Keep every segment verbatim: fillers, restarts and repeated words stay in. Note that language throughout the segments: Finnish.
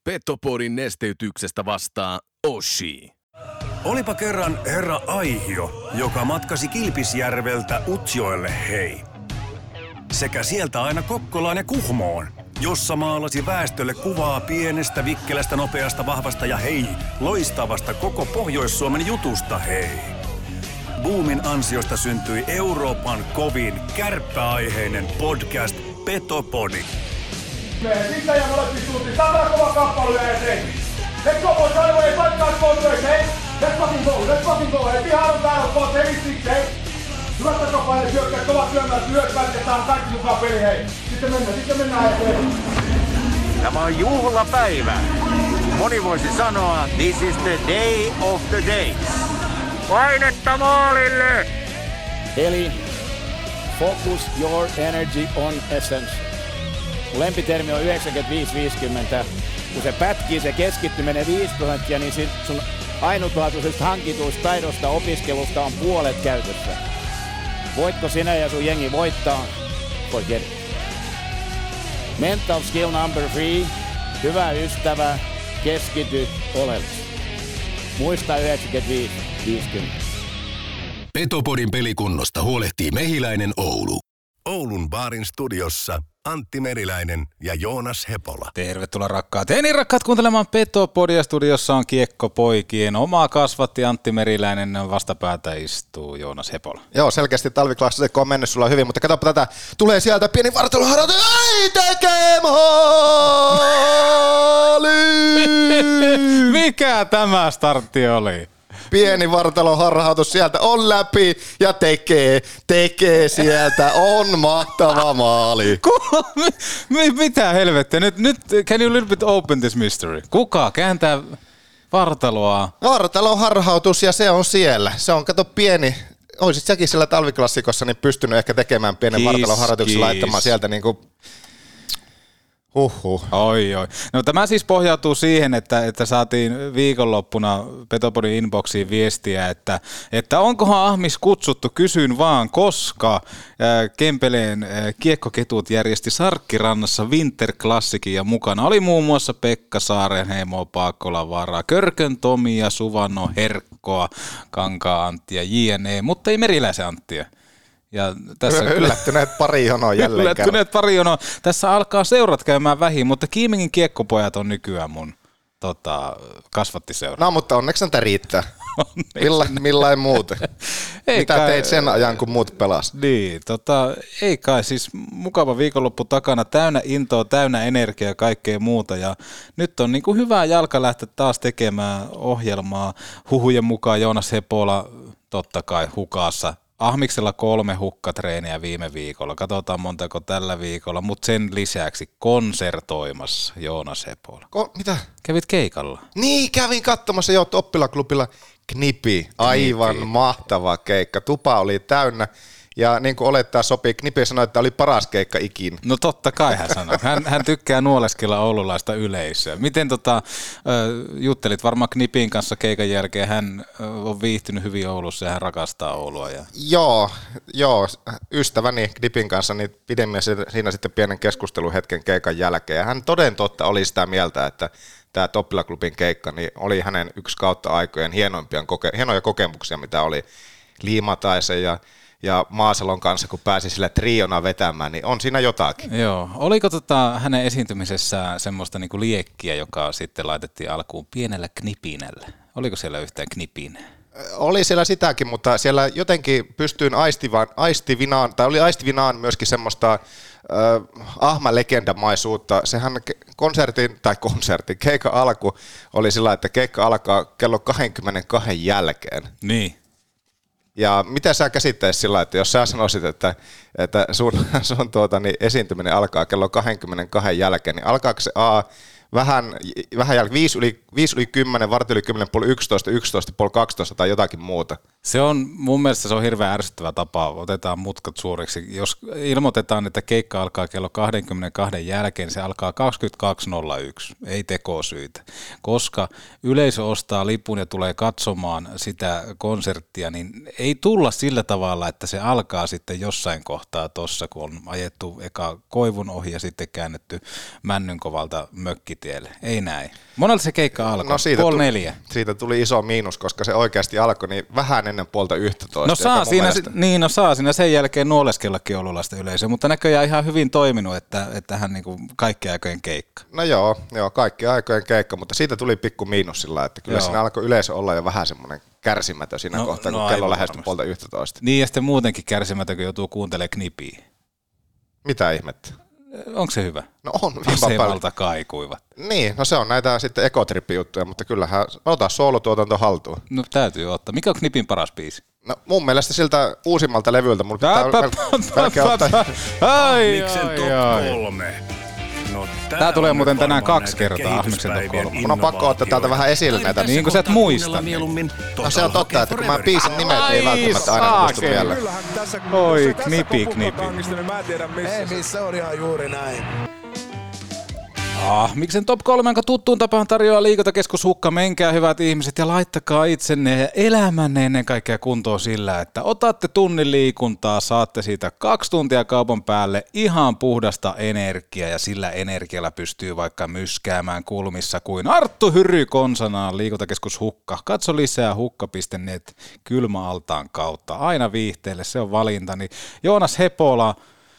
Petopodin nesteytyksestä vastaa Oshi. Olipa kerran herra Aihio, joka matkasi Kilpisjärveltä Utsjoelle hei. Sekä sieltä aina Kokkolaan ja Kuhmoon, jossa maalasi väestölle kuvaa pienestä, vikkelästä, nopeasta, vahvasta ja hei, loistavasta koko Pohjois-Suomen jutusta hei. Boomin ansiosta syntyi Euroopan kovin kärppäaiheinen podcast Petopodi. Sitten ja molempiin suuntiin. Saadaan kova kappale eteen. Let's go boys, right away, fight guys both ways, hey. Let's fucking go, let's fucking go, hey. Pihaan on täällä, boys, heavy six, hey. Hyvät takapaine, syökkäät, kovat syömät, lyökkäät, ja saadaan kaikki mukaan peli, hei. Sitten mennään, sitten mennään eteen. Tämä on juhlapäivä. Moni voisi sanoa, this is the day of the days. Painetta maalille! Eli focus your energy on essence. Lempitermi on yhdeksänkymmentäviisi viisikymmentä. Kun se pätkii, se keskittyminen viisi prosenttia, niin sit sun ainutlaatuisesta hankituista taidosta opiskelusta on puolet käytössä. Voitko sinä ja sun jengi voittaa? Forget it. Mental skill number three. Hyvä ystävä, keskity oleellisesti. Muista yhdeksänkymmentäviisi viisikymmentä. Petopodin pelikunnosta huolehtii Mehiläinen Oulu. Oulun baarin studiossa Antti Meriläinen ja Joonas Hepola. Tervetuloa rakkaat ja niin rakkaat kuuntelemaan Petopodia. Studiossa on kiekkopoikien oma kasvatti Antti Meriläinen, vastapäätä istuu Joonas Hepola. Joo, selkeästi talviklassikko on mennyt sulla hyvin, mutta katsopa tätä. Tulee sieltä pieni varteluharjoitus. Ai tekee maali! Mikä tämä startti oli? Pieni vartaloharhautus sieltä on läpi ja tekee, tekee sieltä, on mahtava maali. Mitä helvettiä? Nyt, nyt, can you a little bit open this mystery? Kuka kääntää vartaloa? Vartaloharhautus ja se on siellä. Se on, kato pieni, oisit säkin siellä talviklassikossa niin pystynyt ehkä tekemään pienen vartaloharjoituksen laittamaan sieltä niinku... Huhhuh. Oi, oi. No tämä siis pohjautuu siihen, että, että saatiin viikonloppuna Petopodin inboxiin viestiä, että, että onkohan Ahmis kutsuttu, kysyn vaan, koska ää, Kempeleen ää, kiekkoketut järjesti Sarkkirannassa Winter Classicin ja mukana oli muun muassa Pekka Saarenheimo, Paakkola Vaara, Körkön Tomi ja Suvanno Herkkoa, Kankaa Antti ja jne, mutta ei Meriläisen Anttia. Ja tässä yllättyneet pari jonoa jälleen Yllättyneet pari jonoa. Tässä alkaa seurat käymään vähin, mutta Kiimingin kiekkopojat on nykyään mun tota, kasvattiseura. No mutta onneksi tämä riittää. Milla, millain muuten? Mitä kai, teit sen ajan, kun muut pelas? Niin, tota, ei kai. Siis mukava viikonloppu takana, täynnä intoa, täynnä energiaa ja kaikkea muuta. Ja nyt on niin kuin hyvä jalka lähteä taas tekemään ohjelmaa. Huhujen mukaan Joonas Hepola totta kai hukassa. Ahmiksella kolme hukkatreeniä viime viikolla. Katsotaan montako tällä viikolla, mutta sen lisäksi konsertoimassa Joonas Hepola. Ko- mitä? Kävit keikalla? Niin, kävin katsomassa jo Oppilaklubilla Knipi. Aivan Knipi. Mahtava keikka. Tupa oli täynnä. Ja niin kuin olettaa sopii, Knipi sanoi, että oli paras keikka ikinä. No totta kai hän sanoi. Hän, hän tykkää nuoleskella oululaista yleisöä. Miten tota, juttelit varmaan Knipin kanssa keikan jälkeen, hän on viihtynyt hyvin Oulussa ja hän rakastaa Oulua. Ja... Joo, joo, ystäväni Knipin kanssa niin pidemmin siinä sitten pienen keskusteluhetken keikan jälkeen. Ja hän toden totta oli sitä mieltä, että tämä Oppilaklubin keikka niin oli hänen yksi kautta aikojen hienoimpia koke- hienoja kokemuksia, mitä oli Liimataisen ja Ja Maasalon kanssa, kun pääsi sillä triona vetämään, niin on siinä jotakin. Joo. Oliko tota hänen esiintymisessään semmoista niinku liekkiä, joka sitten laitettiin alkuun pienellä knipinällä? Oliko siellä yhtään knipinää? Oli siellä sitäkin, mutta siellä jotenkin pystyin aistivan, aistivinaan, tai oli aistivinaan myöskin semmoista äh, ahma-legendamaisuutta. Sehän konsertin, tai konsertin, keikan alku oli sillä, että keikka alkaa kello kaksikymmentäkaksi jälkeen. Niin. Ja mitä sä käsittäisit sillä, että jos sä sanoisit, että, että sun, sun tuota, niin esiintyminen alkaa kello kaksikymmentäkaksi jälkeen, niin alkaako se A vähän, vähän jälkeen, viisi yli, viisi yli kymmenen, vartti yli kymmenen, puoli yksitoista, yksitoista, puoli kaksitoista tai jotakin muuta? Se on, mun mielestä se on hirveän ärsyttävä tapa, otetaan mutkat suuriksi. Jos ilmoitetaan, että keikka alkaa kello kaksikymmentäkaksi jälkeen, se alkaa kaksikymmentäkaksi nolla yksi, ei tekosyitä. Koska yleisö ostaa lipun ja tulee katsomaan sitä konserttia, niin ei tulla sillä tavalla, että se alkaa sitten jossain kohtaa tossa, kun on ajettu eka koivun ohi ja sitten käännetty Männynkovalta mökkitielle. Ei näin. Monelta se keikka alkoi, no siitä puoli tuli, neljä. Siitä tuli iso miinus, koska se oikeasti alkoi niin vähän ennen puolta yhtätoista. No saa, siinä, mielestä... niin, no saa siinä sen jälkeen nuoleskellakin Oululaista yleisöä, mutta näköjään ihan hyvin toiminut, että, että hän niin kuin kaikkien aikojen keikka. No joo, joo, kaikkien aikojen keikka, mutta siitä tuli pikku miinus sillä, että kyllä joo. Siinä alkoi yleisö olla jo vähän semmoinen kärsimätön siinä no, kohtaa, no, kun kello lähestyi puolta yhtätoista. Niin ja sitten muutenkin kärsimätön, kun joutuu kuuntelemaan Knipiä. Mitä ihmettä? Onko se hyvä? No on. Asemalta kaikuivat. Niin, no se on näitä sitten ekotrippi-juttuja, mutta kyllähän ota soolotuotanto haltuun. No täytyy ottaa. Mikä on Knipin paras biisi? No mun mielestä siltä uusimmalta levyltä mulla pitää melkein ottaa. Ahmiksen top kolme. No, tää tulee muuten tänään kaksi kertaa Ahmiksen top kolme. Mun on pakko ottaa täältä vähän esille näitä. Niin kuin sä et muista. No se on totta, että kun mä biisin nimet ei välttämättä aina muistu vielä. Oi, Knipi, Knipi. Ei missä on ihan juuri näin. Ahmiksen top kolme, jonka tuttuun tapaan tarjoaa Liikuntakeskus Hukka. Menkää hyvät ihmiset ja laittakaa itsenne ja elämänne ennen kaikkea kuntoon sillä, että otatte tunnin liikuntaa, saatte siitä kaksi tuntia kaupan päälle ihan puhdasta energiaa ja sillä energialla pystyy vaikka myskäämään kulmissa kuin Arttu Hyry konsanaan. Liikuntakeskus Hukka. Katso lisää hukka piste net kylmäaltaan kautta. Aina viihteelle, se on valintani. Joonas Hepola.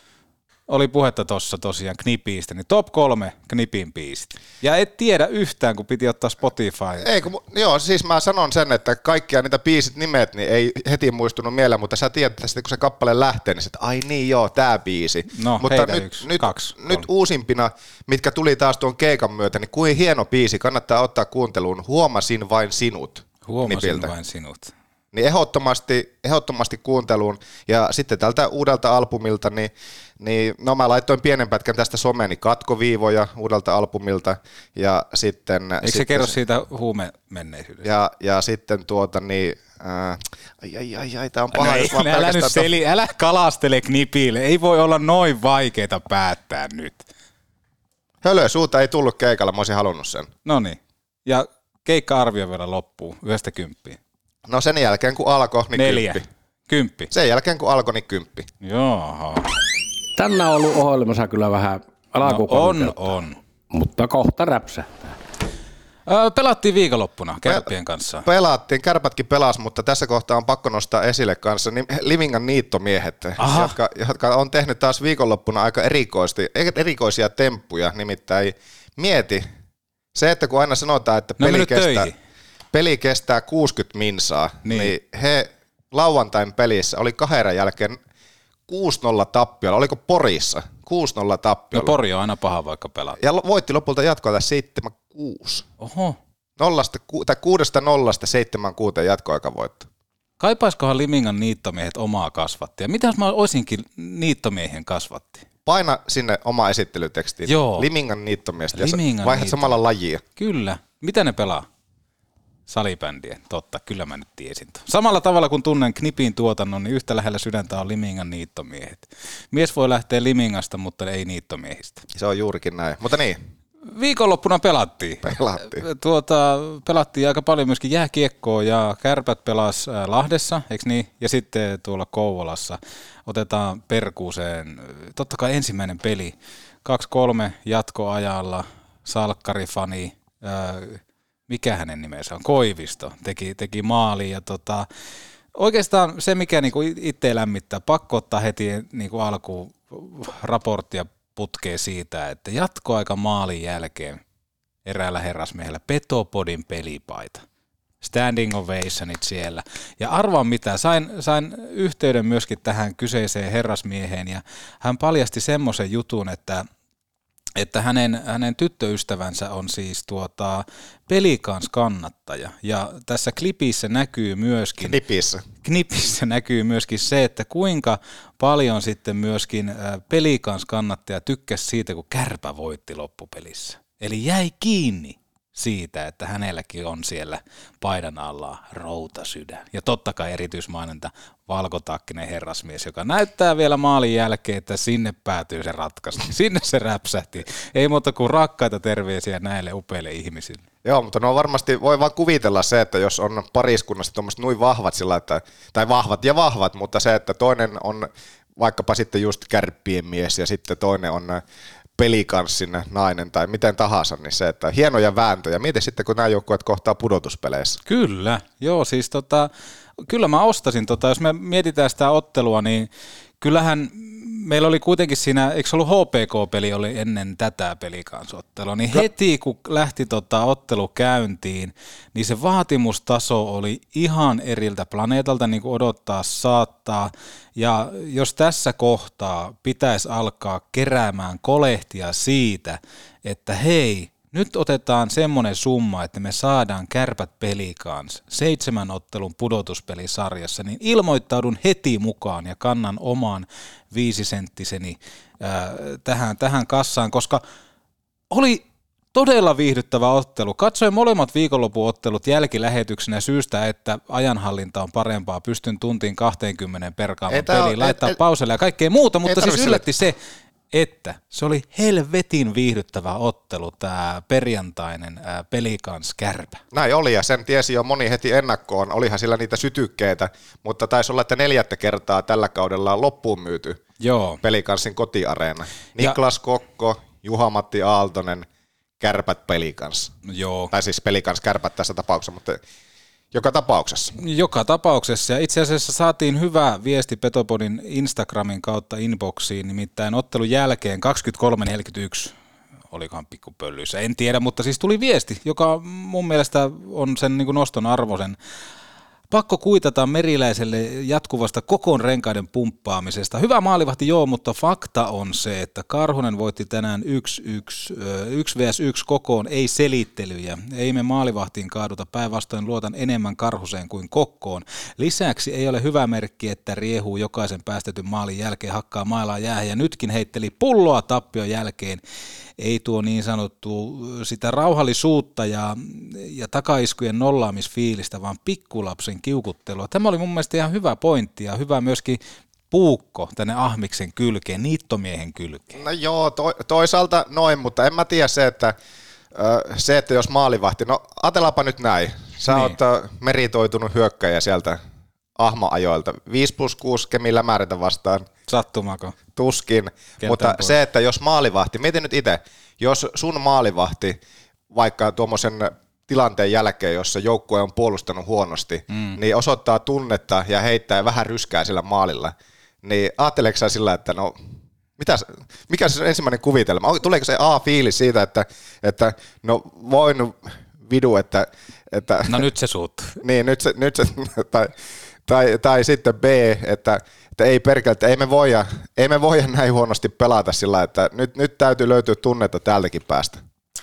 Oli puhetta tuossa tosiaan Knipistä, niin top kolme Knipin biisit. Ja et tiedä yhtään, kun piti ottaa Spotify. Ei, kun, joo, siis mä sanon sen, että kaikkia niitä biisit nimet niin ei heti muistunut mieleen, mutta sä tiedät, että sitten kun se kappale lähtee, niin sit, ai niin joo, tää biisi. No, mutta nyt, yksi, nyt, kaksi, nyt uusimpina, mitkä tuli taas tuon keikan myötä, niin kuin hieno biisi, kannattaa ottaa kuunteluun. Huomasin vain sinut. Huomasin Knipiltä. vain sinut. Niin ehdottomasti, ehdottomasti kuunteluun. Ja sitten tältä uudelta albumilta, niin, niin no mä laitoin pienen pätkän tästä someeni katkoviivoja uudelta albumilta. Ja sitten... Eikö sitten se kerro siitä huumemenneisyydestä? Ja, ja sitten tuota niin... Ää, ai ai ai ai, tää on paha. No ei, älä, älä, nyt seli, älä kalastele Knipille, ei voi olla noin vaikeeta päättää nyt. Hölö, suuta ei tullut keikalla, mä olisin halunnut sen. Noniin, ja keikka-arvio vielä loppuu, yhdestä kymppiä. No sen jälkeen kun alkoi, niin Neljä. kymppi. Kymppi. Sen jälkeen kun alkoi, niin kymppi. Jaha. Tänään on ollut ohjelmassa kyllä vähän alakuukauden. No on, on. Mutta kohta räpsähtää. Öö, pelattiin viikonloppuna Kärppien kanssa. Pelattiin, Kärpätkin pelas, mutta tässä kohtaa on pakko nostaa esille kanssa Livingan niittomiehet, jotka, jotka on tehnyt taas viikonloppuna aika erikoisesti, erikoisia temppuja. Nimittäin mieti, se, että kun aina sanotaan, että no, peli kestää... Peli kestää kuusikymmentä minsaa, niin. niin he lauantain pelissä oli kahden jälkeen kuusi nolla tappiolla. Oliko Porissa? kuusi nolla tappiolla. No Pori on aina paha vaikka pelata. Ja voitti lopulta jatkoaika seitsemän kuusi. Oho. Nollasta, tai kuudesta nollasta seitsemän kuuteen jatkoaikavoitto. Kaipaiskohan Limingan niittomiehet omaa kasvattia? Mitä jos mä olisinkin niittomiehen kasvatti? Paina sinne oma esittelytekstiin. Joo. Limingan niittomiestä ja Limingan vaihdat niitto. samalla lajia. Kyllä. Mitä ne pelaa? Salibändiä. Totta, kyllä mä nyt tiesin. Samalla tavalla kun tunnen Knipin tuotannon, niin yhtä lähellä sydäntä on Limingan niittomiehet. Mies voi lähteä Limingasta, mutta ei niittomiehistä. Se on juurikin näin. Mutta niin. Viikonloppuna pelattiin. Pelattiin. Tuota, pelattiin aika paljon myöskin jääkiekkoa ja Kärpät pelas Lahdessa, eikö niin? Ja sitten tuolla Kouvolassa otetaan Perkuuseen, totta kai ensimmäinen peli. kaksi kolme jatkoajalla, salkkarifani, äh, mikä hänen nimensä on, Koivisto, teki, teki maali ja tota, oikeastaan se, mikä niinku itse lämmittää, pakko ottaa heti niinku alkuun raporttia putkee siitä, että jatkoaika maalin jälkeen eräällä herrasmiehellä Petopodin pelipaita. Standing ovationit siellä. Ja arvaan mitä, sain, sain yhteyden myöskin tähän kyseiseen herrasmieheen ja hän paljasti semmoisen jutun, että että hänen, hänen tyttöystävänsä on siis tuota Pelikans kannattaja ja tässä klipissä näkyy myöskin Knipissä. Knipissä näkyy myöskin se, että kuinka paljon sitten myöskin Pelikans kannattaja tykkäsi siitä, kun Kärpä voitti loppupelissä. Eli jäi kiinni siitä, että hänelläkin on siellä paidan alla routasydän. Ja totta kai erityismainonta valkotakkinen herrasmies, joka näyttää vielä maalin jälkeen, että sinne päätyy se ratkaisu. Sinne se räpsähti. Ei muuta kuin rakkaita terveisiä näille upeille ihmisille. Joo, mutta no varmasti voi vaan kuvitella se, että jos on pariskunnassa tuommoiset nuin vahvat sillä, että, tai vahvat ja vahvat, mutta se, että toinen on vaikkapa sitten just kärppien mies ja sitten toinen on pelikanssin nainen tai miten tahansa, niin se, että hienoja vääntöjä. Mieti sitten, kun nämä joukkueet kohtaa pudotuspeleissä. Kyllä, joo, siis tota, kyllä mä ostasin, tota, jos me mietitään sitä ottelua, niin kyllähän meillä oli kuitenkin siinä, eikö se ollut H P K-peli oli ennen tätä pelikansottelua, niin heti kun lähti tota ottelu käyntiin, niin se vaatimustaso oli ihan eriltä planeetalta, niin kuin odottaa saattaa, ja jos tässä kohtaa pitäisi alkaa keräämään kolehtia siitä, että hei, nyt otetaan semmoinen summa, että me saadaan Kärpät Pelikans seitsemän ottelun pudotuspelisarjassa, niin ilmoittaudun heti mukaan ja kannan oman viisisenttiseni ää, tähän, tähän kassaan, koska oli todella viihdyttävä ottelu. Katsoin molemmat viikonlopun ottelut jälkilähetyksenä syystä, että ajanhallinta on parempaa. Pystyn tuntiin kaksikymmentä perkaamaan peliin, laittaa et, pauselle ja kaikkea muuta, mutta siis yllätti se, että se oli helvetin viihdyttävä ottelu, tämä perjantainen ää, Pelikans Kärpä. Näin oli, ja sen tiesi jo moni heti ennakkoon. Olihan sillä niitä sytykkeitä, mutta taisi olla, että neljättä kertaa tällä kaudella on loppuun myyty Joo. Pelikansin kotiareena. Niklas ja Kokko, Juha-Matti Aaltonen, Kärpät Pelikans. Joo. Tai siis Pelikans Kärpät tässä tapauksessa, mutta joka tapauksessa. Joka tapauksessa, ja itse asiassa saatiin hyvä viesti Petopodin Instagramin kautta inboxiin, nimittäin ottelun jälkeen kaksikymmentäkolme neljäkymmentäyksi, olikohan pikkupöllyissä, en tiedä, mutta siis tuli viesti, joka mun mielestä on sen niin kuin noston arvoisen. Pakko kuitata Meriläiselle jatkuvasta kokoon renkaiden pumppaamisesta. Hyvä maalivahti joo, mutta fakta on se, että Karhunen voitti tänään yksi vastaan yksi kokoon, ei selittelyjä. Ei me maalivahtiin kaaduta, päinvastoin luotan enemmän Karhuseen kuin Kokkoon. Lisäksi ei ole hyvä merkki, että riehuu jokaisen päästetyn maalin jälkeen, hakkaa mailaa jäähän ja nytkin heitteli pulloa tappion jälkeen. Ei tuo niin sanottu sitä rauhallisuutta ja, ja takaiskujen nollaamisfiilistä, vaan pikkulapsen kiukuttelua. Tämä oli mun mielestä ihan hyvä pointti ja hyvä myöskin puukko tänne Ahmiksen kylkeen, niittomiehen kylkeen. No joo, to, toisaalta noin, mutta en mä tiedä se, että, se, että jos maalivahti, no ajatellaanpa nyt näin, sä niin. oot meritoitunut hyökkäjä sieltä Ahma-ajoilta, viisi plus kuusi Kemi Lämärintä vastaan. Sattumako? Tuskin, Kentän mutta pois. Se, että jos maalivahti, mieti nyt itse, jos sun maalivahti vaikka tuommoisen tilanteen jälkeen, jossa joukkue on puolustanut huonosti, mm. niin osoittaa tunnetta ja heittää vähän ryskää sillä maalilla, niin ajatteleeko sä sillä, että no, mitä, mikä se ensimmäinen kuvitelma? Tuleeko se A-fiilis siitä, että, että no voin vidu, että... että no nyt se suuttuu. niin, nyt se, nyt se tai, tai, tai sitten B, että että ei perkele, ei me voida, ei me voida näin huonosti pelata sillä, että nyt, nyt täytyy löytyä tunnetta täältäkin päästä.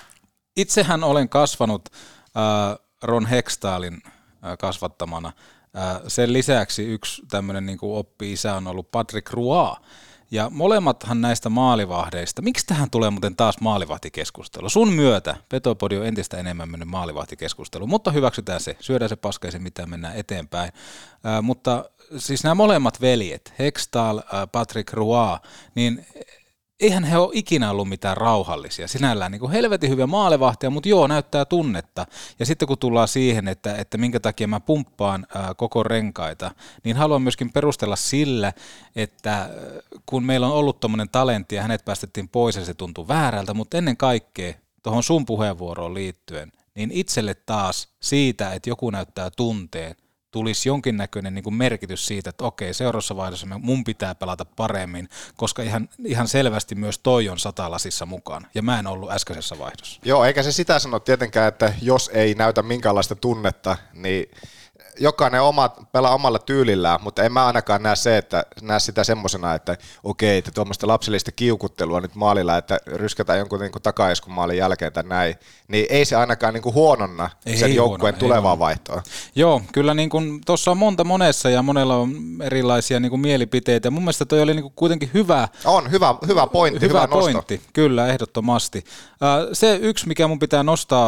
Itsehän olen kasvanut äh, Ron Hextaalin äh, kasvattamana. Äh, sen lisäksi yksi tämmöinen niin kuin oppi-isä on ollut Patrick Roy. Ja molemmathan näistä maalivahdeista, miksi tähän tulee muuten taas maalivahtikeskustelu? Sun myötä Petopodi on entistä enemmän mennyt maalivahtikeskusteluun, mutta hyväksytään se, syödään se paska ja se mitään, mennään eteenpäin. Äh, mutta siis nämä molemmat veljet, Hextall, äh, Patrick Roy, niin eihän he ole ikinä ollut mitään rauhallisia. Sinällään niin kuin helvetin hyviä maalivahtia, mutta joo, näyttää tunnetta. Ja sitten kun tullaan siihen, että, että minkä takia mä pumppaan ää, koko renkaita, niin haluan myöskin perustella sillä, että kun meillä on ollut tommoinen talentti ja hänet päästettiin pois ja se tuntui väärältä, mutta ennen kaikkea tuohon sun puheenvuoroon liittyen, niin itselle taas siitä, että joku näyttää tunteen, tulisi jonkinnäköinen niin kuin merkitys siitä, että okei, seuraavassa vaihdossa mun pitää pelata paremmin, koska ihan, ihan selvästi myös toi on satalasissa mukaan, ja mä en ollut äskeisessä vaihdossa. Joo, eikä se sitä sano tietenkään, että jos ei näytä minkäänlaista tunnetta, niin jokainen oma, pelaa omalla tyylillään, mutta en mä ainakaan näe se, että näe sitä semmosena, että okei, että tuommoista lapsellista kiukuttelua nyt maalilla, että ryskätään jonkun niin kuin takaiskun maalin jälkeen tai näin, niin ei se ainakaan niin kuin huononna ei, sen joukkueen tulevaa vaihtoa. Joo, kyllä niin kuin tuossa on monta monessa ja monella on erilaisia niin kuin mielipiteitä. Mun mielestä toi oli niin kuin kuitenkin hyvä. On, hyvä, hyvä pointti, hyvä, hyvä pointti, nosto. Kyllä, ehdottomasti. Se yksi, mikä mun pitää nostaa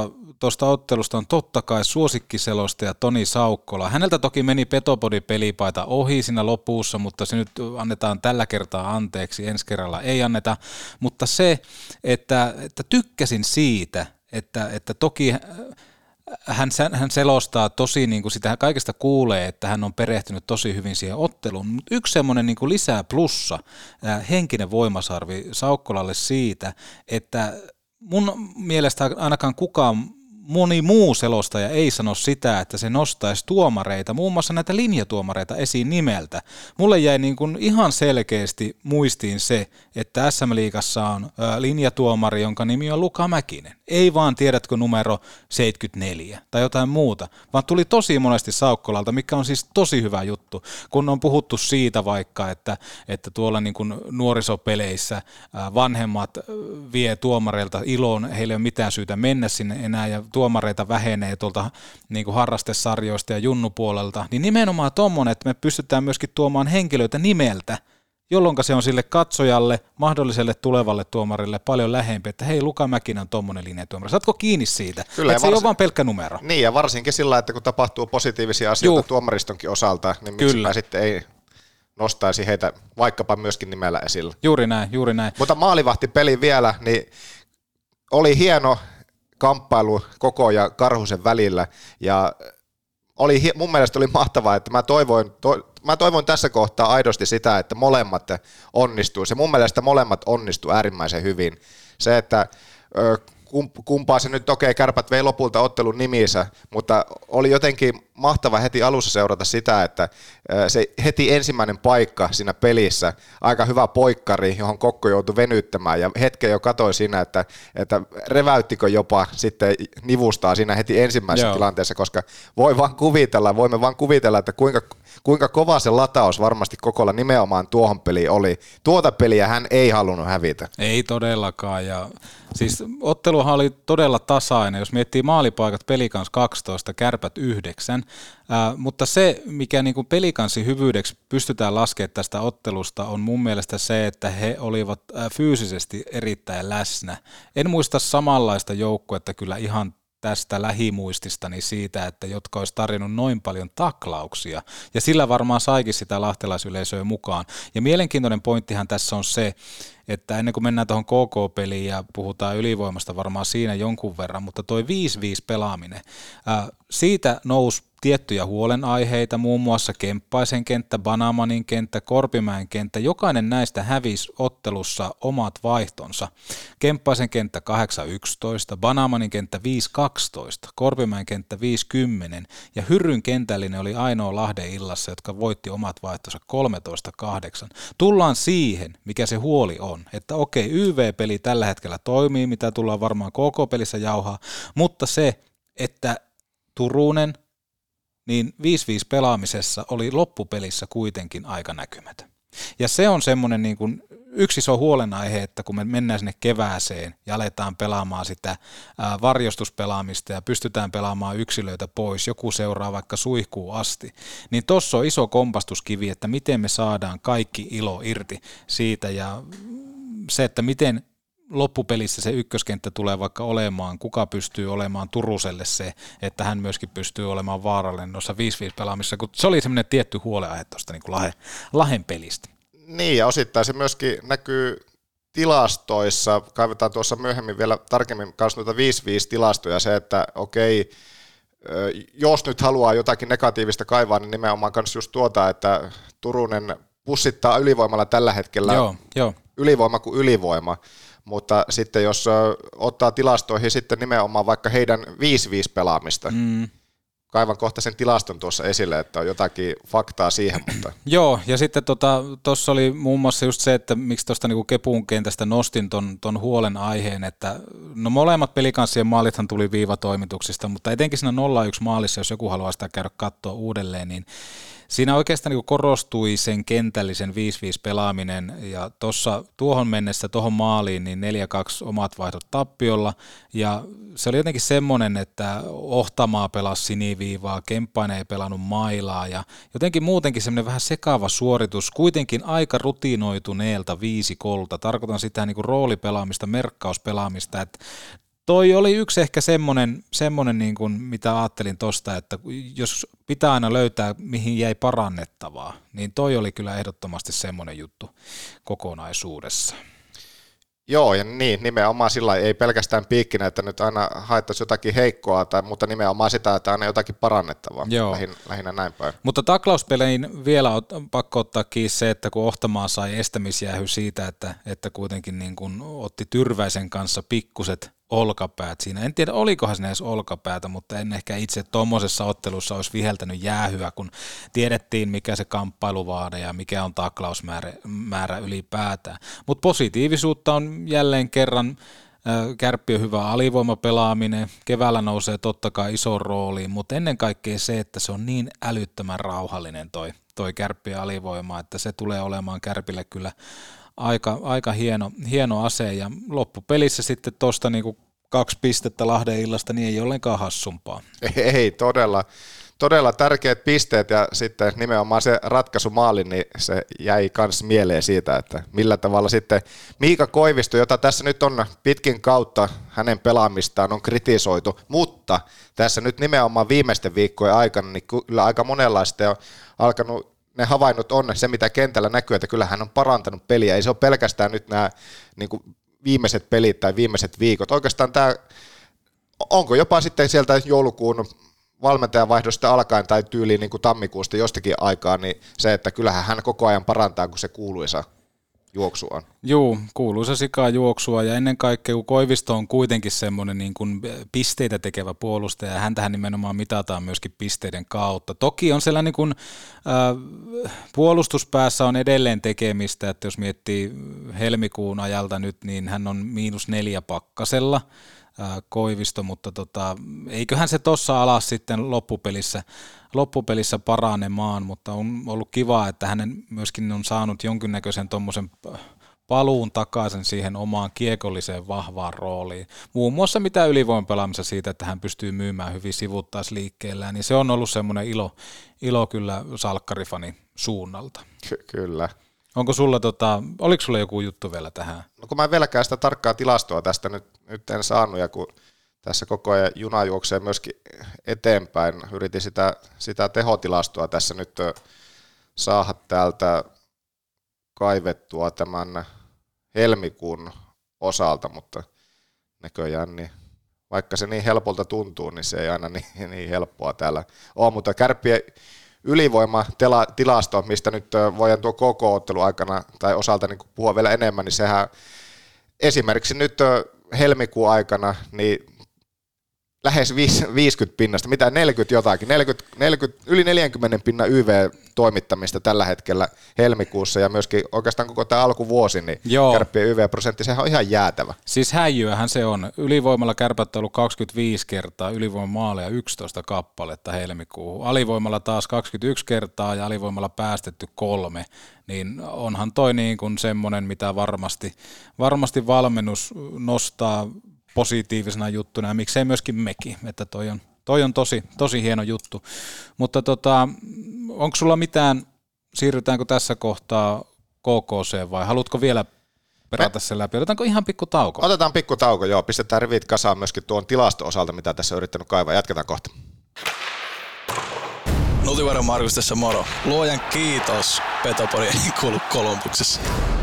tuosta ottelusta on totta kai suosikkiselostaja Toni Saukkola. Häneltä toki meni Petopodi-pelipaita ohi siinä lopussa, mutta se nyt annetaan tällä kertaa anteeksi, ensi kerralla ei anneta. Mutta se, että, että tykkäsin siitä, että, että toki hän, hän selostaa tosi, niin kuin sitä kaikesta kuulee, että hän on perehtynyt tosi hyvin siihen otteluun, mutta yksi semmoinen niin kuin lisää plussa, henkinen voimasarvi Saukkolalle siitä, että mun mielestä ainakaan kukaan moni muu selostaja ei sano sitä, että se nostaisi tuomareita, muun muassa näitä linjatuomareita esiin nimeltä. Mulle jäi niin kuin ihan selkeästi muistiin se, että S M-liigassa on linjatuomari, jonka nimi on Luka Mäkinen. Ei vaan tiedätkö numero seitsemänkymmentäneljä tai jotain muuta, vaan tuli tosi monesti Saukkolalta, mikä on siis tosi hyvä juttu, kun on puhuttu siitä vaikka, että, että tuolla niin kuin nuorisopeleissä vanhemmat vie tuomareilta iloon, heillä ei ole mitään syytä mennä sinne enää ja tuomareita vähenee tuolta niin kuin harrastesarjoista ja junnupuolelta, niin nimenomaan tommonen, että me pystytään myöskin tuomaan henkilöitä nimeltä, jolloin se on sille katsojalle, mahdolliselle tulevalle tuomarille paljon lähempi, että hei, Luka Mäkinen on tommonen linjatuomari. Saatko kiinni siitä? Kyllä, että se varsin... ei ole vaan pelkkä numero. Niin, ja varsinkin sillä, että kun tapahtuu positiivisia asioita Juh. tuomaristonkin osalta, niin miksipä sitten ei nostaisi heitä vaikkapa myöskin nimellä esillä. Juuri näin, juuri näin. Mutta maalivahtipeli vielä, niin oli hieno kamppailu Koko ja Karhusen välillä, ja oli, mun mielestä oli mahtavaa, että mä toivoin, to, mä toivoin tässä kohtaa aidosti sitä, että molemmat onnistuu. Se mun mielestä molemmat onnistuu äärimmäisen hyvin. Se, että ö, kumpaa se nyt, okei, Kärpät vei lopulta ottelun nimissä, mutta oli jotenkin mahtava heti alussa seurata sitä, että se heti ensimmäinen paikka siinä pelissä, aika hyvä poikkari, johon Kokko joutui venyttämään, ja hetken jo katsoi siinä, että, että reväyttikö jopa sitten nivustaa siinä heti ensimmäisessä Joo. tilanteessa, koska voi vaan kuvitella, voimme vaan kuvitella, että kuinka, kuinka kova se lataus varmasti Kokolla nimenomaan tuohon peliin oli. Tuota peliä hän ei halunnut hävitä. Ei todellakaan, ja siis otteluhan oli todella tasainen, jos miettii maalipaikat Pelikans kaksitoista, Kärpät yhdeksän, äh, mutta se, mikä niin kuin Pelikansin hyvyydeksi pystytään laskemaan tästä ottelusta, on mun mielestä se, että he olivat äh, fyysisesti erittäin läsnä. En muista samanlaista joukkuetta kyllä ihan tästä lähimuististani siitä, että jotka olisi tarjonnut noin paljon taklauksia, ja sillä varmaan saikin sitä lahtelaisyleisöä mukaan. Ja mielenkiintoinen pointtihan tässä on se, että ennen kuin mennään tuohon K K-peliin ja puhutaan ylivoimasta varmaan siinä jonkun verran, mutta toi viisi viisi pelaaminen, ää, siitä nousi tiettyjä huolenaiheita, muun muassa Kemppaisen kenttä, Banamanin kenttä, Korpimäen kenttä, jokainen näistä hävisi ottelussa omat vaihtonsa. Kemppaisen kenttä kahdeksan yksitoista, Banamanin kenttä viisi kaksitoista, Korpimäen kenttä viisi kymmenen ja Hyrryn kentällinen oli ainoa Lahden illassa, jotka voitti omat vaihtonsa kolmetoista kahdeksan. Tullaan siihen, mikä se huoli on, että okei, Y V-peli tällä hetkellä toimii, mitä tullaan varmaan K K-pelissä jauhaa, mutta se, että Turunen, niin viisi viisi pelaamisessa oli loppupelissä kuitenkin aika näkymätön. Ja se on semmoinen niin kuin yksi iso huolenaihe, että kun me mennään sinne kevääseen ja aletaan pelaamaan sitä ää, varjostuspelaamista ja pystytään pelaamaan yksilöitä pois, joku seuraa vaikka suihkuun asti, niin tossa on iso kompastuskivi, että miten me saadaan kaikki ilo irti siitä ja se, että miten loppupelissä se ykköskenttä tulee vaikka olemaan, kuka pystyy olemaan Turuselle se, että hän myöskin pystyy olemaan vaarallinen noissa viisi viisi pelaamissa, kun se oli semmoinen tietty huolenaihe tuosta niin kuin Lahden, Lahden pelistä. Niin, ja osittain se myöskin näkyy tilastoissa, kaivetaan tuossa myöhemmin vielä tarkemmin kanssa noita viisi viisi tilastoja, se, että okei, jos nyt haluaa jotakin negatiivista kaivaa, niin nimenomaan myös just tuota, että Turunen pussittaa ylivoimalla tällä hetkellä, joo, joo. ylivoima kuin ylivoima, mutta sitten jos ottaa tilastoihin sitten nimenomaan vaikka heidän viisi viisi pelaamista, mm. kaivan kohta sen tilaston tuossa esille, että on jotakin faktaa siihen, mutta... Joo, ja sitten tuossa tota, oli muun muassa just se, että miksi tuosta niinku Kepun kentästä nostin ton, ton huolen aiheen, että no molemmat Pelikanssien maalithan tuli viivatoimituksista, mutta etenkin siinä nolla yksi maalissa, jos joku haluaa sitä käydä katsoa uudelleen, niin siinä oikeastaan niin korostui sen kentällisen viisi viisi pelaaminen, ja tuossa tuohon mennessä, tuohon maaliin, niin neljä kaksi omat vaihdot tappiolla, ja se oli jotenkin semmoinen, että Ohtamaa pelasi siniviivaa, Kemppainen ei pelannut mailaa, ja jotenkin muutenkin semmoinen vähän sekaava suoritus, kuitenkin aika rutinoituneelta viisikolta, tarkoitan sitä niin kuin roolipelaamista, merkkauspelaamista, että toi oli yksi ehkä semmoinen, semmoinen niin kuin, mitä ajattelin tosta, että jos pitää aina löytää, mihin jäi parannettavaa, niin toi oli kyllä ehdottomasti semmoinen juttu kokonaisuudessa. Joo, ja niin, nimenomaan sillä ei pelkästään piikkinä, että nyt aina haettaisiin jotakin heikkoa, tai, mutta nimenomaan sitä, että aina jotakin parannettavaa, lähinnä, lähinnä näin päin. Mutta taklauspelein vielä on pakko ottaa kiinni se, että kun Ohtamaa sai estämisjäähy siitä, että, että kuitenkin niin kuin otti Tyrväisen kanssa pikkuset olkapäät siinä. En tiedä, olikohan siinä edes olkapäätä, mutta en ehkä itse tuommoisessa ottelussa olisi viheltänyt jäähyä, kun tiedettiin, mikä se kamppailuvaade ja mikä on taklausmäärä määrä ylipäätään. Mutta positiivisuutta on jälleen kerran. Kärppi on hyvä alivoimapelaaminen, keväällä nousee totta kai iso rooliin, mutta ennen kaikkea se, että se on niin älyttömän rauhallinen toi, toi Kärppien alivoima, että se tulee olemaan Kärpille kyllä aika, aika hieno, hieno ase, ja loppupelissä sitten tuosta niinku kaksi pistettä Lahden illasta, niin ei ollenkaan hassumpaa. Ei, ei todella. Todella tärkeät pisteet ja sitten nimenomaan se ratkaisumaali, niin se jäi kans mieleen siitä, että millä tavalla sitten Miika Koivisto, jota tässä nyt on pitkin kautta hänen pelaamistaan on kritisoitu, mutta tässä nyt nimenomaan viimeisten viikkojen aikana, niin kyllä aika monenlaista on alkanut, ne havainnot on se, mitä kentällä näkyy, että kyllä hän on parantanut peliä, ei se ole pelkästään nyt nämä niin kuin viimeiset pelit tai viimeiset viikot, oikeastaan tämä, onko jopa sitten sieltä joulukuun valmentajanvaihdosta alkaen tai tyyliin niin kuin tammikuusta jostakin aikaa, niin se, että kyllähän hän koko ajan parantaa, kun se kuuluisa juoksu on. Juu, kuuluisa sikaa juoksua, ja ennen kaikkea, kun Koivisto on kuitenkin semmoinen niin kuin pisteitä tekevä puolustaja, ja häntähän nimenomaan mitataan myöskin pisteiden kautta. Toki on siellä niin kuin, äh, puolustuspäässä on edelleen tekemistä, että jos miettii helmikuun ajalta nyt, niin hän on miinus neljä pakkasella, Koivisto, mutta tota, eiköhän se tuossa alas sitten loppupelissä, loppupelissä paranemaan, mutta on ollut kiva, että hänen myöskin on saanut jonkinnäköisen tuommoisen paluun takaisin siihen omaan kiekolliseen vahvaan rooliin. Muun muassa mitä ylivoimapelaamissa siitä, että hän pystyy myymään hyvin sivuttaisliikkeellään, niin se on ollut semmoinen ilo, ilo kyllä salkkarifani suunnalta. Ky- kyllä. Onko sulla, tota, oliko sulla joku juttu vielä tähän? No kun mä en vieläkään sitä tarkkaa tilastoa tästä nyt, nyt en saanut, ja kun tässä koko ajan juna juoksee myöskin eteenpäin, yritin sitä, sitä tehotilastoa tässä nyt saada täältä kaivettua tämän helmikuun osalta, mutta näköjään niin, vaikka se niin helpolta tuntuu, niin se ei aina niin, niin helppoa täällä ole, mutta Kärppien ylivoimatilasto, mistä nyt voidaan tuo koko ottelu aikana tai osalta niin puhua vielä enemmän, niin sehän esimerkiksi nyt helmikuun aikana niin lähes viisikymmentä pinnasta, mitä neljäkymmentä jotakin, neljäkymmentä, neljäkymmentä, yli neljäkymmentä pinnan Y V-toimittamista tällä hetkellä helmikuussa ja myöskin oikeastaan koko tämä alkuvuosi, niin Joo. Kärppien Y V-prosentti, sehän on ihan jäätävä. Siis häijyähän se on. Ylivoimalla Kärpät on ollut kaksikymmentäviisi kertaa, ylivoimamaaleja yksitoista kappaletta helmikuuhun. Alivoimalla taas kaksikymmentäyksi kertaa ja alivoimalla päästetty kolme. Niin onhan toi niin kuin semmoinen, mitä varmasti, varmasti valmennus nostaa positiivisena juttuna, ja miksei myöskin mekin, että toi on, toi on tosi, tosi hieno juttu. Mutta tota, onko sulla mitään, siirrytäänkö tässä kohtaa K K C vai haluatko vielä perata sen läpi? Otetaanko ihan pikku tauko? Otetaan pikku tauko, joo. Pistetään rivit kasaan myöskin tuon tilasto-osalta, mitä tässä on yrittänyt kaivaa. Jatketaan kohta. Nutivaara Markus tässä moro. Luojan kiitos, Petopori ei kuulu Kolumbuksessa.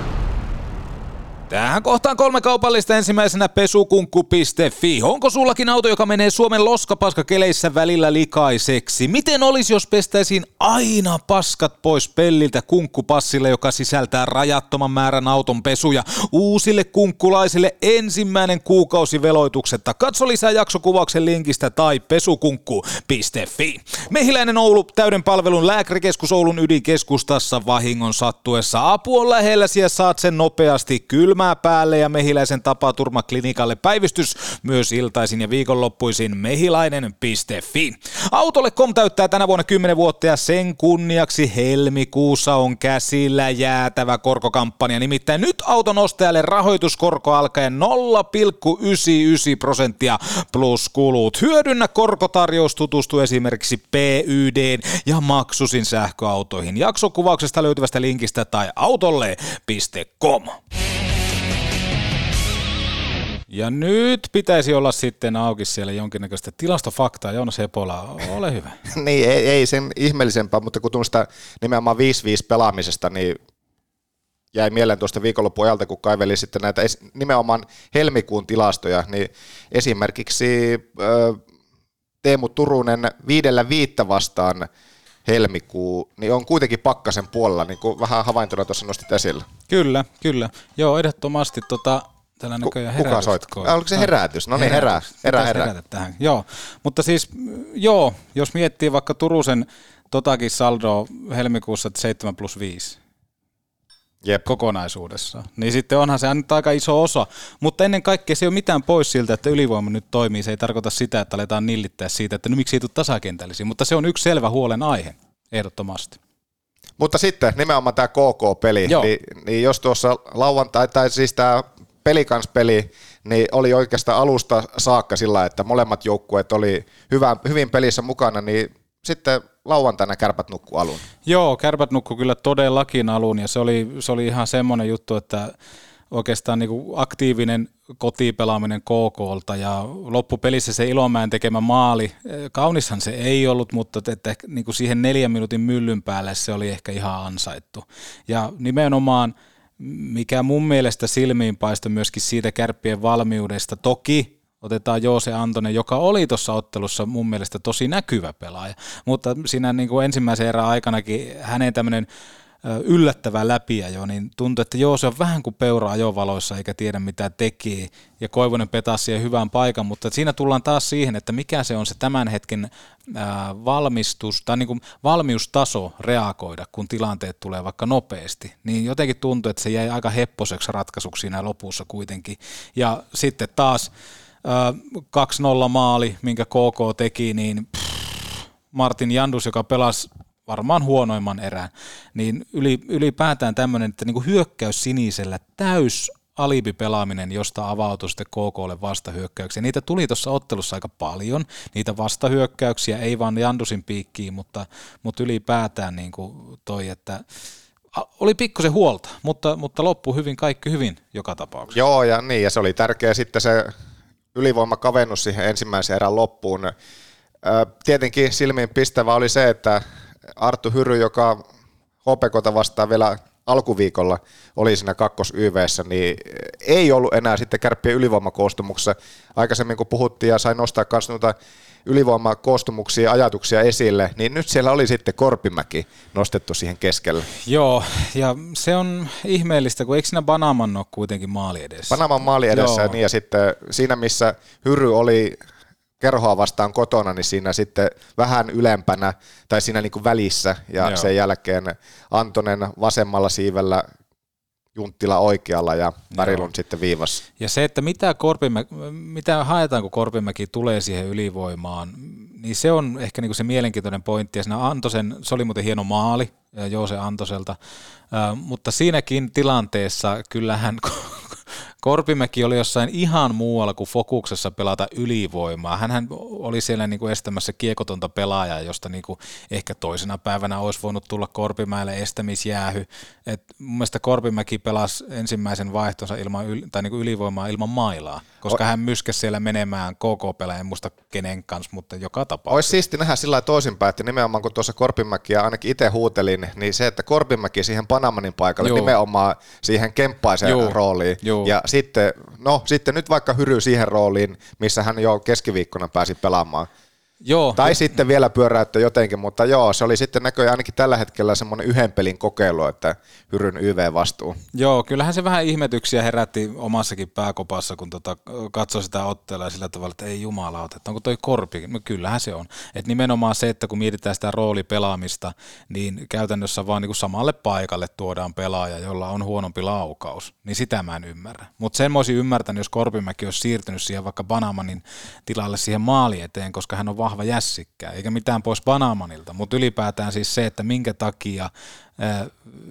Tähän kohtaan kolme kaupallista, ensimmäisenä pesukunkku piste fi. Onko sullakin auto, joka menee Suomen loskapaskakeleissä välillä likaiseksi? Miten olisi, jos pestäisiin aina paskat pois pelliltä kunkkupassilla, joka sisältää rajattoman määrän auton pesuja? Uusille kunkkulaisille ensimmäinen kuukausi veloituksetta. Katso lisää jaksokuvauksen linkistä tai pesukunkku piste fi. Mehiläinen Oulu, täyden palvelun lääkärikeskus Oulun ydinkeskustassa. Vahingon sattuessa apu on lähelläsi ja saat sen nopeasti kylmä päälle, ja Mehiläisen tapaturmaklinikalle päivystys myös iltaisin ja viikonloppuisin mehiläinen piste fi. Autolle piste com täyttää tänä vuonna kymmenen vuotta, ja sen kunniaksi helmikuussa on käsillä jäätävä korkokampanja. Nimittäin nyt auton ostajalle rahoituskorko alkaen nolla pilkku yhdeksänkymmentäyhdeksän prosenttia plus kulut. Hyödynnä korkotarjous, tutustu esimerkiksi P Y D:n ja Maksusin sähköautoihin jaksokuvauksesta löytyvästä linkistä tai autolle piste com. Ja nyt pitäisi olla sitten auki siellä jonkinnäköistä tilastofaktaa. Joonas Hepola, ole hyvä. Niin, ei, ei sen ihmeellisempää, mutta kun tuosta nimenomaan viisi viisi pelaamisesta, niin jäi mieleen tuosta viikonlopun ajalta, kun kaivelin sitten näitä nimenomaan helmikuun tilastoja, niin esimerkiksi äh, Teemu Turunen viidellä viittä vastaan helmikuu, niin on kuitenkin pakkasen puolella, niin kuin vähän havaintona tuossa nostit esille. Kyllä, kyllä. Joo, ehdottomasti tota, tällä näköjään herätys. Kuka soit? Oliko se herätys? No niin, herää, herää, herää. Tähän. Joo, mutta siis joo, jos miettii vaikka Turusen totakin saldoa helmikuussa seitsemän plus viisi Jep. kokonaisuudessa, niin sitten onhan se nyt aika iso osa, mutta ennen kaikkea se ei ole mitään pois siltä, että ylivoima nyt toimii, se ei tarkoita sitä, että aletaan nillittää siitä, että no miksi ei tule tasakentällisiä, mutta se on yksi selvä huolen aihe, ehdottomasti. Mutta sitten nimenomaan tämä K K-peli, niin, niin jos tuossa lauantai, tai siis tämä pelikanspeli, niin oli oikeastaan alusta saakka sillä, että molemmat joukkueet oli hyvä, hyvin pelissä mukana, niin sitten lauantaina Kärpät nukkuu alun. Joo, Kärpät nukkuu kyllä todellakin alun, ja se oli, se oli ihan semmoinen juttu, että oikeastaan niin kuin aktiivinen kotipelaaminen K K:lta, ja loppupelissä se Ilomäen tekemä maali, kaunishan se ei ollut, mutta että niin kuin siihen neljän minuutin myllyn päälle se oli ehkä ihan ansaittu. Ja nimenomaan, mikä mun mielestä silmiin paistoi myöskin siitä Kärppien valmiudesta, toki otetaan Joose Antonen, joka oli tuossa ottelussa mun mielestä tosi näkyvä pelaaja, mutta siinä niin kuin ensimmäisen erän aikanakin hänen tämmöinen yllättävä läpiajo, niin tuntui, että Joose on vähän kuin peura ajovaloissa eikä tiedä mitä tekee, ja Koivunen petasi siihen hyvän paikan, mutta siinä tullaan taas siihen, että mikä se on se tämän hetken valmistus tai niin kuin valmiustaso reagoida, kun tilanteet tulee vaikka nopeasti, niin jotenkin tuntuu, että se jäi aika hepposeksi ratkaisuksi siinä lopussa kuitenkin, ja sitten taas kaksi nolla maali, minkä K K teki, niin pff, Martin Jandus, joka pelasi varmaan huonoimman erään, niin yli, ylipäätään tämmöinen, että niinku hyökkäys sinisellä täys alibipelaaminen, josta avautui sitten K K:lle vastahyökkäyksiä. Niitä tuli tuossa ottelussa aika paljon, niitä vastahyökkäyksiä, ei vaan Jandusin piikkiin, mutta, mutta ylipäätään niin kuin toi, että oli pikkusen huolta, mutta, mutta loppui hyvin, kaikki hyvin joka tapauksessa. Joo, ja niin, ja se oli tärkeä sitten se ylivoimakavennus siihen ensimmäisen erän loppuun. Tietenkin silmiin pistävä oli se, että Arttu Hyry, joka H P K:ta vastaan vielä alkuviikolla oli siinä kakkos-Y V:ssä, niin ei ollut enää sitten Kärppien ylivoimakoostumuksessa. Aikaisemmin kun puhuttiin ja sai nostaa myös noita ylivoimakoostumuksia ja ajatuksia esille, niin nyt siellä oli sitten Korpimäki nostettu siihen keskelle. Joo, ja se on ihmeellistä, kun eikö siinä Banaman ole kuitenkin maali edessä? Banaman maali edessä, niin, ja sitten siinä missä Hyry oli Kerhoa vastaan kotona, niin siinä sitten vähän ylempänä tai siinä niin kuin välissä, ja Joo. sen jälkeen Antonen vasemmalla siivellä, Junttila oikealla ja Värilund sitten viivassa. Ja se, että mitä, Korpimäki, mitä haetaan, kun Korpimäki tulee siihen ylivoimaan, niin se on ehkä niinku se mielenkiintoinen pointti. Ja siinä Antosen, se oli muuten hieno maali Joose Antoselta, äh, mutta siinäkin tilanteessa kyllähän Korpimäki oli jossain ihan muualla kuin fokuksessa pelata ylivoimaa. Hänhän oli siellä niinku estämässä kiekotonta pelaajaa, josta niinku ehkä toisena päivänä olisi voinut tulla Korpimäelle estämisjäähy. Et mun mielestä Korpimäki pelasi ensimmäisen vaihtonsa ilman yl- tai niinku ylivoimaa ilman mailaa, koska o- hän myskäsi siellä menemään K K-pelä, en muista kenen kanssa, mutta joka tapauksessa. Olisi siisti nähdä sillä lailla toisinpäin, että nimenomaan kun tuossa Korpimäkiä ainakin itse huutelin, niin se, että Korpimäki siihen Panamanin paikalle Juu. nimenomaan siihen kemppaiseen Juu. rooliin. Juu. Ja sitten, no, sitten nyt vaikka Hyry siihen rooliin, missä hän jo keskiviikkona pääsi pelaamaan. Joo. Tai sitten vielä pyöräyttö jotenkin, mutta joo, se oli sitten näköjään ainakin tällä hetkellä semmoinen yhden pelin kokeilu, että Hyryn Y V-vastuu. Joo, kyllähän se vähän ihmetyksiä herätti omassakin pääkopassa, kun tota, katsoi sitä ottelua sillä tavalla, että ei jumalauta, että onko toi Korpi? No kyllähän se on. Et nimenomaan se, että kun mietitään sitä roolipelaamista, niin käytännössä vaan niin kuin samalle paikalle tuodaan pelaaja, jolla on huonompi laukaus, niin sitä mä en ymmärrä. Mutta sen mä olisin ymmärtänyt, jos Korpimäki olisi siirtynyt siihen vaikka Banamanin tilalle siihen maali eteen, koska hän on vahva jässikkä, eikä mitään pois Banamanilta, mutta ylipäätään siis se, että minkä takia ää,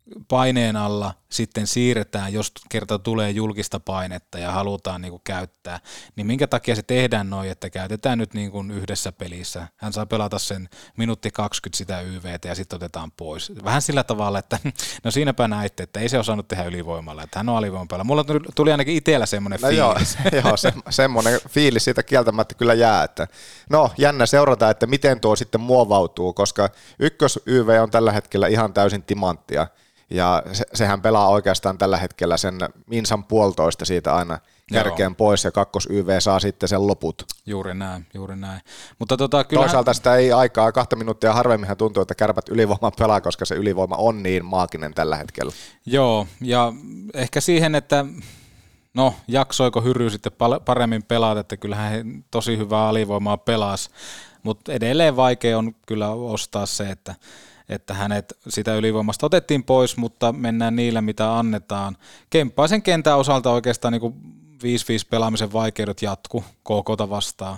paineen alla sitten siirretään, jos kerta tulee julkista painetta ja halutaan niin kuin käyttää, niin minkä takia se tehdään noin, että käytetään nyt niin kuin yhdessä pelissä. Hän saa pelata sen minuutti kaksikymmentä sitä Y V:tä ja sitten otetaan pois. Vähän sillä tavalla, että no siinäpä näitte, että ei se osannut tehdä ylivoimalla, että hän on alivoimalla. Mulla tuli ainakin itsellä semmoinen no fiilis. Joo, joo se, semmoinen fiilis siitä kieltämättä kyllä jää. Että no jännä seurata, että miten tuo sitten muovautuu, koska ykkös Y V on tällä hetkellä ihan täysin timanttia. Ja se, sehän pelaa oikeastaan tällä hetkellä sen minsan puolitoista siitä aina kärkeen Joo. pois ja kakkos Y V saa sitten sen loput. Juuri näin, juuri näin. Mutta tota, kyllähän... Toisaalta sitä ei aikaa, kahta minuuttia harvemminhan tuntuu, että Kärpät ylivoima pelaa, koska se ylivoima on niin maaginen tällä hetkellä. Joo, ja ehkä siihen, että no jaksoiko Hyry sitten paremmin pelata, että kyllähän he tosi hyvää alivoimaa pelasi, mutta edelleen vaikea on kyllä ostaa se, että että hänet sitä ylivoimasta otettiin pois, mutta mennään niillä, mitä annetaan. Kemppaisen kentän osalta oikeastaan niin kuin viisi viisi pelaamisen vaikeudet jatku K K:ta vastaan.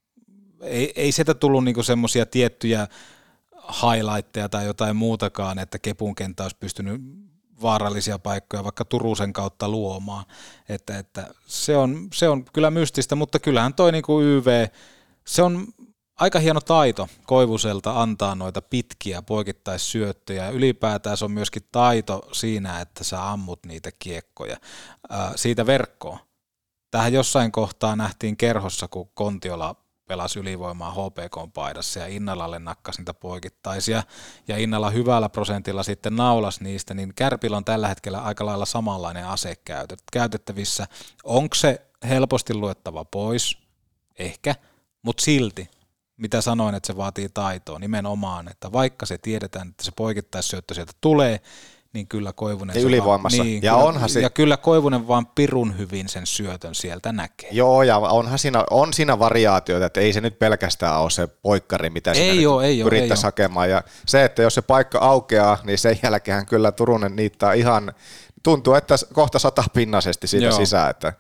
Ei, ei sieltä tullut niin kuin semmoisia tiettyjä highlightteja tai jotain muutakaan, että Kepun kenttä olisi pystynyt vaarallisia paikkoja vaikka Turusen kautta luomaan. Että, että se, on, se on kyllä mystistä, mutta kyllähän toi niin kuin Y V, se on aika hieno taito Koivuselta antaa noita pitkiä poikittaissyöttöjä. Ylipäätään se on myöskin taito siinä, että sä ammut niitä kiekkoja ää, siitä verkkoon. Tähän jossain kohtaa nähtiin kerhossa, kun Kontiola pelasi ylivoimaa H P K:n paidassa ja Innalalle nakkasi niitä poikittaisia ja Innala hyvällä prosentilla sitten naulas niistä, niin Kärpillä on tällä hetkellä aika lailla samanlainen ase käytettävissä. Onko se helposti luettava pois? Ehkä, mutta silti. Mitä sanoin, että se vaatii taitoa nimenomaan, että vaikka se tiedetään, että se poikittaissyöttö sieltä tulee, niin kyllä Koivunen... Ja ylivoimassa. Niin, ja, kyllä, onhan se... ja kyllä Koivunen vaan pirun hyvin sen syötön sieltä näkee. Joo, ja onhan siinä, on siinä variaatioita, että ei se nyt pelkästään ole se poikkari, mitä siinä ei ole, ei pyrittäisiin hakemaan. Ja se, että jos se paikka aukeaa, niin sen jälkeen kyllä Turunen niittää ihan... Tuntuu, että kohta satapinnaisesti siitä Joo. sisään, että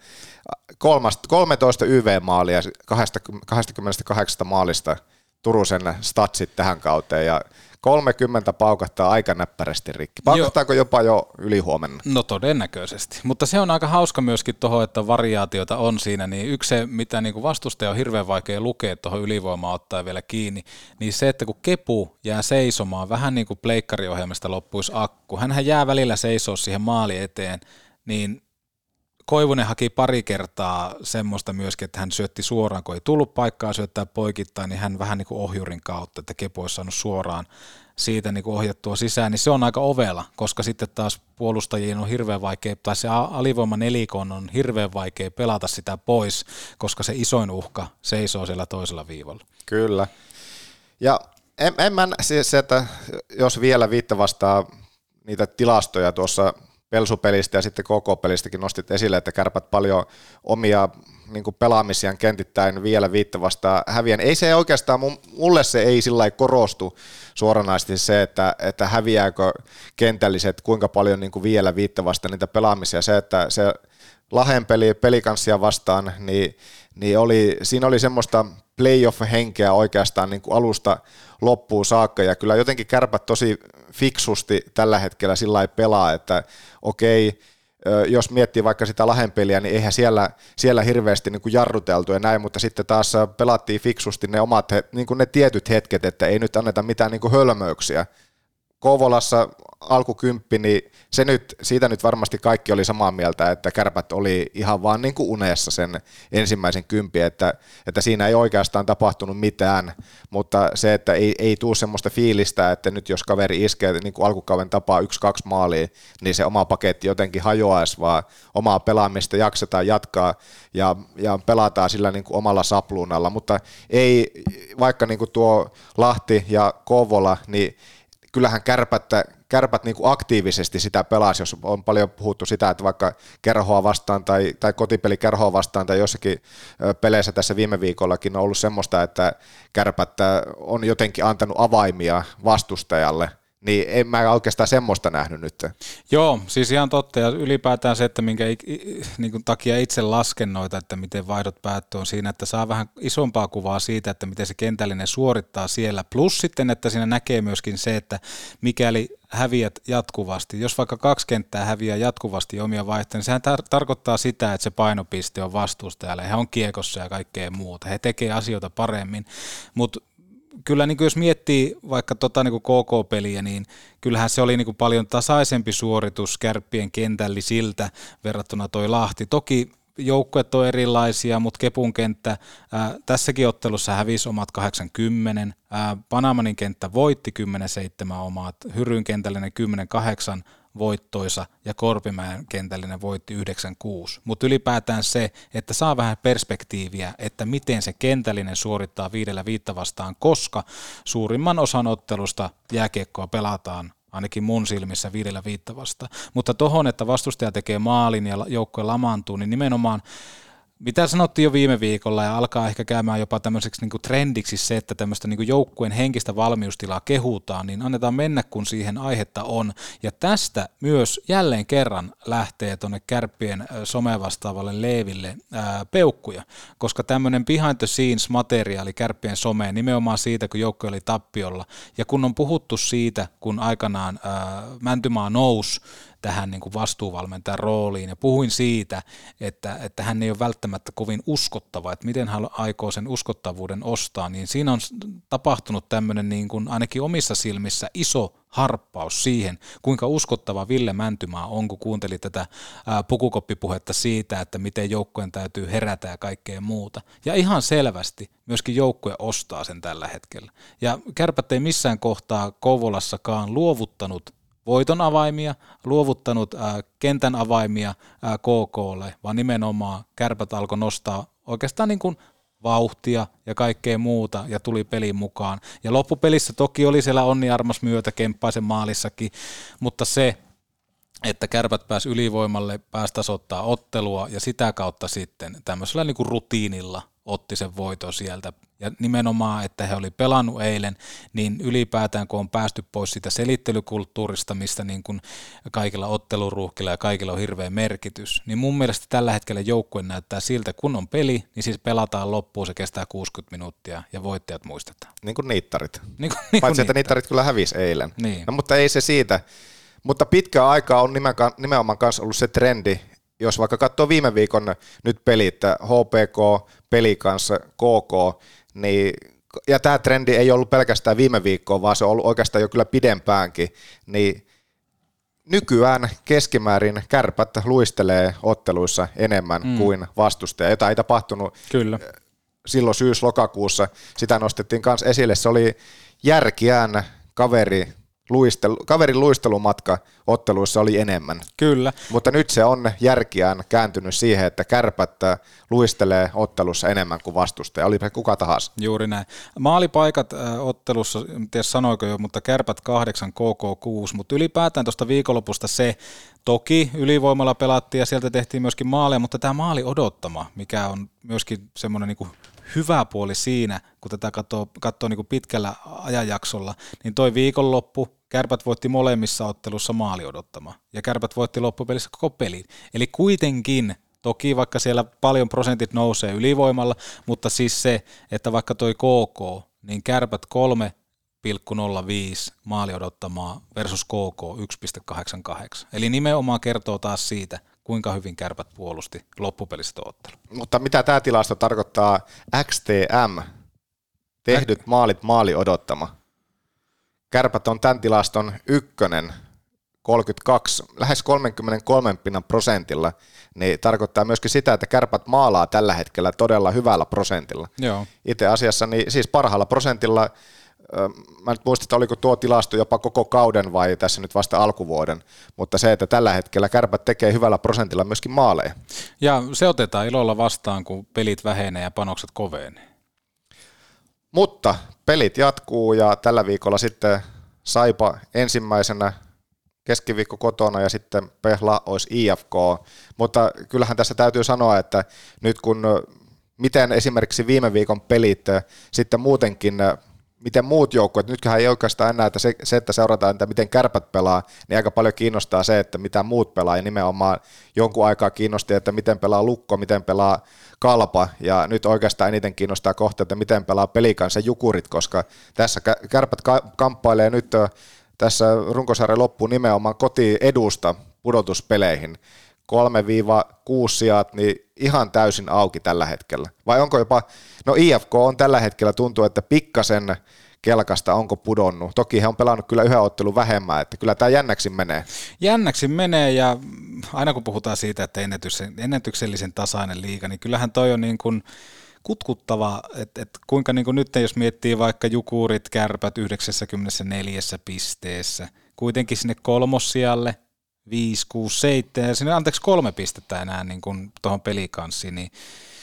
kolmetoista Y V-maalia kaksikymmentäkahdeksan maalista Turusen statsit tähän kauteen ja kolmekymmentä paukattaa aika näppärästi rikki. Paukahtaako jopa jo ylihuomenna? No todennäköisesti, mutta se on aika hauska myöskin tuohon, että variaatiota on siinä, niin yksi se, mitä niin kuin vastustaja on hirveän vaikea lukea tuohon ylivoimaan ottaa vielä kiinni, niin se, että kun Kepu jää seisomaan, vähän niin kuin pleikkariohjelmasta loppuisi akku, hänhän jää välillä seisoo siihen maali eteen, niin Koivunen haki pari kertaa semmoista myöskin, että hän syötti suoraan, kun ei tullut paikkaa syöttää poikittain, niin hän vähän niin kuin ohjurin kautta, että Kepu olisi saanut suoraan siitä niin kuin ohjattua sisään, niin se on aika ovela, koska sitten taas puolustajien on hirveän vaikea, tai se alivoima nelikon on hirveän vaikea pelata sitä pois, koska se isoin uhka seisoo siellä toisella viivalla. Kyllä. Ja en, en mä, siis, että jos vielä viittä vastaa niitä tilastoja tuossa Pelsupelistä ja sitten koko pelistäkin nostit esille, että Kärpät paljon omia niin kuin pelaamisiaan kentittäin vielä viittä vastaan häviän. Ei se oikeastaan, mulle se ei sillä lailla korostu suoranaisesti se, että, että häviääkö kentälliset kuinka paljon niin kuin vielä viittä vastaan niitä pelaamisia. Se, että se Lahden peli pelikanssia vastaan, niin, niin oli, siinä oli semmoista playoff-henkeä oikeastaan niin kuin alusta loppuun saakka, ja kyllä jotenkin Kärpät tosi fiksusti tällä hetkellä sillä lailla pelaa, että okei, jos miettii vaikka sitä Lahden peliä, niin eihän siellä, siellä hirveästi niin kuin jarruteltu ja näin, mutta sitten taas pelattiin fiksusti ne omat, niin kuin ne tietyt hetket, että ei nyt anneta mitään niin kuin hölmöyksiä. Kouvolassa alkukymppi, niin se nyt, siitä nyt varmasti kaikki oli samaa mieltä, että Kärpät oli ihan vaan niin kuin unessa sen ensimmäisen kympi, että, että siinä ei oikeastaan tapahtunut mitään, mutta se, että ei, ei tule semmoista fiilistä, että nyt jos kaveri iskee niin kuin alkukauden tapaa yksi kaksi maalia, niin se oma paketti jotenkin hajoaisi, vaan omaa pelaamista jaksetaan jatkaa ja, ja pelataan sillä niin kuin omalla sapluunalla, mutta ei, vaikka niin kuin tuo Lahti ja Kouvola, niin kyllähän Kärpät, kärpät niin kuin aktiivisesti sitä pelasi, jos on paljon puhuttu sitä, että vaikka Kerhoa vastaan tai, tai kotipeli Kerhoa vastaan tai jossakin peleissä tässä viime viikollakin on ollut semmoista, että Kärpät on jotenkin antanut avaimia vastustajalle, Niin en mä oikeastaan semmoista nähnyt nyt. Joo, siis ihan totta, ja ylipäätään se, että minkä niin kuin takia itse lasken noita, että miten vaihdot päättyy, on siinä, että saa vähän isompaa kuvaa siitä, että miten se kentällinen suorittaa siellä, plus sitten, että siinä näkee myöskin se, että mikäli häviät jatkuvasti, jos vaikka kaksi kenttää häviää jatkuvasti omia vaihtoja, niin sehän tar- tarkoittaa sitä, että se painopiste on vastustajalle, he on kiekossa ja kaikkea muuta, he tekee asioita paremmin, mutta kyllä niin kuin jos miettii vaikka tota niin kuin K K-peliä, niin kyllähän se oli niin kuin paljon tasaisempi suoritus Kärppien kentällisiltä verrattuna toi Lahti. Toki joukkueet on erilaisia, mutta Kepun kenttä ää, tässäkin ottelussa hävisi omat kahdeksankymmentä, ää, Panamanin kenttä voitti kymmenen seitsemän omat, Hyryn kentällinen kymmenen kahdeksan voittoisa ja Korpimäen kentällinen voitti yhdeksän kuusi. Mutta ylipäätään se, että saa vähän perspektiiviä, että miten se kentällinen suorittaa viidellä viittä vastaan, koska suurimman osan ottelusta jääkiekkoa pelataan ainakin mun silmissä viidellä viittä vastaan. Mutta tohon, että vastustaja tekee maalin ja joukkue lamaantuu, niin nimenomaan mitä sanottiin jo viime viikolla ja alkaa ehkä käymään jopa tämmöiseksi niin kuin trendiksi se, että tämmöistä niin kuin joukkueen henkistä valmiustilaa kehutaan, niin annetaan mennä, kun siihen aihetta on. Ja tästä myös jälleen kerran lähtee tuonne Kärppien somevastaavalle Leeville ää, peukkuja, koska tämmöinen behind the scenes materiaali Kärppien someen nimenomaan siitä, kun joukkue oli tappiolla. Ja kun on puhuttu siitä, kun aikanaan ää, Mäntymaa nousi tähän niin kuin vastuuvalmentajan rooliin, ja puhuin siitä, että, että hän ei ole välttämättä kovin uskottava, että miten hän aikoo sen uskottavuuden ostaa, niin siinä on tapahtunut tämmöinen niin kuin ainakin omissa silmissä iso harppaus siihen, kuinka uskottava Ville Mäntymaa on, kun kuunteli tätä ää, pukukoppipuhetta siitä, että miten joukkueen täytyy herätä ja kaikkea muuta. Ja ihan selvästi myöskin joukkue ostaa sen tällä hetkellä. Ja Kärpät ei missään kohtaa Kouvolassakaan luovuttanut voiton avaimia, luovuttanut ää, kentän avaimia ää, K K:lle, vaan nimenomaan Kärpät alkoi nostaa oikeastaan niin kuin vauhtia ja kaikkea muuta ja tuli peliin mukaan. Ja loppupelissä toki oli siellä Onni Armas myötä Kemppaisen maalissakin, mutta se, että Kärpät pääsi ylivoimalle, pääsi tasoittaa ottelua ja sitä kautta sitten tämmöisellä niin kuin rutiinilla otti sen voiton sieltä. Ja nimenomaan, että he oli pelannut eilen, niin ylipäätään kun on päästy pois siitä selittelykulttuurista, mistä niin kuin kaikilla otteluruuhkilla ja kaikilla on hirveä merkitys, niin mun mielestä tällä hetkellä joukkue näyttää siltä, kun on peli, niin siis pelataan loppuun, se kestää kuusikymmentä minuuttia ja voittajat muistetaan. Niin kuin niittarit. Niin kuin, niin Paitsi, kuin että niittarit kyllä hävisi eilen. Niin. No, mutta ei se siitä. Mutta pitkään aikaa on nimenomaan kanssa ollut se trendi, jos vaikka katsoo viime viikon nyt pelit, H P K, peli kanssa K K, niin, ja tämä trendi ei ollut pelkästään viime viikkoa, vaan se on ollut oikeastaan jo kyllä pidempäänkin, niin nykyään keskimäärin Kärpät luistelee otteluissa enemmän mm. kuin vastustaja, jota ei tapahtunut kyllä silloin syys-lokakuussa, sitä nostettiin myös esille, se oli järkiään kaveri, Luistelu, kaverin luistelumatka otteluissa oli enemmän. Kyllä. Mutta nyt se on järkiään kääntynyt siihen, että Kärpät luistelee ottelussa enemmän kuin vastustaja. Oli se kuka tahansa. Juuri näin. Maalipaikat äh, ottelussa, en tiedä sanoiko jo, mutta Kärpät kahdeksan, K K kuusi, mutta ylipäätään tuosta viikonlopusta se, toki ylivoimalla pelattiin ja sieltä tehtiin myöskin maaleja, mutta tämä maali odottama, mikä on myöskin semmoinen niin kuin hyvä puoli siinä, kun tätä katsoo, katsoo niin kuin pitkällä ajanjaksolla, niin toi viikonloppu Kärpät voitti molemmissa ottelussa maali odottama, ja Kärpät voitti loppupelissä koko pelin. Eli kuitenkin, toki vaikka siellä paljon prosentit nousee ylivoimalla, mutta siis se, että vaikka toi K K, niin Kärpät kolme pilkku nolla viisi maali odottamaa versus K K yksi pilkku kahdeksankymmentäkahdeksan. Eli nimenomaan kertoo taas siitä, kuinka hyvin Kärpät puolusti loppupelistä ottelu. Mutta mitä tämä tilasto tarkoittaa X T M, tehdyt Ä- maalit maali odottama? Kärpät on tämän tilaston ykkönen, kolmekymmentäkaksi, lähes kolmekymmentäkolme pinnan prosentilla, niin tarkoittaa myöskin sitä, että Kärpät maalaa tällä hetkellä todella hyvällä prosentilla. Joo. Itse asiassa niin siis parhaalla prosentilla, mä nyt muistan, että oliko tuo tilasto jopa koko kauden vai tässä nyt vasta alkuvuoden, mutta se, että tällä hetkellä Kärpät tekee hyvällä prosentilla myöskin maaleja. Ja se otetaan ilolla vastaan, kun pelit vähenee ja panokset kovenee. Mutta pelit jatkuu ja tällä viikolla sitten Saipa ensimmäisenä keskiviikko kotona ja sitten Pehla olisi I F K, mutta kyllähän tässä täytyy sanoa, että nyt kun miten esimerkiksi viime viikon pelit sitten muutenkin miten muut joukkueet, nytköhän ei oikeastaan enää, että se, se, että seurataan, että miten Kärpät pelaa, niin aika paljon kiinnostaa se, että mitä muut pelaa, ja nimenomaan jonkun aikaa kiinnosti, että miten pelaa Lukko, miten pelaa Kalpa, ja nyt oikeastaan eniten kiinnostaa kohta, että miten pelaa Pelikans ja Jukurit, koska tässä Kärpät ka- kamppailee nyt tässä runkosarjan loppuun nimenomaan kotiedusta pudotuspeleihin. kolme kuusi sijat, niin ihan täysin auki tällä hetkellä. Vai onko jopa, no I F K on tällä hetkellä tuntuu, että pikkasen kelkasta onko pudonnut. Toki he on pelannut kyllä yhden ottelun vähemmän, että kyllä tämä jännäksi menee. Jännäksi menee ja aina kun puhutaan siitä, että ennätyksellisen tasainen liiga, niin kyllähän toi on niin kuin kutkuttava, että, että kuinka niin kuin nyt jos miettii vaikka Jukurit, Kärpät yhdeksänkymmentäneljä pisteessä, kuitenkin sinne kolmossijalle, viisi, kuusi, seitsemän ja sinne anteeksi kolme pistettä enää niin kuin tuohon Pelikanssiin, niin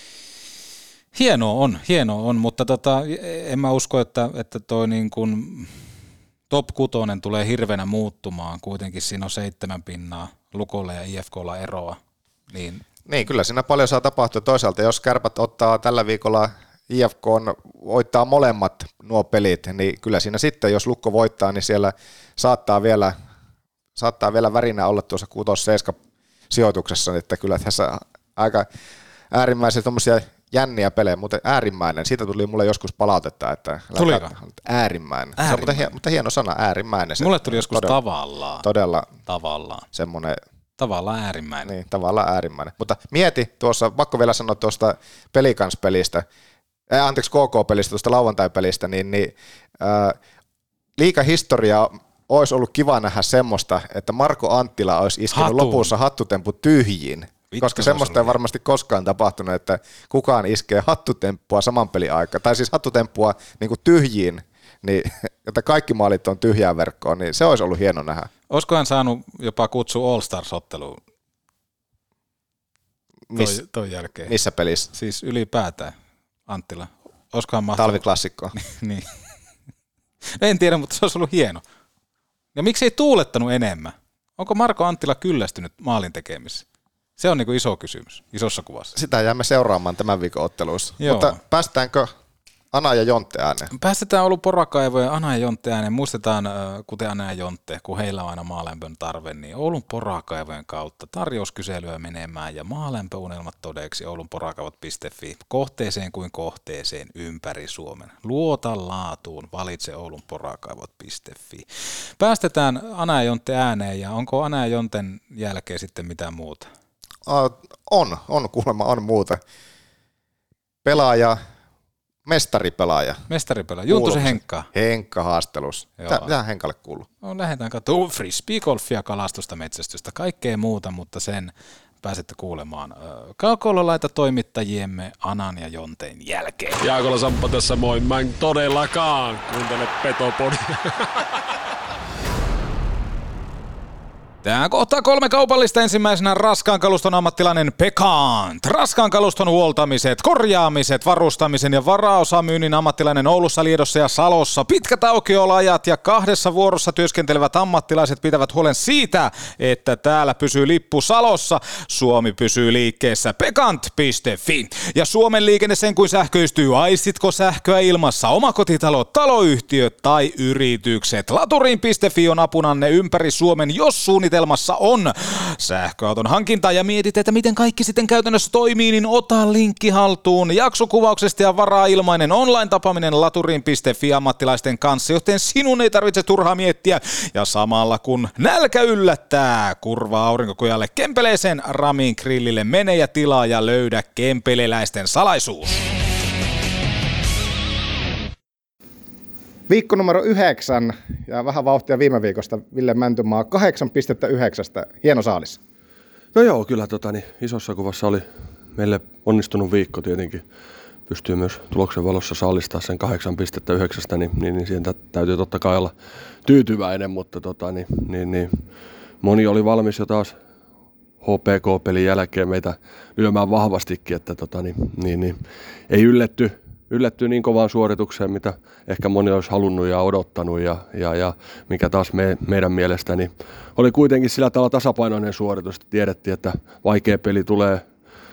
hienoa on, hienoa on, mutta tota, en mä usko, että, että toi niin kuin top kutonen tulee hirveänä muuttumaan, kuitenkin siinä on seitsemän pinnaa Lukolla ja I F K:lla eroa. Niin, niin kyllä siinä paljon saa tapahtua. Toisaalta jos Kärpät ottaa tällä viikolla I F K voittaa molemmat nuo pelit, niin kyllä siinä sitten, jos Lukko voittaa, niin siellä saattaa vielä saattaa vielä värinä olla tuossa kuusi seitsemän sijoituksessa, että kyllä tässä aika äärimmäisiä tuommoisia jänniä pelejä, mutta äärimmäinen, siitä tuli mulle joskus palautetta, että Tuliko? äärimmäinen. äärimmäinen. Se on mutta, hien, mutta hieno sana, äärimmäinen. Mulle tuli joskus todella, tavallaan. Todella tavallaan. Semmoinen. Tavallaan äärimmäinen. Niin, tavallaan äärimmäinen. Mutta mieti tuossa, pakko vielä sanoa tuosta Pelikans-pelistä, äh, anteeksi K K-pelistä, tuosta lauantai-pelistä, niin, niin äh, liigahistoria olisi ollut kiva nähdä semmoista, että Marko Anttila olisi iskenut Hatun. lopussa hattutempun tyhjiin, Vittu, koska semmoista ei varmasti koskaan tapahtunut, että kukaan iskee hattutemppua saman pelin aikaa, tai siis hattutemppua niin kuin tyhjiin, niin, että kaikki maalit on tyhjään verkkoon, niin se olisi ollut hieno nähdä. Olisiko hän saanut jopa kutsua All Stars-otteluun Miss, toi, toi jälkeen? Missä pelissä? Siis ylipäätään Anttila. Olisikohan mahtanut? Talviklassikkoa. Niin. En tiedä, mutta se olisi ollut hieno. Ja miksi ei tuulettanut enemmän? Onko Marko Anttila kyllästynyt maalin tekemisessä? Se on niin kuin iso kysymys, isossa kuvassa. Sitä jäämme seuraamaan tämän viikon otteluissa. Joo. Mutta päästäänkö Ana ja Jontte ääneen? Päästetään Oulun Porakaivoja Ana ja Jontte ääneen. Muistetaan, kuten Ana ja Jontte, kun heillä on aina maalämpön tarve, niin Oulun Porakaivojen kautta tarjouskyselyä menemään ja maalämpöunelmat todeksi oulun porakaivot piste fi. Kohteeseen kuin kohteeseen ympäri Suomen. Luota laatuun, valitse oulun porakaivot piste fi. Päästetään Ana ja Jontte ääneen ja onko Ana ja Jonten jälkeen sitten mitään muuta? Uh, on, on kuulemma, on muuta. Pelaaja, mestaripelaaja. Mestaripelaaja, Juntusen Henkka. Henkka haastelussa. Mitä Henkalle kuuluu? No, lähdetään katsomaan frisbeegolfia, kalastusta, metsästystä, kaikkea muuta, mutta sen pääsette kuulemaan Kaukololaita toimittajiemme Anan ja Jonteen jälkeen. Jaakola Samppa tässä moi, mä en todellakaan kuuntele Petopodia. Tähän kohtaa kolme kaupallista. Ensimmäisenä raskaan kaluston ammattilainen Pekant. Raskaan kaluston huoltamiset, korjaamiset, varustamisen ja varaosamyynnin ammattilainen Oulussa, Liedossa ja Salossa. Pitkät aukioloajat ja kahdessa vuorossa työskentelevät ammattilaiset pitävät huolen siitä, että täällä pysyy lippu Salossa. Suomi pysyy liikkeessä. Pekant piste fi. Ja Suomen liikenne sen kuin sähköistyy. Aistitko sähköä ilmassa? Omakotitalot, taloyhtiöt tai yritykset. Laturiin piste fi on apunanne ympäri Suomen, jos suunnitelmassa on sähköauton hankinta ja mietit, että miten kaikki sitten käytännössä toimii, niin ota linkki haltuun. Jaksokuvauksesta ja varaa ilmainen online-tapaaminen laturiin piste fi ammattilaisten kanssa, joten sinun ei tarvitse turhaa miettiä. Ja samalla kun nälkä yllättää, kurvaa aurinkokujalle Kempeleeseen Ramin grillille, mene ja tilaa ja löydä kempeleläisten salaisuus. Viikko numero yhdeksän ja vähän vauhtia viime viikosta Ville Mäntymaa kahdeksan pilkku yhdeksän. Hieno saalis. No joo, kyllä tota, niin isossa kuvassa oli meille onnistunut viikko tietenkin. Pystyy myös tuloksen valossa saalistaa sen kahdeksan pilkku yhdeksän, niin, niin, niin siihen täytyy totta kai olla tyytyväinen, mutta tota, niin, niin, niin, moni oli valmis jo taas H P K-pelin jälkeen meitä lyömään vahvastikin, että tota, niin, niin, niin, ei ylletty. Yllättyy niin kovaan suoritukseen, mitä ehkä moni olisi halunnut ja odottanut ja, ja, ja mikä taas me, meidän mielestä niin oli kuitenkin sillä tavalla tasapainoinen suoritus. Tiedettiin, että vaikea peli tulee,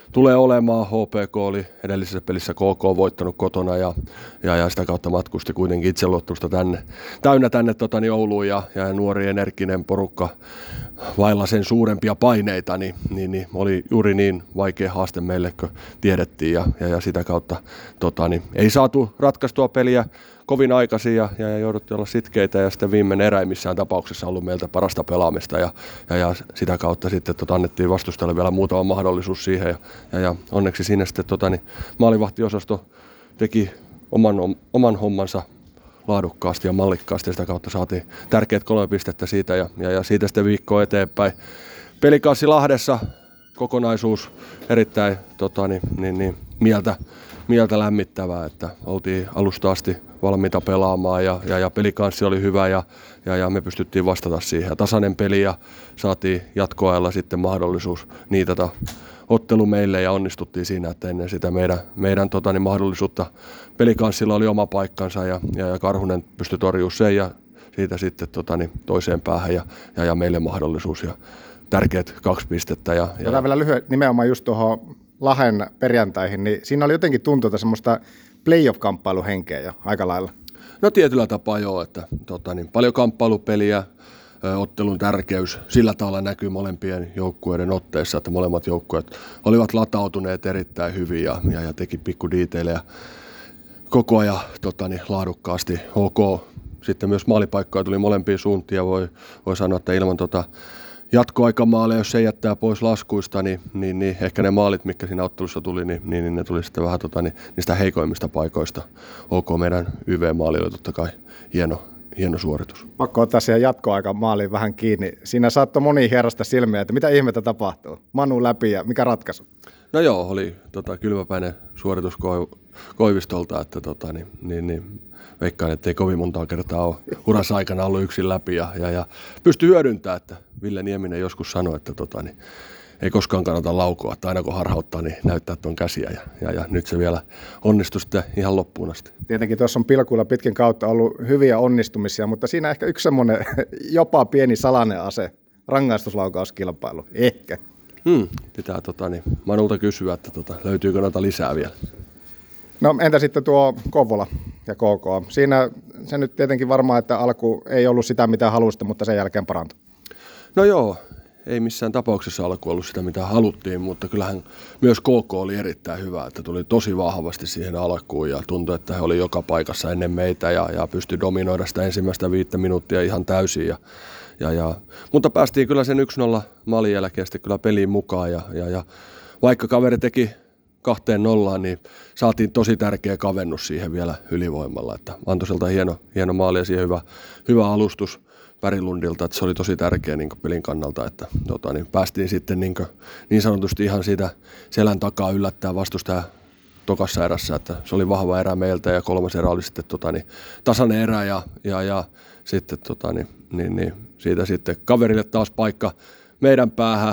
tulee olemaan. H P K oli edellisessä pelissä K K voittanut kotona ja, ja, ja sitä kautta matkusti kuitenkin itseluottamusta tänne, täynnä tänne tota, niin Ouluun ja, ja nuori energinen porukka vailla sen suurempia paineita, niin, niin, niin oli juuri niin vaikea haaste meille, kun tiedettiin ja, ja, ja sitä kautta tota, niin ei saatu ratkaistua peliä kovin aikaisin ja, ja, ja jouduttiin olla sitkeitä ja sitten viimeinen erä ei missään tapauksessa ollut meiltä parasta pelaamista ja, ja, ja sitä kautta sitten tota, annettiin vastustajalle vielä muutama mahdollisuus siihen ja, ja, ja onneksi siinä sitten tota, niin maalivahtiosasto teki oman, oman hommansa laadukkaasti ja mallikkaasti ja sitä kautta saatiin tärkeät kolme pistettä siitä ja, ja, ja siitä sitten viikkoa eteenpäin. Pelikanssi Lahdessa kokonaisuus erittäin tota, niin, niin, niin, mieltä, mieltä lämmittävää, että oltiin alusta asti valmiita pelaamaan ja, ja, ja pelikanssi oli hyvä ja, ja, ja me pystyttiin vastata siihen. Ja tasainen peli ja saatiin jatkoajalla sitten mahdollisuus niitata ottelu meille ja onnistuttiin siinä, että ennen sitä meidän, meidän tota, niin mahdollisuutta pelikanssilla oli oma paikkansa ja, ja, ja Karhunen pystyi torjumaan sen ja siitä sitten tota, niin toiseen päähän ja, ja, ja meille mahdollisuus ja tärkeät kaksi pistettä. Ja, ja... Jotain vielä lyhyet nimenomaan just tuohon Lahden perjantaihin, niin siinä oli jotenkin tuntuuta semmoista playoff-kamppailuhenkeä jo aika lailla. No tietyllä tapaa joo, että tota, niin paljon kamppailupeliä, ottelun tärkeys sillä tavalla näkyy molempien joukkueiden otteissa, että molemmat joukkueet olivat latautuneet erittäin hyvin ja, ja, ja teki pikku diiteilejä koko ajan tota, niin, laadukkaasti. Ok, sitten myös maalipaikkoja tuli molempiin suuntiin ja voi, voi sanoa, että ilman tota, jatkoaikamaaleja, jos se jättää pois laskuista, niin, niin, niin ehkä ne maalit, mitkä siinä ottelussa tuli, niin, niin, niin ne tuli sitten vähän tota, niin, niistä heikoimmista paikoista. Ok, meidän Y V-maali oli totta kai hieno, hieno suoritus. Pakko ottaa siihen jatkoaika maaliin vähän kiinni. Siinä saattoi moni hierasta silmiä, että mitä ihmettä tapahtuu. Manu läpi ja mikä ratkaisu? No joo, oli tota, kylmäpäinen suoritus Ko- Koivistolta, että tota, niin, niin, niin, veikkaan, että ei kovin montaa kertaa ole urassa aikana ollut yksin läpi ja, ja, ja pystyi hyödyntämään, että Ville Nieminen joskus sanoi, että tota, niin, ei koskaan kannata laukoa, että aina kun harhauttaa, niin näyttää tuon käsiä ja, ja, ja nyt se vielä onnistui sitten ihan loppuun asti. Tietenkin tuossa on pilkuilla pitkin kautta ollut hyviä onnistumisia, mutta siinä ehkä yksi semmoinen jopa pieni salainen ase, rangaistuslaukauskilpailu, ehkä. Hmm, pitää tota, niin, Manulta kysyä, että tota, löytyykö noita lisää vielä. No entä sitten tuo Kouvola ja K K? Siinä se nyt tietenkin varmaan, että alku ei ollut sitä mitä halusitte, mutta sen jälkeen parantui. No joo, ei missään tapauksessa alku ollut sitä mitä haluttiin, mutta kyllähän myös K K oli erittäin hyvä, että tuli tosi vahvasti siihen alkuun ja tuntui, että he oli joka paikassa ennen meitä ja, ja pystyi dominoida sitä ensimmäistä viittä minuuttia ihan täysin. Ja, ja, ja, mutta päästiin kyllä sen yksi nolla maalin jälkeen sitten kyllä peliin mukaan ja, ja, ja vaikka kaveri teki kahteen nollaan, niin saatiin tosi tärkeä kavennus siihen vielä ylivoimalla. Että Antoselta hieno, hieno maali ja siihen hyvä, hyvä alustus Pärilundilta, että se oli tosi tärkeä niin pelin kannalta, että tota, niin päästiin sitten niin, niin sanotusti ihan siitä selän takaa yllättää vastustaja tokassa erässä, että se oli vahva erä meiltä ja kolmas erä oli sitten tota, niin, tasainen erä ja, ja, ja sitten tota, niin, niin, niin, siitä sitten kaverille taas paikka meidän päähän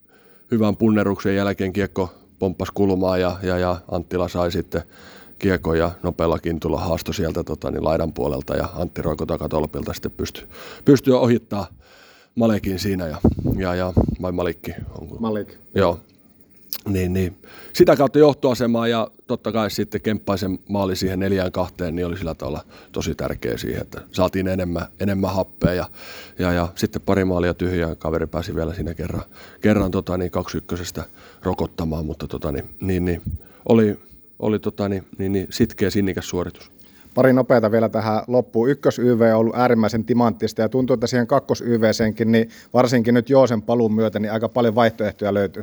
hyvän punneruksen jälkeen kiekko pomppasi kulmaa ja, ja, ja Anttila sai sitten kiekon ja nopealla kintulla haasto sieltä tota, niin laidan puolelta ja Antti Roiko takatolpilta sitten pystyi, pystyi ohittaa Malekin siinä ja, ja, ja vai Malikki? Onko? Malik. Joo. Niin, niin. Sitä kautta johtoasemaa ja totta kai sitten Kemppaisen maali siihen neljään kahteen niin oli sillä tavalla tosi tärkeä siihen, että saatiin enemmän, enemmän happea ja, ja, ja sitten pari maalia tyhjää, kaveri pääsi vielä siinä kerran, kerran tota, niin kaksi ykkösestä rokottamaan, mutta tota, niin, niin, niin, oli, oli tota, niin, niin, niin, sitkeä sinnikäs suoritus. Pari nopeata vielä tähän loppuun. Ykkös-Y V on ollut äärimmäisen timanttista ja tuntuu, että siihen kakkos-Y V-senkin, niin varsinkin nyt Joosen paluun myötä, niin aika paljon vaihtoehtoja löytyy.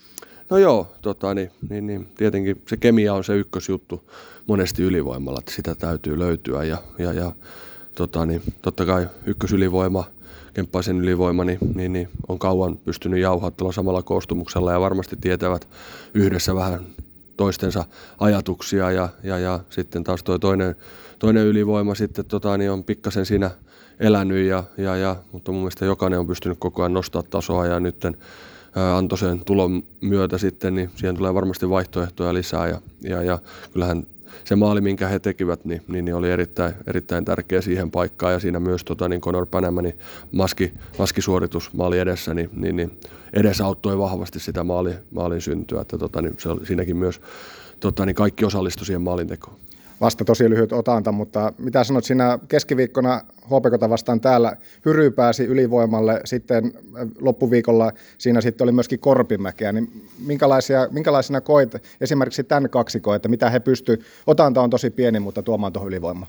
No joo, tota, niin, niin, niin, tietenkin se kemia on se ykkösjuttu monesti ylivoimalla, että sitä täytyy löytyä ja, ja, ja tota, niin, totta kai ykkösylivoima, Kemppaisen ylivoima, niin, niin, niin on kauan pystynyt jauhattelemaan samalla koostumuksella ja varmasti tietävät yhdessä vähän toistensa ajatuksia ja, ja, ja sitten taas toi toinen, toinen ylivoima sitten tota, niin on pikkasen siinä elänyt ja, ja, ja, mutta mun mielestä jokainen on pystynyt koko ajan nostaa tasoa ja nytten Antosen tulon myötä sitten, niin siihen tulee varmasti vaihtoehtoja lisää ja, ja, ja kyllähän se maali, minkä he tekivät, niin, niin, niin oli erittäin, erittäin tärkeä siihen paikkaan. Ja siinä myös tota, niin Conor Panamanin maski, maskisuoritus maali edessä, niin, niin, niin edesauttoi vahvasti sitä maali, maalin syntyä. Että, tota, niin se oli, siinäkin myös tota, niin kaikki osallistui siihen maalintekoon. Vasta tosi lyhyt otanta, mutta mitä sanot, siinä keskiviikkona H P K:ta vastaan täällä Hyry pääsi ylivoimalle, sitten loppuviikolla siinä sitten oli myöskin Korpimäkeä, niin minkälaisia, minkälaisena koit esimerkiksi tämän kaksikon, että mitä he pystyivät, otanta on tosi pieni, mutta tuomaan tuohon ylivoimaan?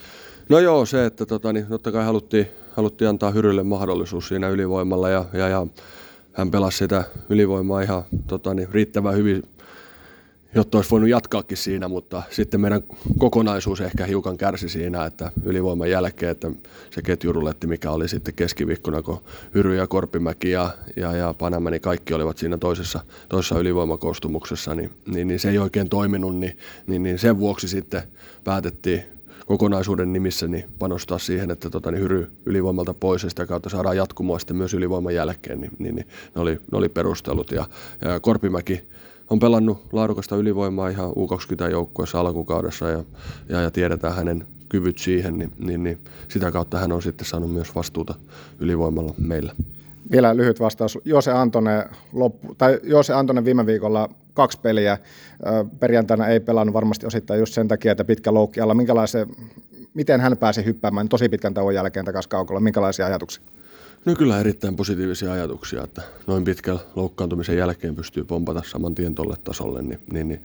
No joo, se, että tota, niin, totta kai haluttiin, haluttiin antaa Hyrylle mahdollisuus siinä ylivoimalla ja, ja, ja hän pelasi sitä ylivoimaa ihan tota, niin, riittävän hyvin, jotta olisi voinut jatkaakin siinä, mutta sitten meidän kokonaisuus ehkä hiukan kärsi siinä, että ylivoiman jälkeen, että se ketjuruletti, mikä oli sitten keskiviikkona, kun Hyry ja Korpimäki ja, ja, ja Panama, niin kaikki olivat siinä toisessa, toisessa ylivoimakoostumuksessa, niin, niin, niin se ei oikein toiminut, niin, niin, niin sen vuoksi sitten päätettiin kokonaisuuden nimissä niin panostaa siihen, että tota, niin Hyry ylivoimalta pois ja sitä kautta saadaan jatkumoa sitten myös ylivoiman jälkeen, niin, niin, niin ne, oli, ne oli perustelut ja, ja Korpimäki on pelannut laadukasta ylivoimaa ihan U kaksikymmentä-joukkueessa alkukaudessa ja, ja, ja tiedetään hänen kyvyt siihen, niin, niin, niin sitä kautta hän on sitten saanut myös vastuuta ylivoimalla meillä. Vielä lyhyt vastaus. Joose Antonen, loppu, tai Joose Antonen viime viikolla kaksi peliä. Perjantaina ei pelannut varmasti osittain just sen takia, että pitkä loukki alla. Minkälaisen, miten hän pääsi hyppäämään tosi pitkän tauon jälkeen takaisin kaukolla? Minkälaisia ajatuksia? No kyllä erittäin positiivisia ajatuksia, että noin pitkällä loukkaantumisen jälkeen pystyy pompata saman tien tolle tasolle, niin, niin, niin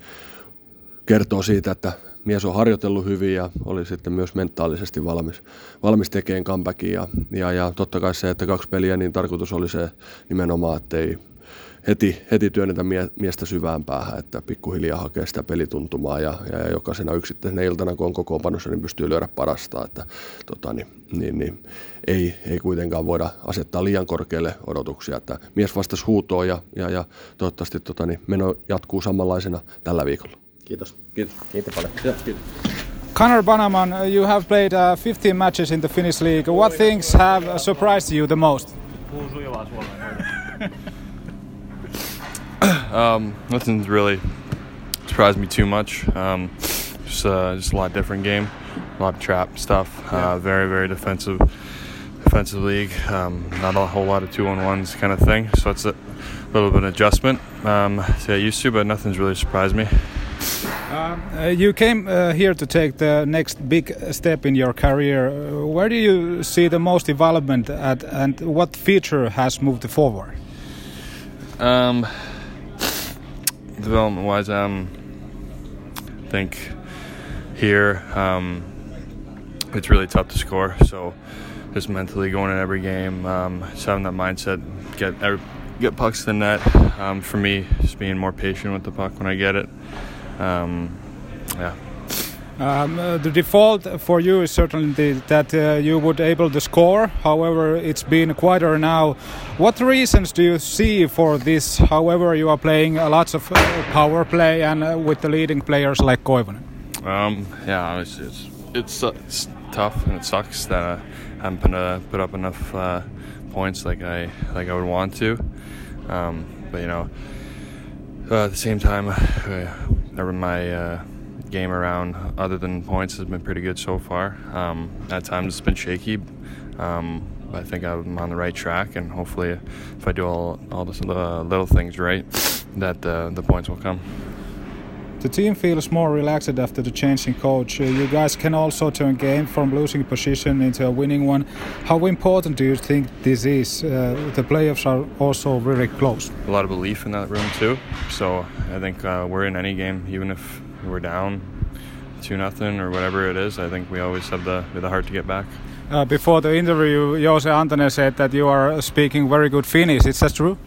kertoo siitä, että mies on harjoitellut hyvin ja oli sitten myös mentaalisesti valmis, valmis tekemään comebackin ja, ja, ja totta kai se, että kaksi peliä, niin tarkoitus oli se nimenomaan, että ei heti, heti työnnetä mie, miestä syvään päähän, että pikkuhiljaa hakee sitä pelituntumaa ja, ja, ja jokaisena yksittäisenä iltana, kun on kokoonpanossa, niin pystyy lyödä parasta, että tota, niin, niin, niin, ei, ei kuitenkaan voida asettaa liian korkealle odotuksia, että mies vastasi huutoon ja, ja, ja toivottavasti tota, niin meno jatkuu samanlaisena tällä viikolla. Kiitos. Kiitos. Kiitos paljon. Ja, kiitos. Conor Bannerman, you have played uh, fifteen matches in the Finnish league. What things have surprised you the most? um, nothing's really surprised me too much. Um, just, uh, just a lot different game, a lot of trap stuff. Uh, very, very defensive, defensive league. Um, not a whole lot of two-on-ones kind of thing. So it's a little bit of adjustment um, to get used to, but nothing's really surprised me. Um, uh, you came uh, here to take the next big step in your career. Uh, where do you see the most development at, and what feature has moved forward? Um, development-wise, um, I think here um, it's really tough to score. So just mentally going in every game, um, just having that mindset, get every, get pucks to the net. Um, for me, just being more patient with the puck when I get it. Um, yeah. Um, uh, the default for you is certainly the, that uh, you would able to score. However, it's been quieter now. What reasons do you see for this? However, you are playing a lots of uh, power play and uh, with the leading players like Koivunen. Um, yeah, it's, it's it's it's tough and it sucks that I haven't put, uh, put up enough uh, points like I like I would want to. Um, but you know, uh, at the same time, uh, my uh, game around other than points has been pretty good so far. Um, at times it's been shaky, um, but I think I'm on the right track, and hopefully, if I do all all the uh, little things right, that uh, the points will come. The team feels more relaxed after the change in coach. Uh, you guys can also turn game from losing position into a winning one. How important do you think this is? Uh, the playoffs are also very close. A lot of belief in that room too. So I think uh, we're in any game, even if we're down two nothing or whatever it is. I think we always have the the heart to get back. Uh, before the interview, Joose Antonen said that you are speaking very good Finnish. Is that true?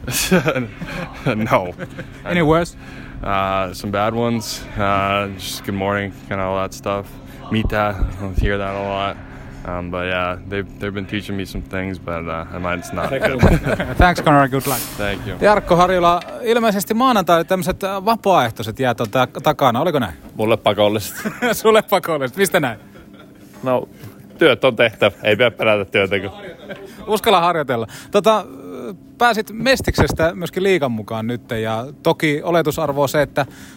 No. Any worse? Uh, some bad ones. Uh, just good morning, kind of all that stuff. Mitä, I hear that a lot. Um, but yeah, they've they've been teaching me some things, but uh, mine's not good. Thanks, Conor. Good luck. Thank you. Jarkko Harjula, ilmeisesti maanantai tämmöiset vapaaehtoiset jäät on takana, oliko näin? Mulle pakolliset. Sulle pakolliset, mistä näin? No, työt on tehtävä, ei pidä pelätä työtä. Uskalla harjoitella. Tota, pääsit Mestiksestä myöskin liigan mukaan nyt, ja toki oletusarvo on se, että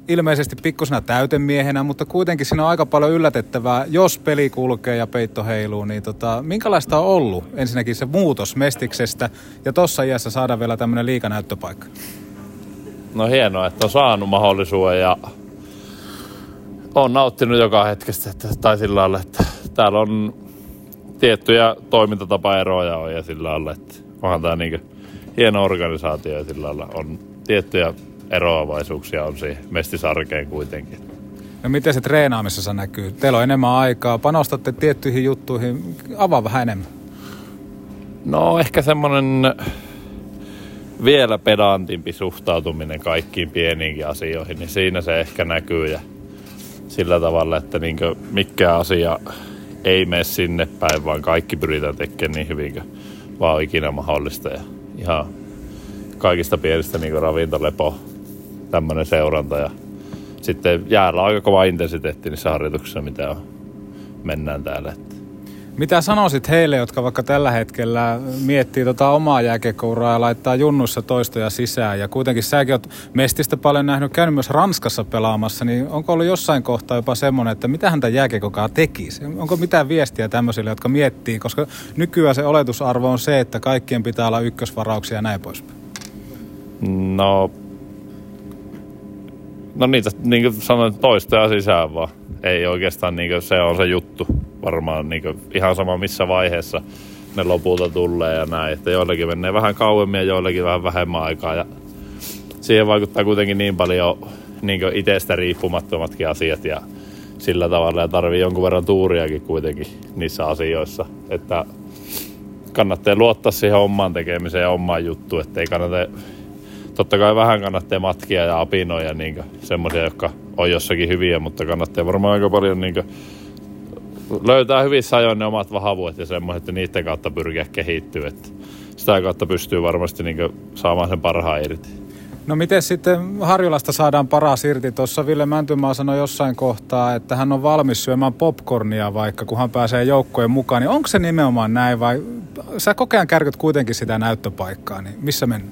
ilmeisesti pikkusena täytemiehenä, mutta kuitenkin siinä on aika paljon yllätettävää, jos peli kulkee ja peitto heiluu, niin tota, minkälaista on ollut ensinnäkin se muutos Mestiksestä ja tossa iässä saada vielä tämmöinen liiganäyttöpaikka? No hienoa, että on saanut mahdollisuuden ja on nauttinut joka hetkestä, että, tai sillä lailla, että täällä on tiettyjä toimintatapaeroja on ja sillä lailla, että onhan tää niinku hieno organisaatio ja sillä lailla on tiettyjä eroavaisuuksia on siihen mestisarkeen kuitenkin. No miten se treenaamisessa näkyy? Teillä on enemmän aikaa, panostatte tiettyihin juttuihin, avaa vähän enemmän. No ehkä semmonen vielä pedantimpi suhtautuminen kaikkiin pieniinkin asioihin, niin siinä se ehkä näkyy ja sillä tavalla, että niinkö mikään asia ei mene sinne päin, vaan kaikki pyritään tekemään niin hyvin kuin vaan on ikinä mahdollista ja ihan kaikista pienistä niin ravintolepo, tämmöinen seuranta ja sitten jäällä aika kova intensiteetti niissä harjoituksissa, mitä on, mennään täällä. Mitä sanoisit heille, jotka vaikka tällä hetkellä miettii tota omaa jääkiekkouraa ja laittaa junnuissa toistoja sisään ja kuitenkin säkin oot Mestistä paljon nähnyt, käynyt myös Ranskassa pelaamassa, niin onko ollut jossain kohtaa jopa semmoinen, että mitä häntä jääkiekkokaan tekisi? Onko mitään viestiä tämmöisille, jotka miettii, koska nykyään se oletusarvo on se, että kaikkien pitää olla ykkösvarauksia ja näin poispäin? No, no niitä niin kuin sanoin, toistoja sisään vaan. Ei oikeastaan, niin kuin, se on se juttu varmaan niin kuin, ihan sama missä vaiheessa ne lopulta tulee ja näin. Että joillekin menee vähän kauemmin ja joillekin vähän vähemmän aikaa. Ja siihen vaikuttaa kuitenkin niin paljon niin kuin itsestä riippumattomatkin asiat ja sillä tavalla. Ja tarvii jonkun verran tuuriakin kuitenkin niissä asioissa. Että kannattaa luottaa siihen omaan tekemiseen ja omaan juttuun. Että ei kannata, totta kai vähän kannattaa matkia ja apinoja niin semmoisia, jotka on jossakin hyviä, mutta kannattaa varmaan aika paljon niin löytää hyvissä ajoin ne omat vahvuudet ja semmoiset, että niiden kautta pyrkiä kehittyä. Että sitä kautta pystyy varmasti niin saamaan sen parhaan irti. No miten sitten Harjulasta saadaan paras irti? Tuossa Ville Mäntymaa sanoi jossain kohtaa, että hän on valmis syömään popcornia vaikka, kun hän pääsee joukkojen mukaan. Niin onko se nimenomaan näin vai sä koko ajan kärkyt kuitenkin sitä näyttöpaikkaa, niin missä mennään?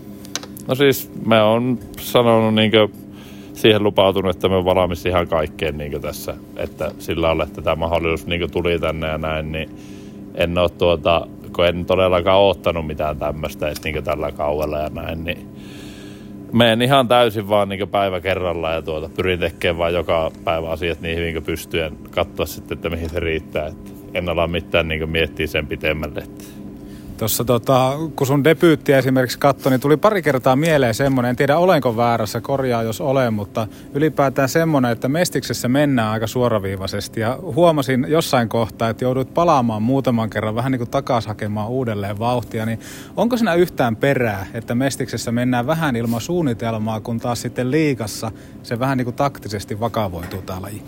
No siis me on sanonut niinkö siihen lupautunut, että me on valmis ihan kaikkeen niin tässä, että sillä lailla, että tämä mahdollisuus niin tuli tänne ja näin, niin en ole tuota, kun en todellakaan oottanut mitään tämmöistä edes niin tällä kaudella ja näin, niin menen ihan täysin vaan niin päivä kerrallaan ja tuota, pyrin tekemään vaan joka päivä asiat niin hyvin kuin pystyen, katsoa sitten, että mihin se riittää, että en ala mitään niin miettiä sen pitemmälle. Tuossa tota, kun sun debyyttiä esimerkiksi katsoi, niin tuli pari kertaa mieleen semmoinen, en tiedä olenko väärässä, korjaa jos olen, mutta ylipäätään semmoinen, että Mestiksessä mennään aika suoraviivaisesti ja huomasin jossain kohtaa, että jouduit palaamaan muutaman kerran vähän niin kuin takaisin hakemaan uudelleen vauhtia, niin onko siinä yhtään perää, että Mestiksessä mennään vähän ilman suunnitelmaa, kun taas sitten liigassa se vähän niin kuin taktisesti vakavoituu tää laji?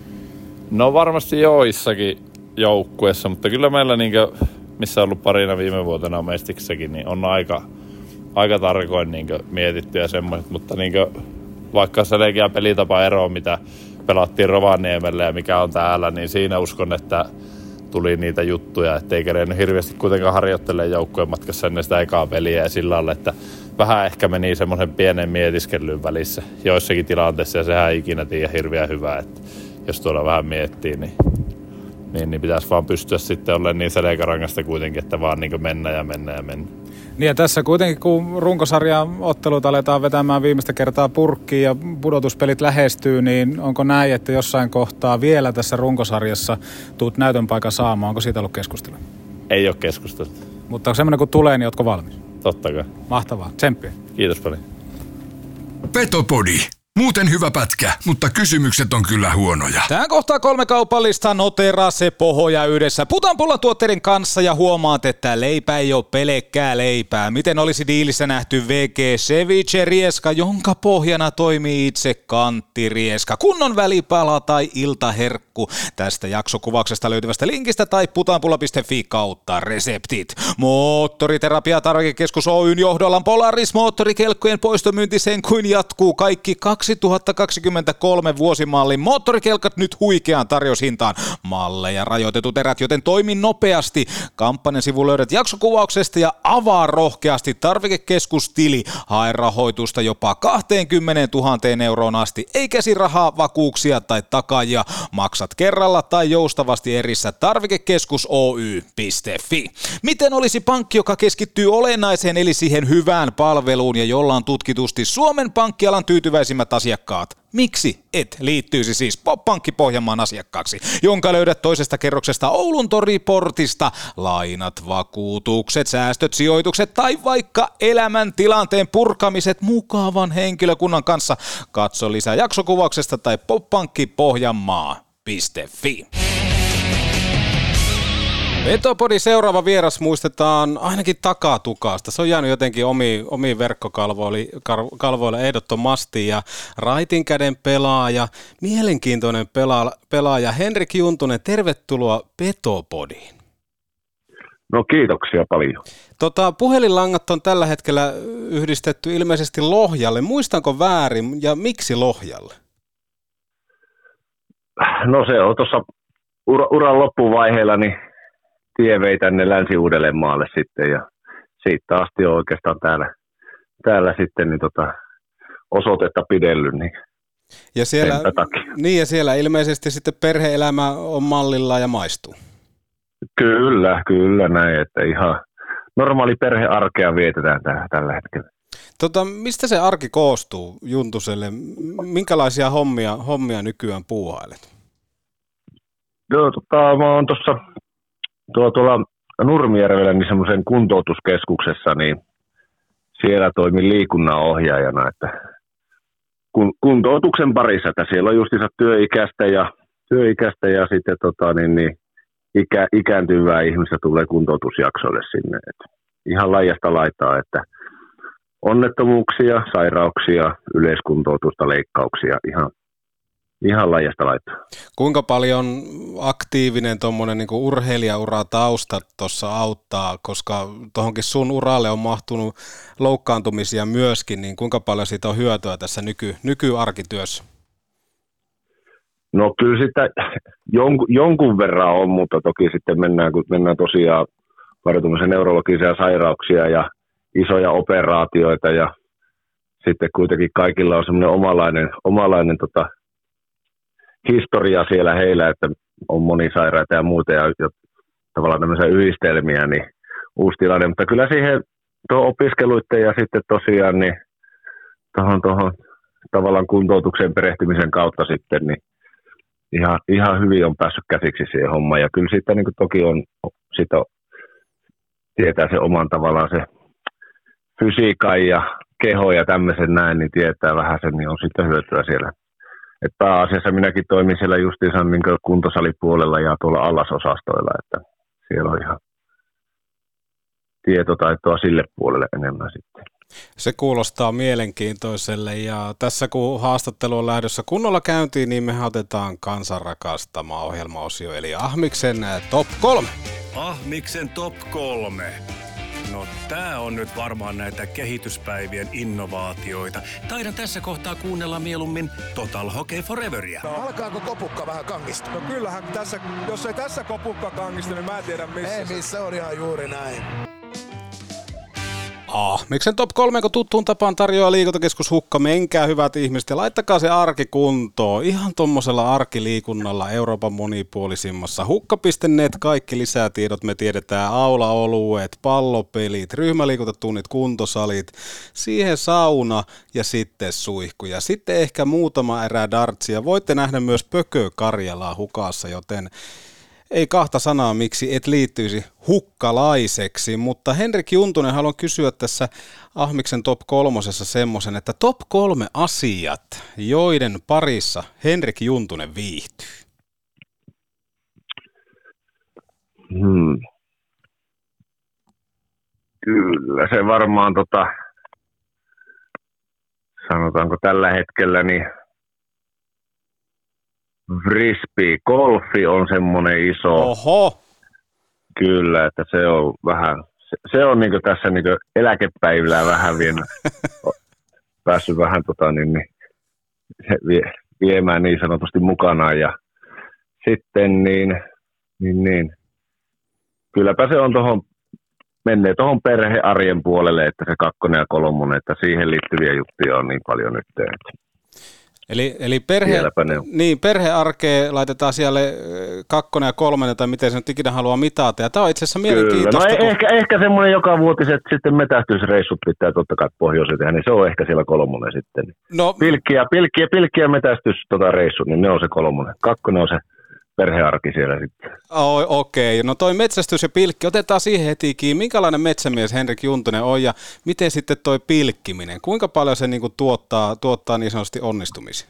No varmasti joissakin joukkueessa, mutta kyllä meillä niinkö missä on ollut parina viime vuotena Mestiksessäkin, niin on aika, aika tarkoin niin mietitty ja semmoiset, mutta niin vaikka selkeä pelitapa ero, mitä pelattiin Rovaniemellä ja mikä on täällä, niin siinä uskon, että tuli niitä juttuja, ettei kerennyt hirveästi kuitenkaan harjoittelemaan joukkueen matkassa ennen sitä ekaa peliä ja sillä lailla, että vähän ehkä meni semmoisen pienen mietiskelyn välissä joissakin tilanteissa ja sehän ei ikinä tiedä hirveän hyvää, että jos tuolla vähän miettii, niin Niin, niin pitäisi vaan pystyä sitten olemaan niin selkärangasta kuitenkin, että vaan niin mennä ja mennä ja mennä. Niin ja tässä kuitenkin, kun runkosarjan ottelut aletaan vetämään viimeistä kertaa purkkiin ja pudotuspelit lähestyy, niin onko näin, että jossain kohtaa vielä tässä runkosarjassa tuut näytön paikan saamaan? Onko siitä ollut keskustelua? Ei ole keskustelua. Mutta semmoinen kun tulee, niin ootko valmis? Totta kai. Mahtavaa. Tsemppiä. Kiitos paljon. Petopodi. Muuten hyvä pätkä, mutta kysymykset on kyllä huonoja. Tähän kohtaa kolme kaupallista noteraa se pohoja yhdessä Putanpullan tuotteiden kanssa ja huomaat, että leipä ei ole pelkkää leipää. Miten olisi diilissä nähty V G Ceviche Rieska, jonka pohjana toimii itse kanttirieska, kunnon välipala tai iltaherkku Markku. Tästä jaksokuvauksesta löytyvästä linkistä tai putaanpulla piste fi kautta reseptit. Moottoriterapia Tarvikekeskus Oyn johdolla Polaris moottorikelkkojen poistomyynti sen kuin jatkuu. Kaikki kaksituhattakaksikymmentäkolme vuosimallin moottorikelkat nyt huikeaan tarjoushintaan. Malleja rajoitetut erät, joten toimi nopeasti. Kampanjan sivu löydät jaksokuvauksesta ja avaa rohkeasti Tarvikekeskustili. Hae rahoitusta jopa kaksikymmentätuhatta euroon asti. Ei käsirahaa, vakuuksia tai takaajia. Maksat kerralla tai joustavasti erissä tarvikekeskus oy piste fi. Miten olisi pankki, joka keskittyy olennaiseen eli siihen hyvään palveluun ja jolla on tutkitusti Suomen pankkialan tyytyväisimmät asiakkaat? Miksi et liittyisi siis Pop-Pankki Pohjanmaan asiakkaaksi, jonka löydät toisesta kerroksesta Oulun toriportista? Lainat, vakuutukset, säästöt, sijoitukset tai vaikka elämäntilanteen purkamiset mukavan henkilökunnan kanssa. Katso lisää jaksokuvauksesta tai poppankki pohjanmaa piste fi. Petopodin seuraava vieras muistetaan ainakin takatukasta. Se on jäänyt jotenkin omiin, omiin verkkokalvoille ehdottomasti. Ja raitin käden pelaaja, mielenkiintoinen pelaaja, pelaaja Henrik Juntunen, tervetuloa Petopodiin. No kiitoksia paljon. Tota, puhelinlangat on tällä hetkellä yhdistetty ilmeisesti Lohjalle. Muistanko väärin ja miksi Lohjalle? No se on tuossa ura, uran loppuvaiheella, niin tie vei tänne Länsi-Uudellemaalle sitten ja siitä asti on oikeastaan täällä, täällä sitten niin tota, osoitetta pidellyt. Niin ja siellä, niin ja siellä ilmeisesti sitten perhe-elämä on mallilla ja maistuu. Kyllä, kyllä näin, että ihan normaali perhearkea vietetään tää, tällä hetkellä. Tota, mistä se arki koostuu Juntuselle? Minkälaisia hommia, hommia nykyään puuhailet? Joo, tota, mä oon tuossa tuo, tuolla Nurmijärvellä niin semmoisen kuntoutuskeskuksessa, niin siellä toimin liikunnanohjaajana, että kun, kuntoutuksen parissa, että siellä on justiinsa työikäistä ja, työikäistä ja sitten tota, niin, niin, ikä, ikääntyvää ihmistä tulee kuntoutusjaksoille sinne. Et ihan laajasta laitaa, että onnettomuuksia, sairauksia, yleiskuntoutusta, leikkauksia, ihan, ihan laajasta laittaa. Kuinka paljon aktiivinen tuommoinen niinku urheilijaura tausta tuossa auttaa, koska tuohonkin sun uralle on mahtunut loukkaantumisia myöskin, niin kuinka paljon siitä on hyötyä tässä nyky, nykyarkityössä? No kyllä sitä jonkun, jonkun verran on, mutta toki sitten mennään, kun mennään tosiaan paljon neurologisia sairauksia ja isoja operaatioita ja sitten kuitenkin kaikilla on semmoinen omalainen, omalainen tota, historia siellä heillä, että on monisairaita ja muuta ja, ja tavallaan tämmöisiä yhdistelmiä, niin uusi tilanne, mutta kyllä siihen tuohon opiskeluiden ja sitten tosiaan niin tuohon, tuohon tavallaan kuntoutukseen perehtymisen kautta sitten niin ihan, ihan hyvin on päässyt käsiksi siihen hommaan ja kyllä siitä niin toki on, sitä tietää se oman tavallaan se fysiikan ja keho ja tämmöisen näin, niin tietää vähän sen, niin on sitten hyötyä siellä. Et pääasiassa minäkin toimin siellä justiinsa niin kuntosalipuolella ja tuolla allasosastoilla, että siellä on ihan tietotaitoa sille puolelle enemmän sitten. Se kuulostaa mielenkiintoiselle ja tässä kun haastattelu on lähdössä kunnolla käyntiin, niin me otetaan kansan rakastama ohjelmaosio eli Ahmiksen top kolme. Ahmiksen top kolme. No tää on nyt varmaan näitä kehityspäivien innovaatioita. Taidan tässä kohtaa kuunnella mieluummin Total Hockey Foreveria. No alkaako kopukka vähän kangistua? No kyllähän tässä, jos ei tässä kopukka kangistu, niin mä en tiedä missä. Ei missä, on ihan juuri näin. Ahmiksen top kolme, kun tuttuun tapaan tarjoaa liikuntakeskus Hukka. Menkää hyvät ihmiset ja laittakaa se arki kuntoon. Ihan tommosella arkiliikunnalla Euroopan monipuolisimmassa. Hukka piste net, kaikki lisätiedot. Me tiedetään aulaolueet, pallopelit, ryhmäliikuntatunnit, kuntosalit. Siihen sauna ja sitten suihku. Ja sitten ehkä muutama erää dartsia. Voitte nähdä myös Pökö Karjalaa Hukassa, joten ei kahta sanaa, miksi et liittyisi hukkalaiseksi, mutta Henrik Juntunen, haluan kysyä tässä Ahmiksen top kolmosessa semmoisen, että top kolme asiat, joiden parissa Henrik Juntunen viihtyy. Hmm. Kyllä, se varmaan tota, sanotaanko tällä hetkellä, niin frisbee, golfi on semmoinen iso. Oho! Kyllä, että se on vähän, se, se on niinku tässä niinku eläkepäivillä vähän vienyt, päässyt vähän tota niin, niin vie, viemään niin sanotusti mukanaan ja sitten niin, niin, niin kylläpä se on tuohon, menee tuohon perhearjen puolelle, että se kakkonen ja kolmonen, että siihen liittyviä juttuja on niin paljon nyt. Että Eli, eli perhe, niin, perhearkeen laitetaan siellä kakkonen ja kolmonen, tai miten se nyt ikinä haluaa mitata. Ja tämä on itse asiassa mielenkiintoista. Kyllä, no kun... ehkä, ehkä semmoinen joka vuotiset sitten metästysreissut pitää totta kai pohjoiseen tehdä, niin se on ehkä siellä kolmonen sitten. No, pilkkiä, pilkkiä, pilkkiä metästys tota reissu, niin ne on se kolmonen. Kakkonen on se perhearki siellä sitten. Oh, okei, okay. No toi metsästys ja pilkki, otetaan siihen heti kiinni. Minkälainen metsämies Henrik Juntunen on ja miten sitten toi pilkkiminen? Kuinka paljon se niinku tuottaa, tuottaa niin sanotusti onnistumisia?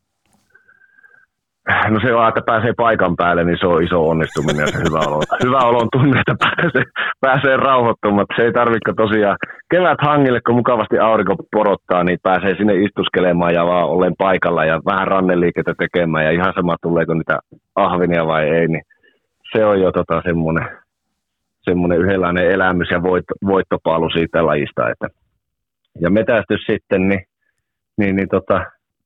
No se on, että pääsee paikan päälle, niin se on iso onnistuminen ja se hyvä olo, hyvä olon tunne, että pääsee, pääsee rauhoittumaan. Se ei tarvitse tosiaan kevät hangille, kun mukavasti aurinko porottaa, niin pääsee sinne istuskelemaan ja vaan ollen paikalla ja vähän ranneliikettä tekemään ja ihan sama tuleeko niitä ahvinia vai ei, niin se on jo tota semmoinen, semmoinen yhdenlainen elämys ja voit, voittopaalu siitä lajista. Että. Ja metästys sitten, niin, niin, niin tota,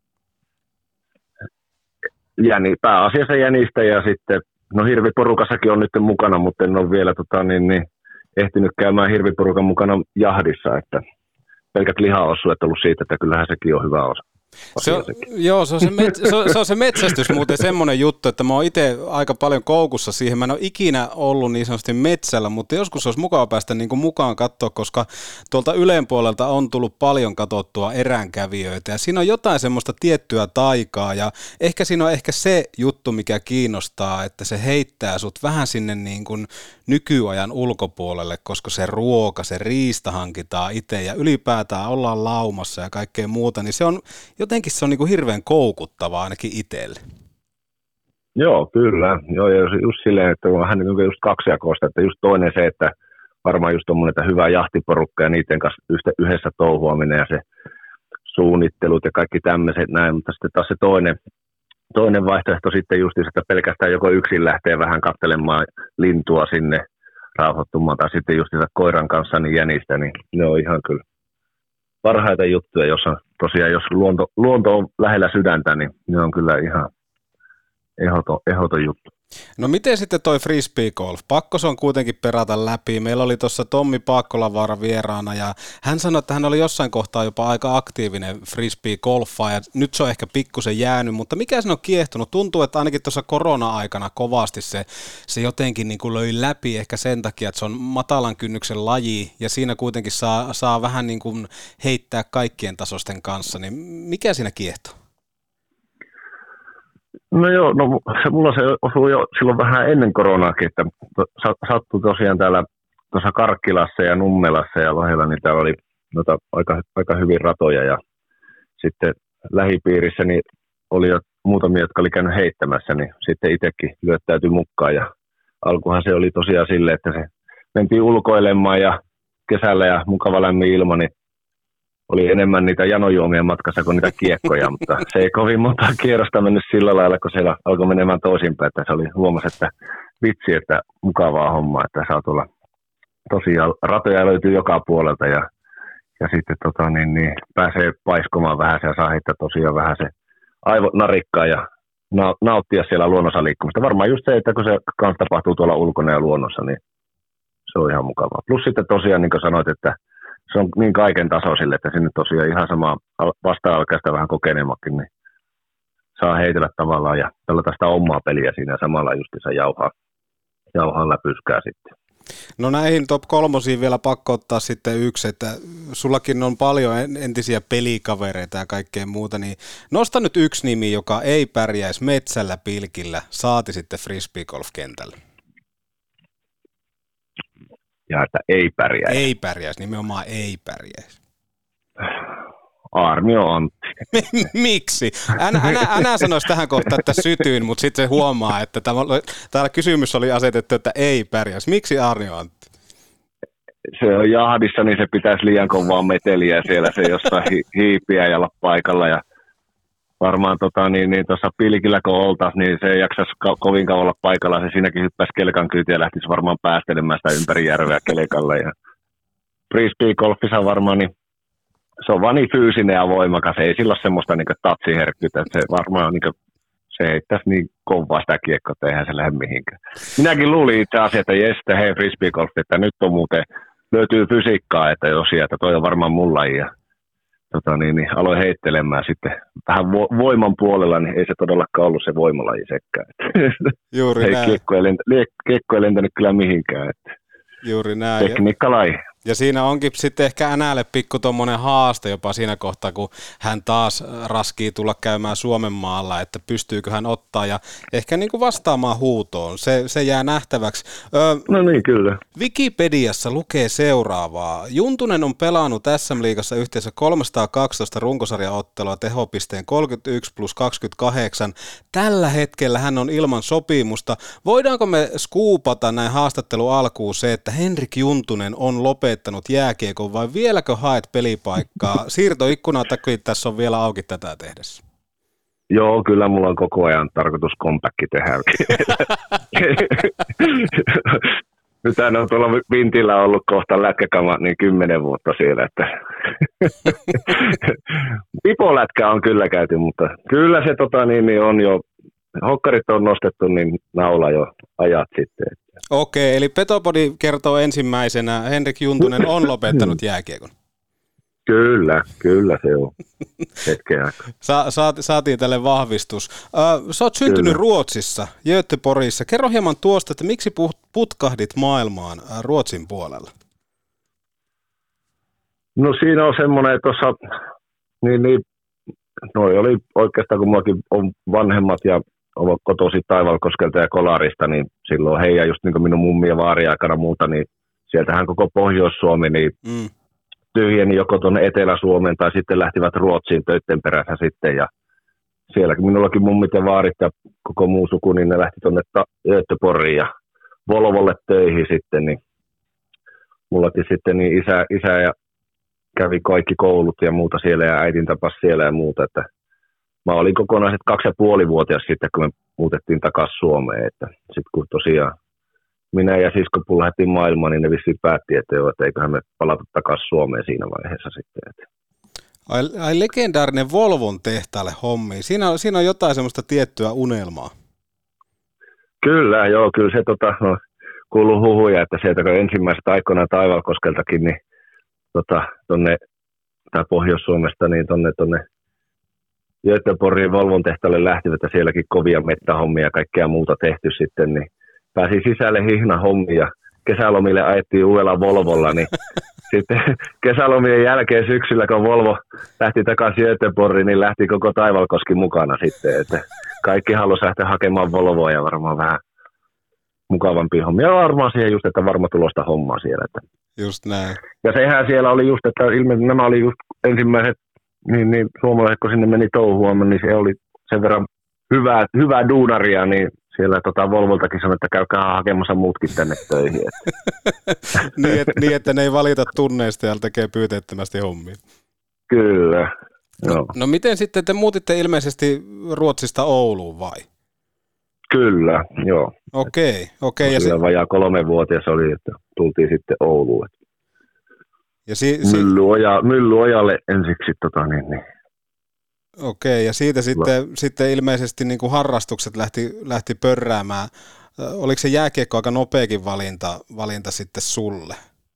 jäni, pääasiassa jänistä ja sitten, no hirviporukassakin on nyt mukana, mutta en ole vielä tota, niin, niin, ehtinyt käymään hirviporukan mukana jahdissa, että pelkät lihaossuet on ollut siitä, että kyllähän sekin on hyvä osa. Se on, joo, se on se, met, se, on, se on se metsästys muuten semmoinen juttu, että mä oon itse aika paljon koukussa siihen. Mä en ole ikinä ollut niin sanotusti metsällä, mutta joskus olisi mukava päästä niin kuin mukaan katsoa, koska tuolta Ylen puolelta on tullut paljon katsottua eränkävijöitä ja siinä on jotain semmoista tiettyä taikaa ja ehkä siinä on ehkä se juttu, mikä kiinnostaa, että se heittää sut vähän sinne niin kuin nykyajan ulkopuolelle, koska se ruoka, se riista hankitaan itse ja ylipäätään ollaan laumassa ja kaikkea muuta, niin se on jotenkin se on niin kuin hirveän koukuttavaa ainakin itselle. Joo, kyllä. Joo, ja just silleen, että on vähän niin kuin just kaksijakoista, että just toinen se, että varmaan just tommoinen, että hyvä jahtiporukka ja niiden kanssa yhdessä touhuaminen ja se suunnittelut ja kaikki tämmöiset näin, mutta sitten taas se toinen, toinen vaihtoehto sitten just, että pelkästään joko yksin lähtee vähän katselemaan lintua sinne rauhoittumaan tai sitten just koiran kanssa niin jänistä, niin ne on ihan kyllä parhaita juttuja, jossa tosiaan jos luonto, luonto on lähellä sydäntä, niin ne on kyllä ihan ehdoton, ehdoton juttu. No miten sitten toi frisbee golf? Pakko se on kuitenkin perata läpi. Meillä oli tuossa Tommi Paakkolavaara vieraana ja hän sanoi, että hän oli jossain kohtaa jopa aika aktiivinen frisbee golfaa ja nyt se on ehkä pikkusen jäänyt, mutta mikä sen on kiehtonut? Tuntuu, että ainakin tuossa korona-aikana kovasti se, se jotenkin niin kuin löi läpi ehkä sen takia, että se on matalan kynnyksen laji ja siinä kuitenkin saa, saa vähän niin kuin heittää kaikkien tasosten kanssa, niin mikä siinä kiehtoo? No joo, no se, mulla se osui jo silloin vähän ennen koronaakin, että sattui tosiaan täällä tuossa Karkkilassa ja Nummelassa ja Lahdella, niin täällä oli noita aika, aika hyvin ratoja ja sitten lähipiirissä niin oli jo muutamia, jotka oli käynyt heittämässä, niin sitten itsekin lyöttäytyi mukaan ja alkuhan se oli tosiaan silleen, että se mentiin ulkoilemaan ja kesällä ja mukava lämmin ilma, niin oli enemmän niitä janojuomia matkassa kuin niitä kiekkoja, mutta se ei kovin monta kierrosta mennyt sillä lailla, kun siellä alkoi menemään toisinpäin, että se oli huomasi, että vitsi, että mukavaa hommaa, että saa tulla tosiaan ratoja löytyy joka puolelta ja, ja sitten tota, niin, niin, pääsee paiskomaan vähän ja saa heittää tosiaan vähän se aivot narikkaa ja na, nauttia siellä luonnossa liikkumista. Varmaan just se, että kun se kanssa tapahtuu tuolla ulkona ja luonnossa, niin se on ihan mukavaa. Plus sitten tosiaan, niin kuin sanoit, että se on niin kaiken tasoisille, että sinne tosiaan ihan sama vasta-alkaista vähän kokeneemakin, niin saa heitellä tavallaan ja pelata sitä omaa peliä siinä samalla justiinsa jauhaa, jauhaa läpyskää sitten. No näihin top kolmosiin vielä pakko ottaa sitten yksi, että sullakin on paljon entisiä pelikavereita ja kaikkea muuta, niin nosta nyt yksi nimi, joka ei pärjäisi metsällä, pilkillä, saati sitten frisbeegolf-kentällä. Ja että ei pärjäisi. Ei pärjäisi, nimenomaan ei pärjäisi. Armio Antti. Miksi? Älä, älä, älä sanoisi tähän kohtaan, että sytyin, mutta sitten se huomaa, että tämä, täällä kysymys oli asetettu, että ei pärjäisi. Miksi Armio Antti? Se on jahdissa, niin se pitäisi liian kovaa meteliä siellä, se jossain hi- hiipiä ja olla paikalla. Ja varmaan tota, niin, niin tuossa pilkillä kun oltaisiin, niin se ei jaksaisi ko- kovin kauan olla paikalla. Se siinäkin hyppäisi kelkan kyytiin ja lähtisi varmaan päästelemään sitä ympäri järveä kelkalle. Ja frisbee-golfissa varmaan, niin se on vaan niin fyysinen ja voimakas. Ei sillä ole semmoista niin tatsiherkkyyttä, että se varmaan niin kuin, se heittäisi niin kovaa sitä kiekkoa, että eihän se lähde mihinkään. Minäkin luulin itse asiassa, että jes, hei frisbee-golf, että nyt on muuten, löytyy fysiikkaa, että tosiaan, että toi on varmaan mun laji. Ja Tota, niin, niin, aloin heittelemään sitten vähän vo- voiman puolella, niin ei se todellakaan ollut se voimalaji sekään. Juuri ei näin. kiekko ei, lentä, kiekko ei lentänyt kyllä mihinkään. Että Juuri näin. tekniikkalaji. Ja siinä onkin sitten ehkä Änälle pikku tommonen haaste jopa siinä kohtaa, kun hän taas raskii tulla käymään Suomen maalla, että pystyykö hän ottaa ja ehkä niin kuin vastaamaan huutoon. Se, se jää nähtäväksi. Öö, no niin, kyllä. Wikipediassa lukee seuraavaa. Juntunen on pelannut S M-liigassa yhteensä kolmesataakaksitoista runkosarjaottelua tehopisteen kolmekymmentäyksi plus kaksikymmentäkahdeksan. Tällä hetkellä hän on ilman sopimusta. Voidaanko me skuupata näin haastattelun alkuun se, että Henrik Juntunen on lopettanut jääkiekon vai vieläkö haet pelipaikkaa? Siirtoikkunaa takia tässä on vielä auki tätä tehdessä. Joo, kyllä mulla on koko ajan tarkoitus compacti tehdä. Nyt hän on tuolla vintillä ollut kohta lätkäkama niin kymmenen vuotta siellä. Että pipolätkä on kyllä käyty, mutta kyllä se tota, niin, niin on jo, hokkarit on nostettu niin naula jo ajat sitten. Okei, eli Petopodi kertoo ensimmäisenä, Henrik Juntunen on lopettanut jääkiekon. Kyllä, kyllä se on. Hetken aikaa. Sa- saat, saatiin tälle vahvistus. Äh, sä oot syntynyt kyllä Ruotsissa, Göteborgissa. Kerro hieman tuosta, että miksi putkahdit maailmaan äh, Ruotsin puolella? No siinä on semmoinen, että tuossa, niin, niin, noi oli oikeastaan, kun mullakin on vanhemmat ja ovat kotoisin Taivalkoskelta ja Kolarista, niin silloin heidän just niin kuin minun mummi ja vaari aikana muuta, niin sieltähän koko Pohjois-Suomi niin mm. tyhjeni joko tuonne Etelä-Suomeen tai sitten lähtivät Ruotsiin töitten perässä sitten. Ja sielläkin minullakin mummit ja vaarit ja koko muu suku, niin ne lähti tuonne Göteborgiin ja Volvolle töihin sitten. Niin mullakin sitten niin isä, isä ja kävi kaikki koulut ja muuta siellä ja äitin tapas siellä ja muuta, että mä olin kokonaiset kaksi ja puoli vuotias sitten, kun me muutettiin takaisin Suomeen. Että sitten kun tosiaan minä ja siskopuu lähdettiin maailmaan, niin ne vissiin päätti, että, joo, että eiköhän me palata takaisin Suomeen siinä vaiheessa sitten. Että. Ai, ai legendaarinen Volvon tehtaalle hommiin. Siinä on, siinä on jotain semmoista tiettyä unelmaa. Kyllä, joo, kyllä se tota, no, kuuluu huhuja, että sieltä kun ensimmäisestä aikoinaan Taivalkoskeltakin, niin tota, tonne, tai Pohjois-Suomesta, niin tonne, tonne Göteborgin Volvon tehtaalle lähtivät, että sielläkin kovia mettähommia ja kaikkea muuta tehty sitten, niin pääsi sisälle hihnahommia ja kesälomille ajettiin uudella Volvolla, niin sitten kesälomien jälkeen syksyllä, kun Volvo lähti takaisin Göteborgiin, niin lähti koko Taivalkoski mukana sitten, että kaikki halusi lähteä hakemaan Volvoa ja varmaan vähän mukavampi hommia. Ja varmaan siihen just, että varma tulosta hommaa siellä. Että. Just näin. Ja sehän siellä oli just, että ilmeisesti nämä oli just ensimmäiset niin, niin suomalaiset, kun sinne meni touhuamaan, niin se oli sen verran hyvää, hyvää duunaria, niin siellä tota Volvoltakin sanoi, että käykää hakemassa muutkin tänne töihin. niin, et, niin, että ne ei valita tunneista ja tekee pyyteettömästi hommia. Kyllä, joo. No, no miten sitten te muutitte ilmeisesti Ruotsista Ouluun vai? Kyllä, joo. Okei, okei. Ja se vajaa kolmevuotias oli, että tultiin sitten Ouluun. Ja si- si- Myllyoja, Myllyojalle ensiksi tota niin, niin. Okei, ja siitä sitten, sitten ilmeisesti niin kuin harrastukset lähti, lähti pörräämään. Oliko se jääkiekko aika nopeakin valinta, valinta sitten sulle?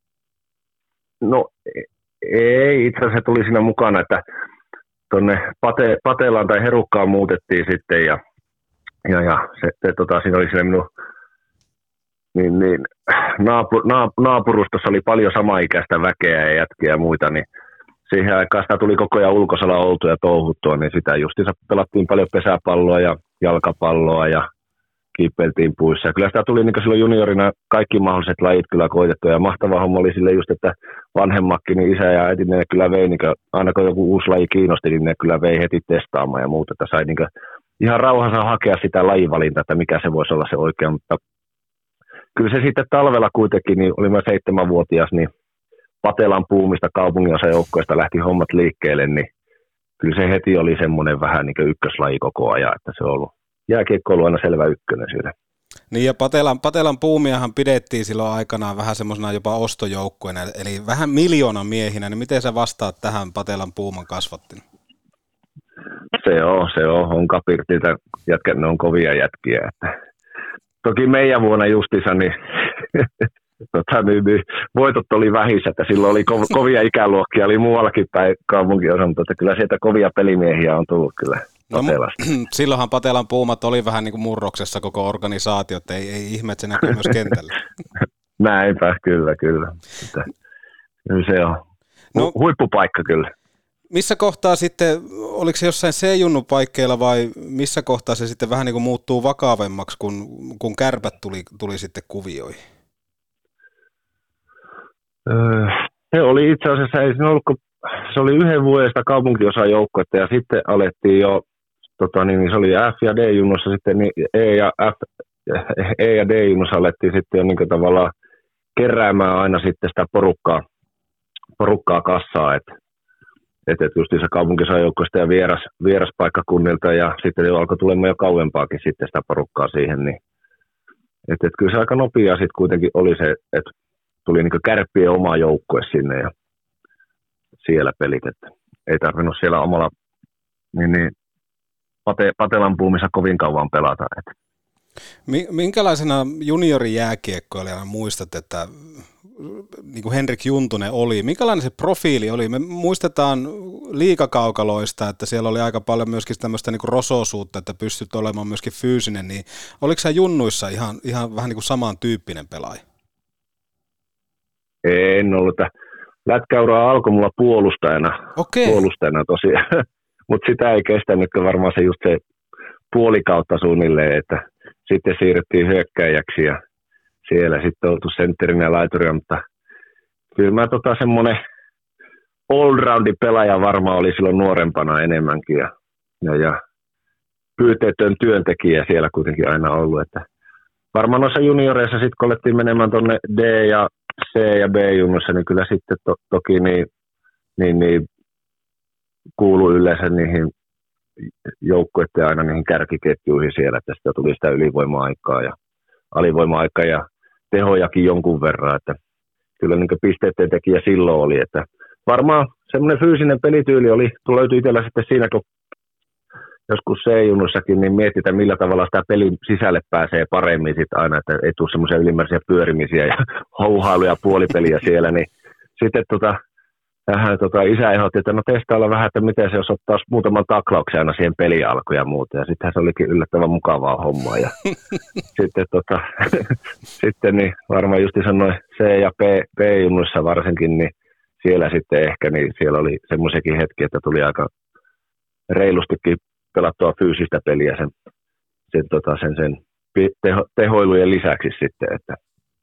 No ei, itse asiassa tuli siinä mukana, että tuonne Pate, Patelaan tai Herukkaan muutettiin sitten ja, ja, ja se, se, tota, siinä oli siinä minun niin, niin, naapu, naap, naapurustossa oli paljon samaikäistä väkeä ja jätkiä ja muita, niin siihen aikaan sitä tuli koko ajan ulkosalla oltu ja touhuttua, niin sitä justiinsa pelattiin paljon pesäpalloa ja jalkapalloa ja kiippeiltiin puissa. Ja kyllä sitä tuli niin silloin juniorina kaikki mahdolliset lajit kyllä koitettua. Ja mahtava homma oli sille just, että vanhemmakin, niin isä ja äiti, ne kyllä vei, niin kuin, aina kun joku uusi laji kiinnosti, niin ne kyllä vei heti testaamaan ja muuta. Että sai niin kuin, ihan rauhassa hakea sitä lajivalintaa, että mikä se voisi olla se oikea. Mutta kyllä se sitten talvella kuitenkin, niin olin mä seitsemänvuotias, niin Patelan puumista kaupunginosajoukkoista lähti hommat liikkeelle, niin kyllä se heti oli semmoinen vähän niin kuin ykköslaji koko ajan, että se on ollut jääkiekko on ollut aina selvä ykkönen siellä. Niin ja Patelan, Patelan puumiahan pidettiin silloin aikanaan vähän semmoisena jopa ostojoukkueena, eli vähän miljoona miehinä, niin miten sä vastaat tähän Patelan puuman kasvattina? Se on, se on, on kapirtilta jätkä, ne on kovia jätkiä. Että. Toki meidän vuonna justiinsa, niin, tota, niin, niin voitot oli vähissä, että silloin oli ko- kovia ikäluokkia, oli muuallakin päin kaupunkiosa, mutta kyllä sieltä kovia pelimiehiä on tullut kyllä. No, silloinhan Patelan puumat oli vähän niin kuin murroksessa koko organisaatio, että ei, ei ihme, että se näkyy myös kentällä. Näinpä, kyllä, kyllä. Että, kyllä se on no, huippupaikka kyllä. Missä kohtaa sitten, oliko se jossain C-junnupaikkeilla vai missä kohtaa se sitten vähän niin kuin muuttuu vakavemmaksi, kun, kun Kärpät tuli, tuli sitten kuvioihin? Öö, se oli itse asiassa, ei siinä ollut, se oli yhden vuoden sitä kaupunkiosajoukkuetta ja sitten alettiin jo, tota, niin, se oli F ja D-junnossa sitten, niin E ja F, E ja D-junnossa alettiin sitten jo niin tavallaan keräämään aina sitten sitä porukkaa, porukkaa kassaa, että Että et justiinsa kaupunkisajoukkoista ja vieras, vieraspaikkakunnilta ja sitten jo alkoi tulemaan jo kauempaakin sitten sitä porukkaa siihen. Niin, että et kyllä se aika nopeaa sitten kuitenkin oli se, että tuli niinku Kärppien oma joukkue sinne ja siellä pelit. Että ei tarvinnut siellä omalla niin, niin, pate, Patelan puumissa kovin kauan pelata. Että. Minkälaisena juniorijääkiekkoilijana muistat, että niin kuin Henrik Juntunen oli, minkälainen se profiili oli? Me muistetaan liigakaukaloista, että siellä oli aika paljon myöskin tämmöistä niin kuin rososuutta, että pystyt olemaan myöskin fyysinen, niin oliko sä junnuissa ihan, ihan vähän niin kuin samantyyppinen pelaaja? En ollut. Lätkäuraa alkoi mulla puolustajana, Okei. puolustajana tosiaan, mutta sitä ei kestänyt varmaan se just se puolikautta suunnilleen, että sitten siirryttiin hyökkäjäksi ja siellä sitten oltu sentterinä ja laituria, mutta kyllä mä tota semmoinen all-roundin pelaaja varmaan oli silloin nuorempana enemmänkin ja, ja, ja pyyteetön työntekijä siellä kuitenkin aina ollut, että varmaan noissa junioreissa sitten kun alettiin menemään tuonne D ja C ja B-junnossa, niin kyllä sitten to, toki niin, niin, niin kuului yleensä niihin joukkueiden aina niihin kärkiketjuihin siellä, että sitä tuli sitä ylivoima-aikaa ja alivoima-aikaa ja tehojakin jonkun verran, että kyllä niin pisteiden tekijä silloin oli, että varmaan semmoinen fyysinen pelityyli oli, löytyi itsellä sitten siinä, kun joskus C-junnussakin, niin mietitään millä tavalla sitä pelin sisälle pääsee paremmin sitten aina, että ei tule semmoisia ylimääräisiä pyörimisiä ja houhailuja puolipeliä siellä, niin sitten tota, tähän, tota, isä ehdotti, että no testailla vähän, että miten se jos ottaisi muutaman taklauksen aina siihen peliin alkuun ja muuta. Ja sittenhän se olikin yllättävän mukavaa hommaa. Ja sitten, tota, sitten niin varmaan just sanoin C- ja B-junnuissa varsinkin, niin siellä sitten ehkä, niin siellä oli semmoisiakin hetkiä, että tuli aika reilustikin pelattua fyysistä peliä sen, sen, tota, sen, sen teho, tehoilujen lisäksi sitten, että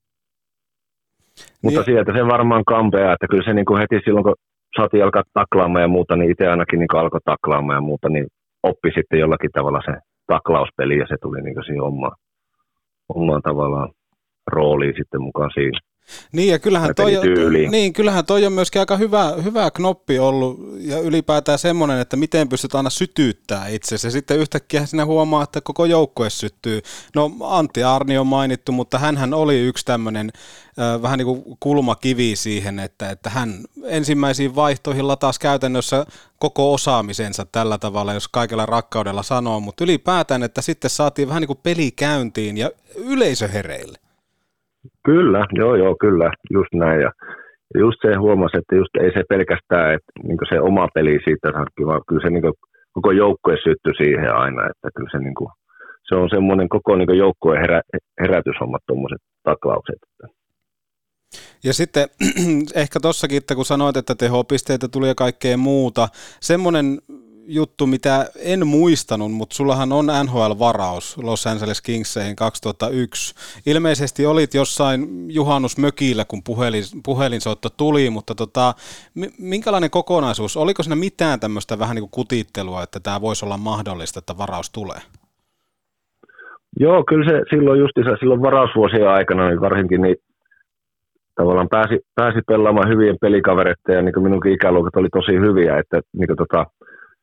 mutta niin, sieltä se varmaan kampeaa, että kyllä se niin kuin heti silloin, kun saatiin alkaa taklaamaan ja muuta, niin itse ainakin niin kuin alkoi taklaamaan ja muuta, niin oppi sitten jollakin tavalla se taklauspeli ja se tuli niin kuin siihen omaan, omaan tavallaan rooliin sitten mukaan siinä. Niin, ja kyllähän toi, niin, kyllähän toi on myöskin aika hyvä, hyvä knoppi ollut ja ylipäätään semmoinen, että miten pystyt aina sytyttää itsesi ja sitten yhtäkkiä sinä huomaa, että koko joukkue syttyy. No Antti Aarni on mainittu, mutta hänhän oli yksi tämmöinen äh, vähän niin kuin kulmakivi siihen, että, että hän ensimmäisiin vaihtoihin latasi käytännössä koko osaamisensa tällä tavalla, jos kaikella rakkaudella sanoo, mutta ylipäätään, että sitten saatiin vähän niin kuin peli käyntiin ja yleisö hereille. Kyllä, joo joo, kyllä, just näin. Ja just se huomasi, että just ei se pelkästään että niin se oma peli siitä saakki, vaan kyllä se niin koko joukkue syttyi siihen aina, että kyllä se, niin kuin, se on semmoinen koko niin joukkueen herä, herätyshommat, tuommoiset taklaukset. Ja sitten ehkä tossakin, että kun sanoit, että tehopisteitä tuli ja kaikkea muuta, semmoinen juttu, mitä en muistanut, mutta sullahan on N H L-varaus Los Angeles Kingsiin kaksituhattayksi. Ilmeisesti olit jossain juhannusmökillä, kun puhelin, puhelinsoitto tuli, mutta tota, minkälainen kokonaisuus? Oliko siinä mitään tämmöistä vähän niin kuin kutittelua, että tämä voisi olla mahdollista, että varaus tulee? Joo, kyllä se silloin justiinsa, silloin varausvuosien aikana, niin varsinkin niin tavallaan pääsi, pääsi pelaamaan hyvien pelikavereiden ja niin minunkin ikäluokat oli tosi hyviä, että niin tota,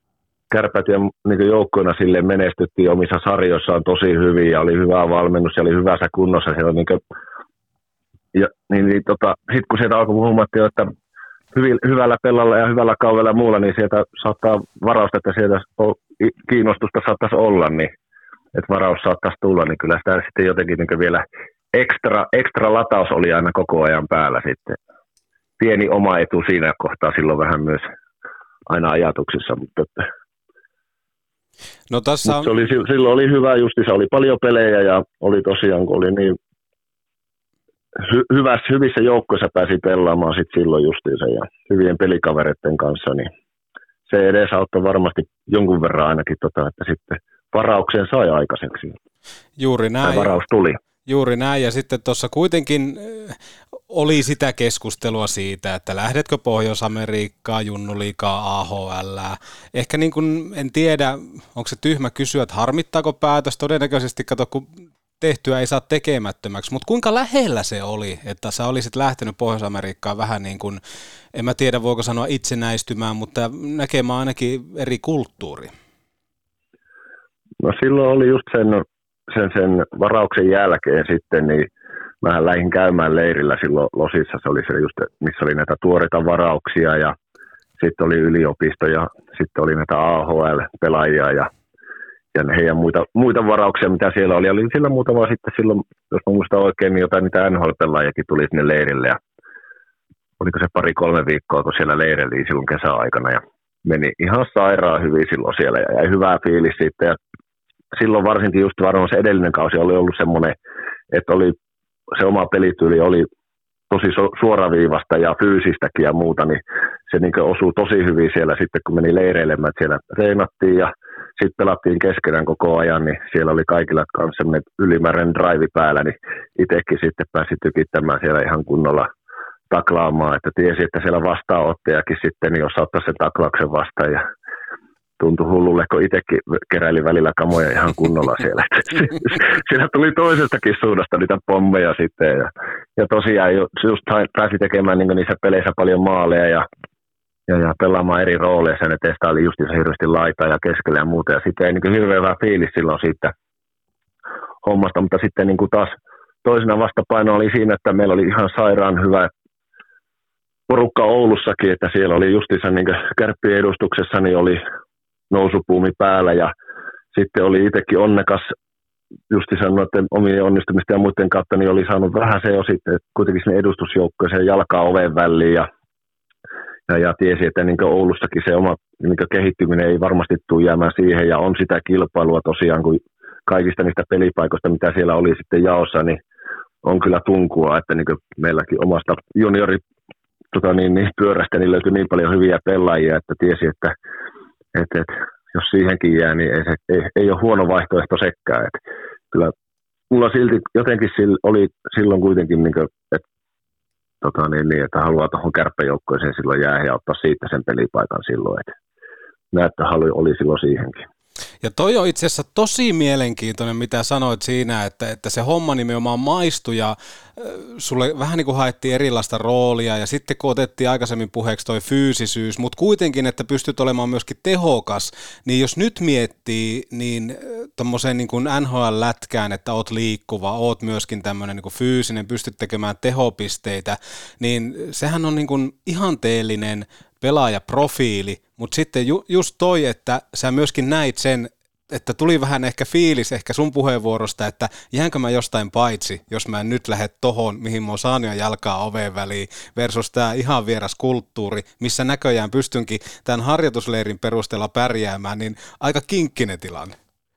Kärpät ja niin joukkoina sille menestyttiin omissa sarjoissaan tosi hyvin ja oli hyvä valmennus ja oli hyvässä kunnossa. Siellä niin kuin, ja, niin, niin, tota, sitten kun sieltä alkoi huomattiin, että hyvin, hyvällä pelalla ja hyvällä kaudella ja muulla, niin sieltä saattaa varausta, että sieltä kiinnostusta saattaisi olla, niin että varaus saattaisi tulla, niin kyllä sitä sitten jotenkin niin vielä ekstra, ekstra lataus oli aina koko ajan päällä sitten. Pieni oma etu siinä kohtaa silloin vähän myös aina ajatuksissa, mutta no tässä on... se oli, silloin oli hyvä justiinsa, oli paljon pelejä ja oli tosiaan, kun oli niin hy, hyvässä, hyvissä joukkoissa pääsi pelaamaan sit silloin justiinsa ja hyvien pelikavereiden kanssa, niin se edesauttoi varmasti jonkun verran ainakin, tota, että sitten varaukseen sai aikaiseksi. Juuri näin. Tai varaus tuli. Juuri näin, ja sitten tuossa kuitenkin oli sitä keskustelua siitä, että lähdetkö Pohjois-Amerikkaan, Junnuliigaa, A H L. Ehkä niin kuin, en tiedä, onko se tyhmä kysyä, että harmittaako päätös, todennäköisesti kato, kun tehtyä ei saa tekemättömäksi, mutta kuinka lähellä se oli, että sä olisit lähtenyt Pohjois-Amerikkaan vähän niin kuin, en mä tiedä voiko sanoa itsenäistymään, mutta näkemään ainakin eri kulttuuri. No silloin oli just sen, sen, sen varauksen jälkeen sitten, niin mähän lähdin käymään leirillä silloin Losissa, se oli se just, missä oli näitä tuoreita varauksia ja sitten oli yliopisto ja sitten oli näitä A H L-pelaajia ja, ja heidän muita, muita varauksia, mitä siellä oli. Oli sillä muutama sitten silloin, jos mä muistan oikein, niin jotain niitä N H L-pelaajakin tuli sinne leirille ja oliko se pari-kolme viikkoa, kun siellä leireli silloin kesäaikana ja meni ihan sairaan hyvin silloin siellä ja jäi hyvää fiilis sitten ja silloin varsinkin just varmaan se edellinen kausi oli ollut semmoinen, että oli se oma pelityyli oli tosi suoraviivasta ja fyysistäkin ja muuta, niin se niin osui tosi hyvin siellä sitten, kun meni leireilemään, että siellä treenattiin ja sitten pelattiin keskenään koko ajan, niin siellä oli kaikilla kanssa semmoinen ylimääräinen drive päällä, niin itsekin sitten pääsi tykittämään siellä ihan kunnolla taklaamaan, että tiesi, että siellä vastaanottajakin sitten niin osaa ottaa sen taklauksen vastaan ja tuntui hullulle, kun itsekin keräili välillä kamoja ihan kunnolla siellä. Siellä tuli toisestakin suunnasta niitä pommeja sitten. Ja, ja tosiaan just pääsi tekemään niin niissä peleissä paljon maaleja ja, ja, ja pelaamaan eri rooleissa. Ne testaili just hirveästi laitaa ja keskellä ja muuta. Ja sitten ei niin hirveän hyvä fiilis silloin siitä hommasta. Mutta sitten niin taas toisena vastapaino oli siinä, että meillä oli ihan sairaan hyvä porukka Oulussakin. Että siellä oli justiinsa niin Kärppien edustuksessa niin oli nousupuumi päällä ja sitten oli itsekin onnekas justi noiden omien onnistumisten ja muiden kautta, niin oli saanut vähän se jo sitten kuitenkin sinne edustusjoukkoeseen jalkaa oven väliin ja, ja, ja tiesi, että niin Oulussakin se oma niin kehittyminen ei varmasti tule jäämään siihen ja on sitä kilpailua tosiaan, kun kaikista niistä pelipaikoista, mitä siellä oli sitten jaossa, niin on kyllä tunkua, että niin meilläkin omasta juniori tota niin, niin pyörästä niin löytyi niin paljon hyviä pelaajia, että tiesi, että Et, et, jos siihenkin jää, niin ei, se, ei, ei ole huono vaihtoehto sekään. Et kyllä mulla silti jotenkin oli silloin kuitenkin, niin kuin, et, tota niin, niin, että haluaa tuohon Kärppäjoukkoeseen silloin jää ja ottaa siitä sen pelipaikan silloin. Näyttöhalu oli silloin siihenkin. Ja toi on itse asiassa tosi mielenkiintoinen, mitä sanoit siinä, että, että se homma nimenomaan maistui ja sulle vähän niin kuin haettiin erilaista roolia ja sitten kun otettiin aikaisemmin puheeksi toi fyysisyys, mutta kuitenkin, että pystyt olemaan myöskin tehokas, niin jos nyt miettii, niin tommoseen niin kuin N H L-lätkään, että oot liikkuva, oot myöskin tämmöinen niin kuin fyysinen, pystyt tekemään tehopisteitä, niin sehän on niin kuin ihanteellinen pelaajaprofiili, mutta sitten ju, just toi, että sä myöskin näit sen, että tuli vähän ehkä fiilis ehkä sun puheenvuorosta, että jäänkö mä jostain paitsi, jos mä en nyt lähde tohon, mihin mä oon saanut jo jalkaa oveen väliin, versus tää ihan vieras kulttuuri, missä näköjään pystynkin tämän harjoitusleirin perusteella pärjäämään, niin aika kinkkinen tilanne.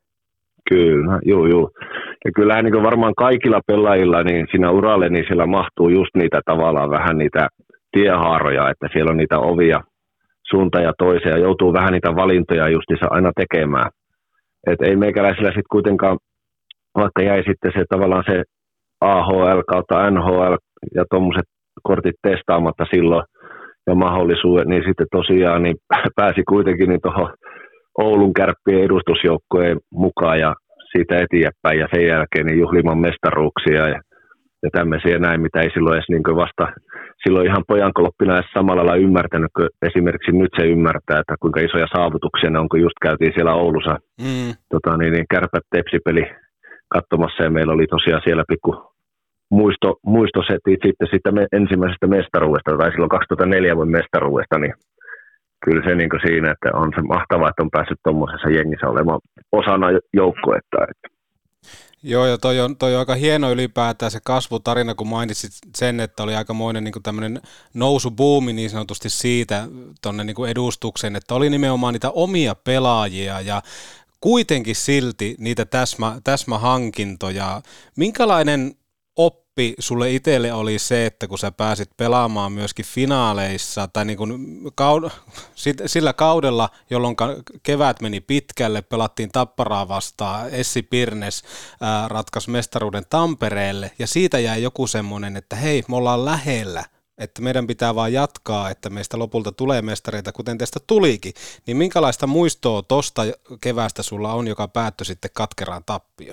Kyllä, juu, juu. Ja kyllähän niin varmaan kaikilla pelaajilla niin siinä uralle, niin siellä mahtuu just niitä tavallaan vähän niitä tiehaaroja, että siellä on niitä ovia suuntaan ja toiseen ja joutuu vähän niitä valintoja justiinsa aina tekemään. Et ei meikäläisillä sitten kuitenkaan, vaikka jäi sitten se tavallaan se A H L kautta N H L ja tuommoiset kortit testaamatta silloin ja mahdollisuudet, niin sitten tosiaan niin pääsi kuitenkin niin tuohon Oulun Kärppien edustusjoukkojen mukaan ja siitä eteenpäin ja sen jälkeen niin juhlimaan mestaruuksia ja ja tämmöisiä näin, mitä ei silloin edes niin vasta silloin ihan pojankoloppina edes samalla lailla ymmärtänyt, kun esimerkiksi nyt se ymmärtää, että kuinka isoja saavutuksia ne on, kun just käytiin siellä Oulussa mm. tota, niin, niin Kärpät Tepsi-peli katsomassa, ja meillä oli tosiaan siellä pikku muisto, muistosetit sitten siitä me, ensimmäisestä mestaruudesta, tai silloin kaksituhattaneljä vuoden mestaruudesta, niin kyllä se niin siinä, että on se mahtavaa, että on päässyt tuommoisessa jengissä olemaan osana joukkuetta. Joo, ja toi on, toi on aika hieno ylipäätään se kasvutarina, kun mainitsit sen, että oli aikamoinen niin tämmöinen nousubuumi niin sanotusti siitä tuonne niin edustukseen, että oli nimenomaan niitä omia pelaajia ja kuitenkin silti niitä täsmä, täsmähankintoja. Minkälainen oppi sulle itselle oli se, että kun sä pääsit pelaamaan myöskin finaaleissa tai niin kuin kaud- sillä kaudella, jolloin kevät meni pitkälle, pelattiin Tapparaa vastaan, Essi Pirnes ää, ratkaisi mestaruuden Tampereelle ja siitä jäi joku semmoinen, että hei, me ollaan lähellä, että meidän pitää vaan jatkaa, että meistä lopulta tulee mestareita, kuten teistä tulikin. Niin minkälaista muistoa tosta keväästä sulla on, joka päättyi sitten katkeraan tappioon?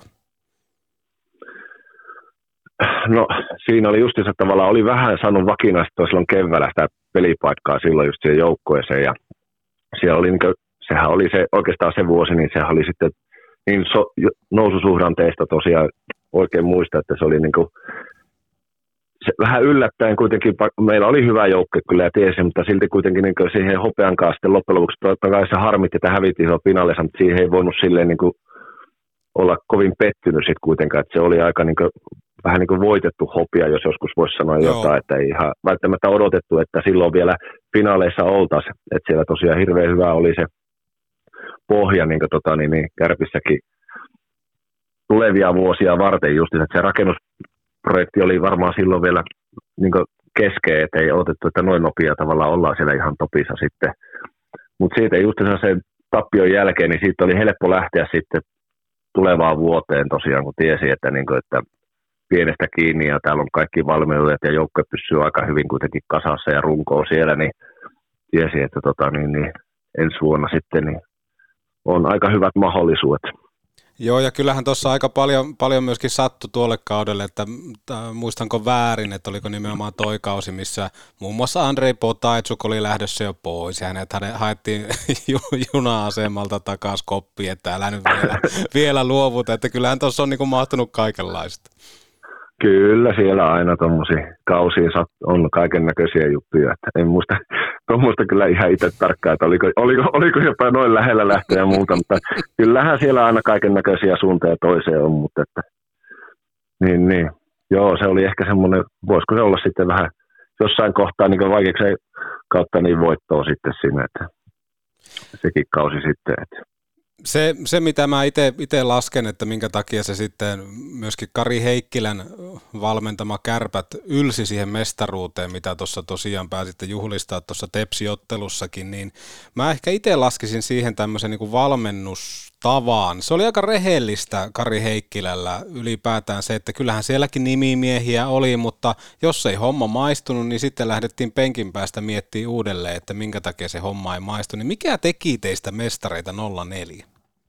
No siinä oli justiinsa tavallaan, oli vähän saanut vakinaista silloin keväällä sitä pelipaikkaa silloin just siihen joukkueeseen ja siellä oli, niin kuin, sehän oli se, oikeastaan se vuosi, niin sehän oli sitten niin so, noususuhdanteista tosiaan oikein muista, että se oli niin kuin, se vähän yllättäen kuitenkin, meillä oli hyvä joukkue kyllä ja tiesi, mutta silti kuitenkin niin kuin siihen hopean kanssa sitten loppujen lopuksi totta kai se harmitti, että hävittiin finaalissa, mutta siihen ei voinut silleen niin kuin olla kovin pettynyt sitten kuitenkaan, että se oli aika niin kuin, vähän niin kuin voitettu hopia, jos joskus voisi sanoa Joo. jotain, että ei ihan välttämättä odotettu, että silloin vielä finaaleissa oltaisiin, että siellä tosiaan hirveän hyvä oli se pohja niin kuin tota, niin, niin, Kärpissäkin tulevia vuosia varten just, että se rakennusprojekti oli varmaan silloin vielä niin kuin keskeä, että ei odotettu, että noin nopea tavallaan ollaan siellä ihan topissa sitten, mutta siitä just sen tappion jälkeen, niin siitä oli helppo lähteä sitten tulevaan vuoteen tosiaan, kun tiesi, että, niin kuin, että pienestä kiinni ja täällä on kaikki valmiudet ja joukkue pysyy aika hyvin kuitenkin kasassa ja runkoon siellä, niin tiesi, että tota, niin, niin, ensi vuonna sitten niin on aika hyvät mahdollisuudet. Joo, ja kyllähän tuossa aika paljon, paljon myöskin sattui tuolle kaudelle, että äh, muistanko väärin, että oliko nimenomaan toi kausi, missä muun muassa Andrei Potaitsuk oli lähdössä jo pois, ja hänet haettiin juna-asemalta takaisin koppiin, että älä nyt vielä, vielä luovuta, että kyllähän tuossa on niin kuin mahtunut kaikenlaista. Kyllä, siellä aina tuommoisia kausia on kaiken näköisiä juttuja, että en muista tuommoista kyllä ihan itse tarkkaan, että oliko, oliko, oliko jopa noin lähellä lähteä ja muuta, mutta kyllähän siellä aina kaiken näköisiä suuntaan ja toiseen on, mutta että, niin, niin, joo, se oli ehkä semmoinen, voisiko se olla sitten vähän jossain kohtaa niin vaikeaksi kautta niin voittoa sitten siinä, että sekin kausi sitten, että Se, se, mitä mä itse lasken, että minkä takia se sitten myöskin Kari Heikkilän valmentama Kärpät ylsi siihen mestaruuteen, mitä tuossa tosiaan pääsitte juhlistaa tuossa Tepsi-ottelussakin, niin mä ehkä itse laskisin siihen tämmöisen niin kuin valmennustavaan. Se oli aika rehellistä Kari Heikkilällä ylipäätään se, että kyllähän sielläkin nimimiehiä oli, mutta jos ei homma maistunut, niin sitten lähdettiin penkin päästä miettimään uudelleen, että minkä takia se homma ei maistu. Niin mikä teki teistä mestareita nolla neljä?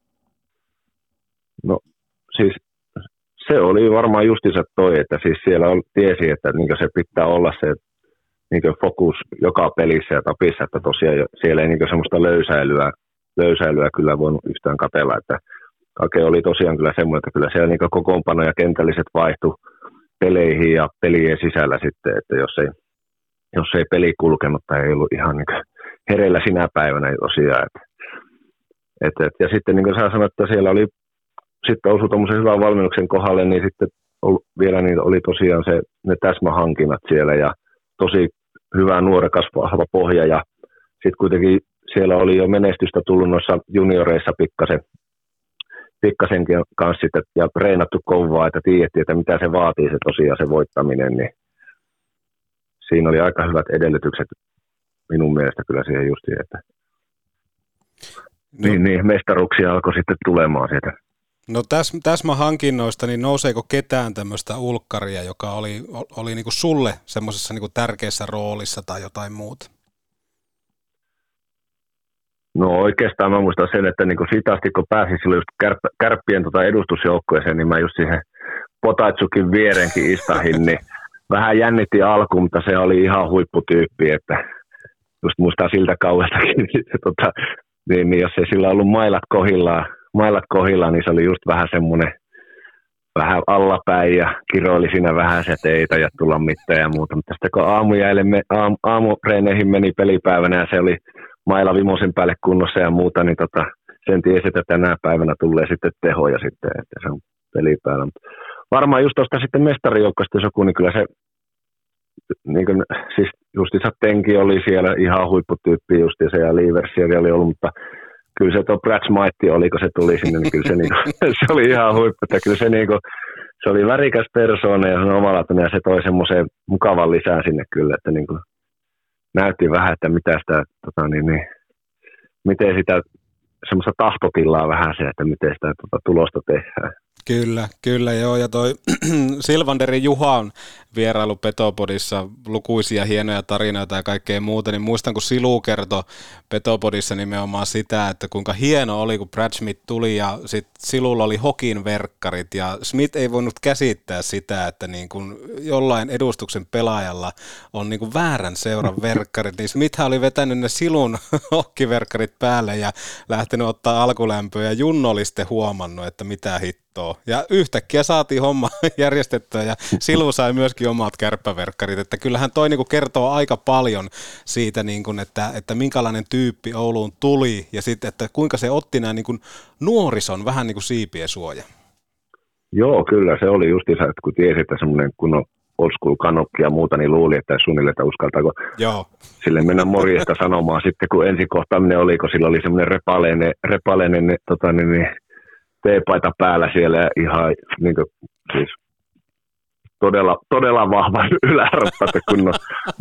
No siis se oli varmaan justiinsa toi, että siis siellä on, tiesi, että niin se pitää olla se niin fokus joka pelissä ja tapissa, että tosiaan siellä ei niin semmoista löysäilyä, löysäilyä kyllä voinut yhtään katsella, että Kake oli tosiaan kyllä semmoinen, että kyllä siellä niin kokoonpano ja kentälliset vaihtui peleihin ja pelien sisällä sitten, että jos ei, jos ei peli kulkenut tai ei ollut ihan niin hereillä sinä päivänä tosiaan. Että, et, et, ja sitten niin kuin sä sanoit, että siellä oli sitten osui tuommoisen hyvän valmennuksen kohdalle, niin sitten vielä niin oli tosiaan se, ne täsmähankinnat siellä ja tosi hyvä nuorekas vahva pohja ja sitten kuitenkin siellä oli jo menestystä tullut noissa junioreissa pikkasen, pikkasenkin kanssa sitten, ja treenattu kovaa, että tiedettiin, että mitä se vaatii se tosiaan se voittaminen, niin siinä oli aika hyvät edellytykset minun mielestä kyllä siihen justiin, että no. niin, niin, mestaruksia alkoi sitten tulemaan sieltä. No täs, täsmähankinnoista, niin nouseeko ketään tämmöistä ulkkaria, joka oli, oli niinku sulle semmoisessa niinku tärkeässä roolissa tai jotain muuta? No oikeastaan mä muistan sen, että niinku siitä asti kun pääsin silloin just kärp, kärppien tota edustusjoukkueeseen, niin mä just siihen Potatsukin vierenkin istahin, niin vähän jännitti alkuun, mutta se oli ihan huipputyyppi, että just muistaa siltä kauestakin, niin, tota, niin, niin jos ei sillä ollut mailat kohillaan, mailat kohillaan, niin se oli just vähän semmoinen vähän allapäin ja kiroili siinä vähän seteitä ja tulla mitään ja muuta. Mutta sitten kun aamujäille me, aam, aamutreeneihin meni pelipäivänä ja se oli maila vimosen päälle kunnossa ja muuta, niin tota, sen tiesi, että tänä päivänä tulee sitten tehoja sitten, että se on pelipäivä. Varmaan just tuosta sitten mestarijoukkoista, jos joku, niin kyllä se, niin kuin, siis justiinsa Tenki oli siellä ihan huipputyyppi justiinsa ja Leversieri oli ollut, mutta kyllä se tuo Brad Smite oli, kun se tuli sinne, niin kyllä se, niin kuin, se oli ihan huippu, että kyllä se, niin kuin, se oli värikäs persoona ja se on omalaatuinen ja se toi semmoisen mukavan lisää sinne kyllä, että niin kuin, näytti vähän, että mitä sitä, tota, niin, niin, miten sitä semmoista tahtotilaa vähän se, että miten sitä tota, tulosta tehdään. Kyllä, kyllä joo, ja toi Silvanderin Juha on vierailu Petopodissa, lukuisia hienoja tarinoita ja kaikkea muuta, niin muistan kun Silu kertoi Petopodissa nimenomaan sitä, että kuinka hieno oli kun Brad Smith tuli ja sitten Silulla oli hokin verkkarit ja Smith ei voinut käsittää sitä, että niin kun jollain edustuksen pelaajalla on niin kun väärän seuran verkkarit, niin Smith oli vetänyt ne Silun hokkiverkkarit päälle ja lähtenyt ottaa alkulämpöä ja Junno oli sitten huomannut, että mitä hittoa. Ja yhtäkkiä saatiin homma järjestettyä ja Silu sai myöskin omat kärppäverkkarit, että kyllähän toi niinku kertoo aika paljon siitä, niinku, että, että minkälainen tyyppi Ouluun tuli ja sitten, että kuinka se otti nämä niinku nuorison vähän niin kuin siipien suoja. Joo, kyllä se oli justiinsa, että kun tiesi, että semmoinen kunnon old school kanokki ja muuta, niin luuli, että suunnilleen, että uskaltaako Joo. sille mennä morjesta sanomaan. Sitten kun ensikohtaaminen oli, kun sillä oli semmoinen repaleinen, repaleinen tota, niin, niin, teepaita päällä siellä ja ihan niin kuin, siis todella, todella vahva yläroppa, kun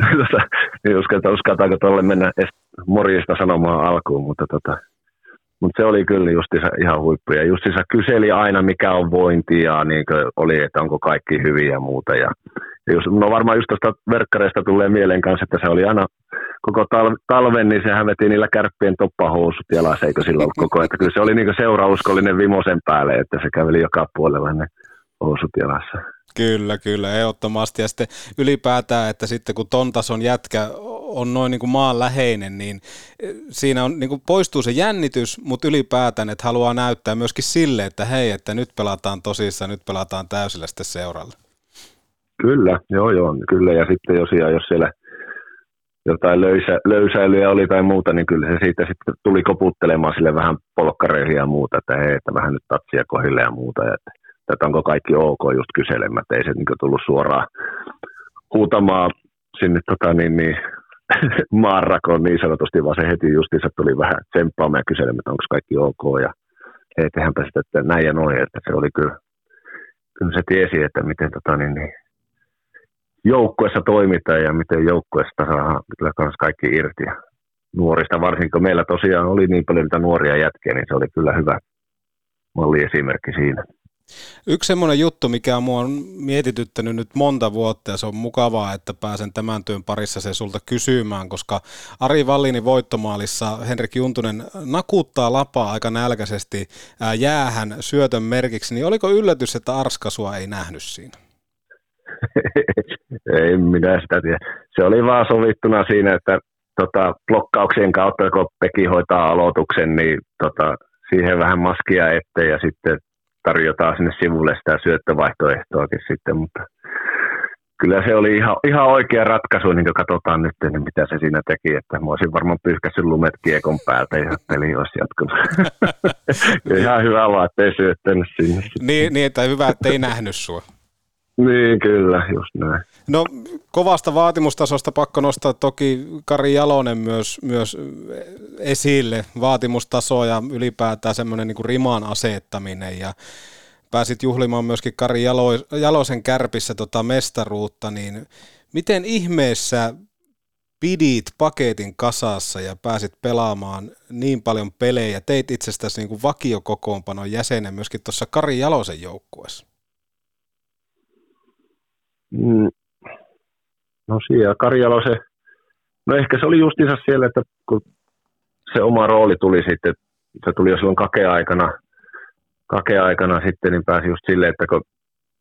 niin uskalta, uskaltaako tuolle mennä morjesta sanomaan alkuun, mutta, tota, mutta se oli kyllä justiinsa ihan huippu ja justiinsa kyseli aina mikä on vointi ja niin oli, että onko kaikki hyviä ja muuta ja, ja just, no varmaan just tuosta verkkareista tulee mieleen kanssa, että se oli aina koko tal- talven, niin sehän veti niillä kärppien toppahousut jalassa, eikö sillä ollut koko, että kyllä se oli niin seurauskollinen vimosen päälle, että se käveli joka puolella ne housut jalassa. Kyllä, kyllä, ehdottomasti. Ja sitten ylipäätään, että sitten kun ton tason jätkä on noin niin kuin maanläheinen, niin siinä on, niin kuin poistuu se jännitys, mutta ylipäätään, että haluaa näyttää myöskin sille, että hei, että nyt pelataan tosissaan, nyt pelataan täysillä sitten seuralle. Kyllä, joo joo, kyllä. Ja sitten josiaan, jos siellä jotain löysä, löysäilyjä oli tai muuta, niin kyllä se siitä sitten tuli koputtelemaan sille vähän polkkareihin ja muuta, että hei, että vähän nyt tatsia kohille ja muuta, ja että, että onko kaikki ok just kyselemään, ei se niin tullut suoraan huutamaan sinne tota, niin, niin, maanrakoon niin sanotusti, vaan se heti justiinsa tuli vähän tsemppaamaan ja kyselemään, että onko kaikki ok, ja hei, tehdäänpä sitä, että näin ja noin, että se oli kyllä, kyllä se tiesi, että miten tota, niin, niin, joukkueessa toimitaan ja miten joukkueesta saa kyllä kaikki irti ja nuorista, varsinkin kun meillä tosiaan oli niin paljon niitä nuoria jätkiä, niin se oli kyllä hyvä malliesimerkki siinä. Yksi semmoinen juttu, mikä mua on mietityttänyt nyt monta vuotta ja se on mukavaa, että pääsen tämän työn parissa se sulta kysymään, koska Ari Vallinin voittomaalissa Henrik Juntunen nakuttaa lapaa aika nälkäisesti jäähän syötön merkiksi, niin oliko yllätys, että Arskasua ei nähnyt siinä? Ei minä sitä tiedä. Se oli vaan sovittuna siinä, että tota, blokkauksien kautta, kun Peki hoitaa aloituksen, niin tota, siihen vähän maskia eteen ja sitten tarjotaan sinne sivulle sitä syöttövaihtoehtoakin sitten, mutta kyllä se oli ihan, ihan oikea ratkaisu, niin kun katsotaan nyt, niin mitä se siinä teki, että mä olisin varmaan pyyhkässyt lumet kiekon päältä ja peli olisi jatkunut. Ihan hyvä vaan, ettei syöttänyt sinne. Niin, niin, että hyvä, ettei nähnyt sua. Niin, kyllä, just näin. No kovasta vaatimustasosta pakko nostaa toki Kari Jalonen myös, myös esille, vaatimustaso ja ylipäätään semmoinen niin kuin riman asettaminen ja pääsit juhlimaan myöskin Kari Jalo, Jalosen Kärpissä tota mestaruutta, niin miten ihmeessä pidit paketin kasassa ja pääsit pelaamaan niin paljon pelejä, teit itsestäsi niin kuin vakiokokoonpanon jäsenen myöskin tuossa Kari Jalosen joukkueessa? Mm. No siellä Karjalo se, no ehkä se oli justiinsa siellä, että kun se oma rooli tuli sitten, se tuli jo silloin kakea-aikana, kakea-aikana sitten, niin pääsi just silleen, että kun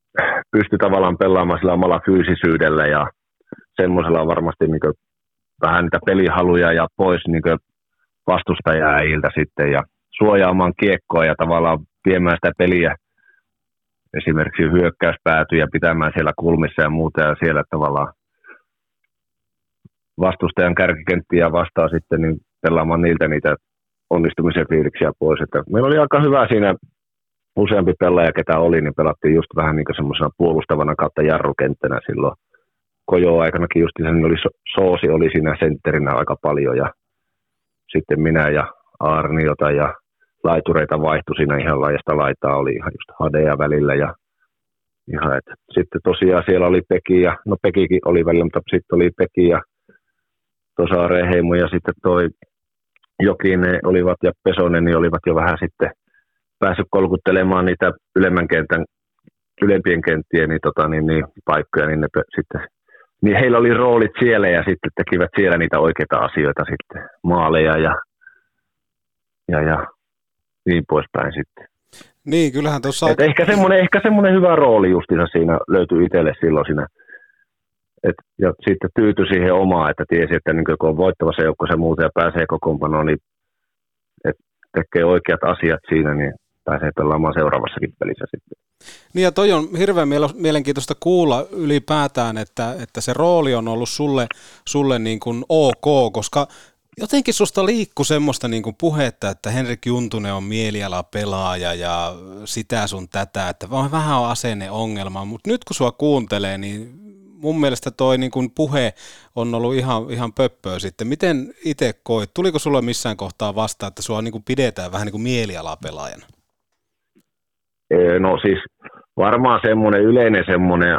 pystyi tavallaan pelaamaan sillä omalla fyysisyydellä ja semmoisella varmasti niin kuin vähän niitä pelihaluja ja pois niin kuin vastustajaäijiltä sitten ja suojaamaan kiekkoa ja tavallaan viemään sitä peliä esimerkiksi hyökkäyspäätyjä pitämään siellä kulmissa ja muuta ja siellä tavallaan vastustajan kärkikenttiä vastaan sitten niin pelaamaan niiltä niitä onnistumisen fiiliksiä pois. Että meillä oli aika hyvä siinä useampi pelaaja, ketä oli, niin pelattiin just vähän niin kuin semmoisena puolustavana kautta jarrukenttänä silloin. Kojo-aikanakin just niin oli, Soosi oli siinä sentterinä aika paljon ja sitten minä ja Aarniota ja laitureita vaihtui siinä ihan laajasta laitaa, oli ihan just Hadeja välillä ja ihan, että sitten tosiaan siellä oli Peki ja, no Pekikin oli välillä, mutta sitten oli Peki ja Tosa Reheimo ja sitten toi Jokinen olivat ja Pesonen niin olivat jo vähän sitten päässyt kolkuttelemaan niitä ylemmän kentän, ylempien kenttien niin, tota, niin, niin, paikkoja, niin ne sitten niin heillä oli roolit siellä ja sitten tekivät siellä niitä oikeita asioita sitten, maaleja ja, ja, ja niin poispäin sitten. Niin, kyllähän tuossa... Et ehkä semmoinen, ehkä semmoinen hyvä rooli justiinsa siinä löytyi itselle silloin siinä. Et, ja sitten tyytyi siihen omaan, että tiesi, että niin kun on voittavassa joukkueessa ja muuta ja pääsee kokoonpanoon, niin että tekee oikeat asiat siinä, niin pääsee pelaamaan seuraavassakin pelissä sitten. Niin ja toi on hirveän mielenkiintoista kuulla ylipäätään, että, että se rooli on ollut sulle, sulle niin kuin ok, koska jotenkin susta liikkuu semmoista niin kuin puhetta, että Henrik Juntunen on mielialapelaaja ja sitä sun tätä, että vähän on asenneongelma, mutta nyt kun sua kuuntelee, niin mun mielestä toi niin kuin puhe on ollut ihan, ihan pöppöä sitten. Miten itse koit? Tuliko sulle missään kohtaa vastaan, että sua niin kuin pidetään vähän niin kuin mielialapelaajana? No siis varmaan semmoinen yleinen semmoinen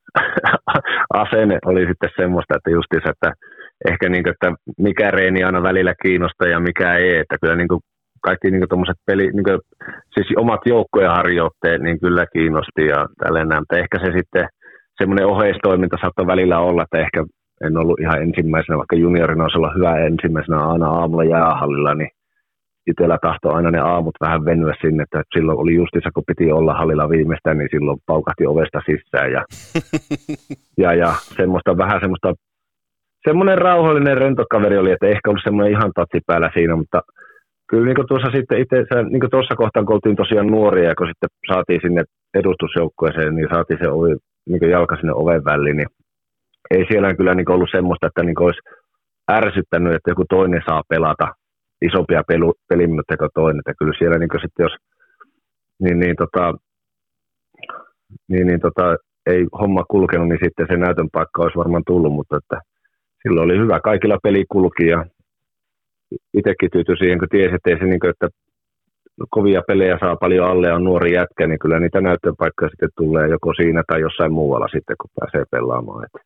asenne oli sitten semmoista, että justiinsa, että ehkä niin kuin, että mikä reeni aina välillä kiinnostaa ja mikä ei, että kyllä niin kuin kaikki niin kuin tommoset peli, niin kuin, siis omat joukkojen harjoitteet niin kyllä kiinnosti ja tällainen, mutta ehkä se sitten semmoinen oheistoiminta saattoi välillä olla, että ehkä en ollut ihan ensimmäisenä, vaikka juniorina olisi olla hyvä ensimmäisenä aina aamulla jäähallilla, niin itsellä tahtoi aina ne aamut vähän venyä sinne, että silloin oli justiinsa, kun piti olla hallilla viimeistään, niin silloin paukahti ovesta sisään ja, ja, ja semmoista vähän semmoista, semmoinen rauhallinen rentokaveri oli, että ehkä ollut semmoinen ihan tatsi päällä siinä, mutta kyllä niin kuin tuossa sitten itse, niin kuin tuossa kohtaan, kun oltiin tosiaan nuoria ja kun sitten saatiin sinne edustusjoukkueeseen, niin saatiin se ovi, niin kuin jalka sinne oven väliin, niin ei siellä kyllä niin kuin ollut semmoista, että niin kuin olisi ärsyttänyt, että joku toinen saa pelata isompia pelu, peliminuutteja kuin toinen, että kyllä siellä niin kuin sitten jos niin, niin, tota, niin, niin tota, ei homma kulkenut, niin sitten se näytön paikka olisi varmaan tullut, mutta että silloin oli hyvä, kaikilla peli kulki ja itsekin tyytyi siihen, kun tiesi, että, ei se, niin kuin, että kovia pelejä saa paljon alle ja on nuori jätkä, niin kyllä niitä näytön paikkoja sitten tulee joko siinä tai jossain muualla sitten, kun pääsee pelaamaan. Että.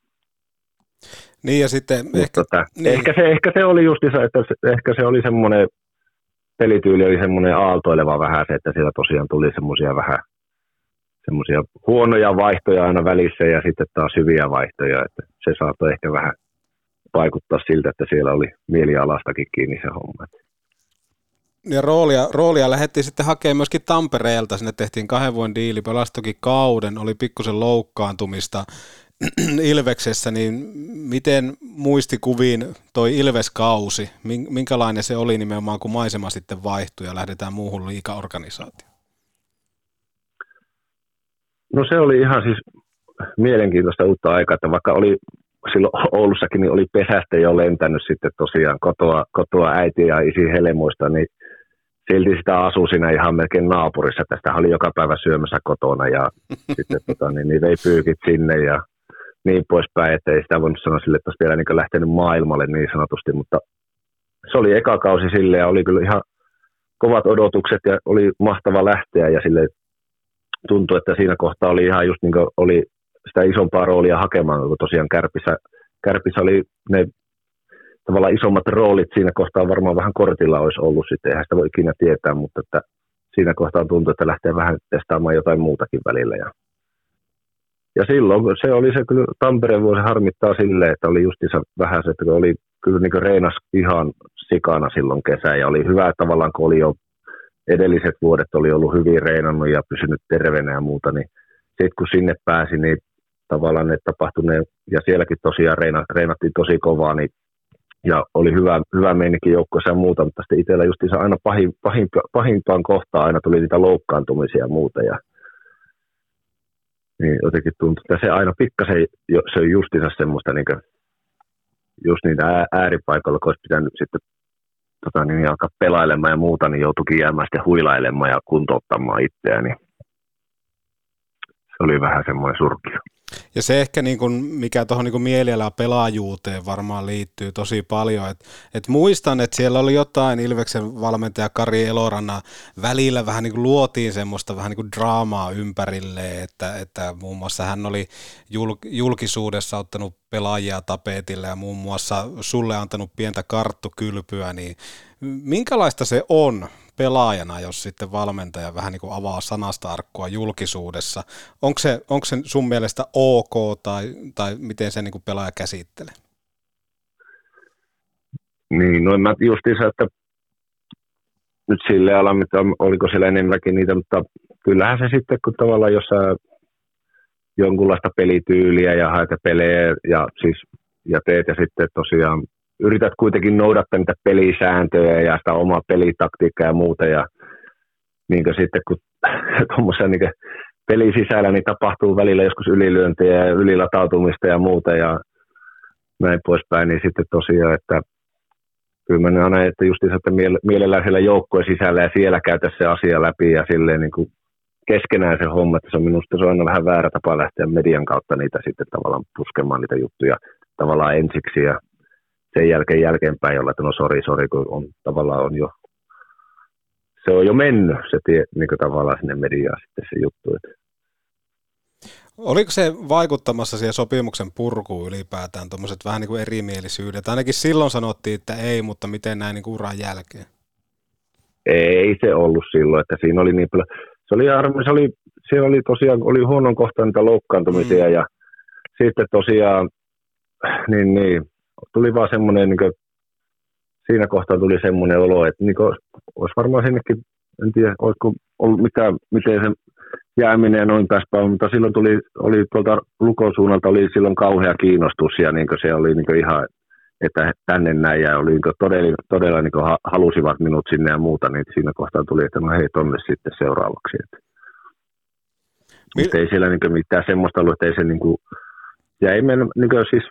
Niin ja sitten ehkä, tota, niin. ehkä, se, ehkä se oli justiinsa, että se, ehkä se oli semmoinen, pelityyli oli semmoinen aaltoileva vähän se, että siellä tosiaan tuli semmoisia vähän semmoisia huonoja vaihtoja aina välissä ja sitten taas hyviä vaihtoja, että se saattoi ehkä vähän vaikuttaa siltä, että siellä oli mielialastakin kiinni se homma. Ja roolia, roolia lähdettiin sitten hakemaan myöskin Tampereelta, sinne tehtiin kahden vuoden diili, pelasi toki kauden, oli pikkusen loukkaantumista Ilveksessä, niin miten muistikuviin toi Ilves-kausi, minkälainen se oli nimenomaan, kun maisema sitten vaihtui ja lähdetään muuhun liigaorganisaatioon? No se oli ihan siis mielenkiintoista uutta aikaa, että vaikka oli silloin Oulussakin, niin oli pesästä jo lentänyt sitten tosiaan kotoa, kotoa äiti ja isi Helemoista, niin silti sitä asui siinä ihan melkein naapurissa. Tästä oli joka päivä syömässä kotona ja sitten tota, niin, niin vei pyykit sinne ja niin poispäin, että ei sitä voinut sanoa sille, että olisi vielä niin lähtenyt maailmalle niin sanotusti, mutta se oli eka kausi sille ja oli kyllä ihan kovat odotukset ja oli mahtava lähteä ja sille tuntui, että siinä kohtaa oli ihan just niin kuin oli sitä isompaa roolia hakemaan, kun tosiaan Kärpissä, Kärpissä oli ne tavallaan isommat roolit siinä kohtaa varmaan vähän kortilla olisi ollut sitten, eihän sitä voi ikinä tietää, mutta että siinä kohtaa tuntui, että lähtee vähän testaamaan jotain muutakin välillä. Ja, ja silloin se oli se kyllä, Tampereen vuosi harmittaa silleen, että oli justiinsa vähän se, että kun oli kyllä niin kuin reinas ihan sikana silloin kesä ja oli hyvä tavallaan, kun oli jo edelliset vuodet oli ollut hyvin reinannut ja pysynyt terveenä ja muuta, niin sitten kun sinne pääsi, niin tavallaan ne tapahtui ne, ja sielläkin tosiaan reina, reinattiin tosi kovaa, niin, ja oli hyvä, hyvä meininki joukkueessa ja muuta, mutta sitten itsellä justiinsa aina pahin, pahin, pahimpaan kohtaan aina tuli niitä loukkaantumisia ja muuta, ja niin jotenkin tuntui, että se aina pikkasen, se on justiinsa semmoista, niin kuin, just niitä ääripaikoilla, kun olisi pitänyt sitten tota, niin alkaa pelailemaan ja muuta, niin joutuikin jäämään sitten huilailemaan ja kuntouttamaan itseään, niin se oli vähän semmoinen surkio. Ja se ehkä, niin kuin, mikä tuohon niin mielialaa pelaajuuteen varmaan liittyy tosi paljon. Et, et muistan, että siellä oli jotain Ilveksen valmentaja Kari Elorannan välillä vähän niin kuin luotiin semmoista vähän niin kuin draamaa ympärille, että, että muun muassa hän oli julkisuudessa ottanut pelaajia tapetille ja muun muassa sulle antanut pientä karttukylpyä, niin minkälaista se on pelaajana, jos sitten valmentaja vähän niin kuin avaa sanasta arkkoa julkisuudessa? Onko se, onko se sun mielestä ok tai, tai miten se niin kuin pelaaja käsittelee? Niin, no mä justiinsa, että nyt sille ala, mitä oliko siellä enemmänkin niitä, mutta kyllähän se sitten, kun tavallaan jos sä jonkunlaista pelityyliä ja haet pelejä ja, siis, ja teet ja sitten tosiaan yrität kuitenkin noudattaa niitä pelisääntöjä ja sitä omaa pelitaktiikkaa ja muuta. Ja niin sitten kun tuommoisen niin pelin sisällä niin tapahtuu välillä joskus ylilyöntiä ja ylilatautumista ja muuta ja näin poispäin, niin sitten tosiaan, että kyllä mä aina, että just että mielellään siellä joukkojen sisällä ja siellä käytä se asia läpi ja silleen niin kuin keskenään se homma, että se on minusta se on aina vähän väärä tapa lähteä median kautta niitä sitten tavallaan puskemaan niitä juttuja tavallaan ensiksi ja sen jälkeen jälkeenpäin jolla, että no sori, sori, kun on tavallaan on jo, se on jo mennyt se tie, niin kuin tavallaan sinne mediaan sitten se juttu. Että. Oliko se vaikuttamassa siihen sopimuksen purkuun ylipäätään, tuommoiset vähän niin kuin erimielisyydet? Ainakin silloin sanottiin, että ei, mutta miten näin niin kuin uran jälkeen? Ei se ollut silloin, että siinä oli niin paljon, se oli, se oli, se oli tosiaan, oli huonon kohtaan niitä loukkaantumisia mm. ja sitten tosiaan, niin niin, tuli vaan semmoinen, niin kuin, siinä kohtaa tuli semmoinen olo, että niin kuin, olisi varmaan sinnekin, en tiedä, olisiko ollut mitään, miten se jääminen ja noin pääspäin, mutta silloin tuli, oli tuolta Lukon suunnalta oli silloin kauhea kiinnostus ja niin kuin, se oli niin kuin, ihan, että tänne näin ja oli niin kuin, todella, todella niin kuin, halusivat minut sinne ja muuta, niin siinä kohtaa tuli, että no hei tonne sitten seuraavaksi. Että. Mi- mutta ei siellä niin kuin, mitään semmoista ollut, että ei se niin kuin, ja ei meillä niin kuin, siis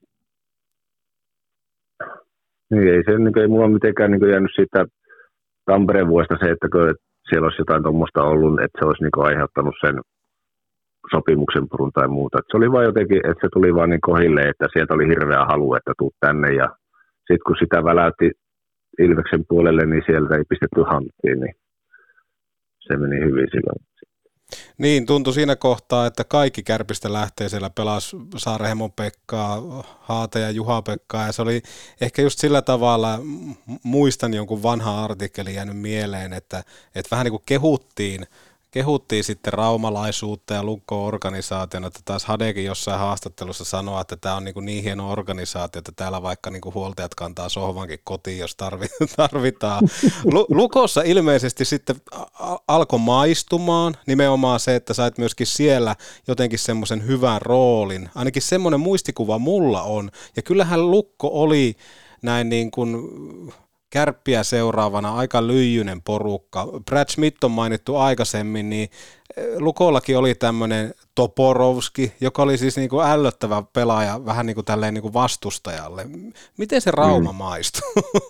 niin ei, se, niin ei mulla mitenkään niin jäänyt siitä Tampereen vuodesta se, että siellä olisi jotain tuommoista ollut, että se olisi niin aiheuttanut sen sopimuksen purun tai muuta. Että se oli vaan jotenkin, että se tuli vaan niin kohille, että sieltä oli hirveä halu, että tuu tänne. Ja sitten kun sitä väläytti Ilveksen puolelle, niin sieltä ei pistetty hanttiin, niin se meni hyvin silloin. Niin, tuntui siinä kohtaa, että kaikki Kärpistä lähtee, siellä pelasi Saarehemon Pekkaa, Haate ja Juha-Pekkaa, ja se oli ehkä just sillä tavalla, muistan jonkun vanhan artikkelin jäänyt mieleen, että, että vähän niin kuin kehuttiin, kehuttiin sitten raumalaisuutta ja Lukko-organisaationa, että taas Hadekin jossain haastattelussa sanoa, että tämä on niin, niin hieno organisaatio, että täällä vaikka niin kuin huoltajat kantaa sohvankin kotiin, jos tarvitaan. Lukossa ilmeisesti sitten alkoi maistumaan nimenomaan se, että sait myöskin siellä jotenkin semmoisen hyvän roolin. Ainakin semmoinen muistikuva mulla on. Ja kyllähän Lukko oli näin niin kuin Kärppiä seuraavana aika lyijyinen porukka. Brad Smith on mainittu aikaisemmin, niin Lukollakin oli tämmöinen Toporovski, joka oli siis niin kuin ällöttävä pelaaja vähän niin kuin tälleen niin kuin vastustajalle. Miten se Rauma mm. maistui?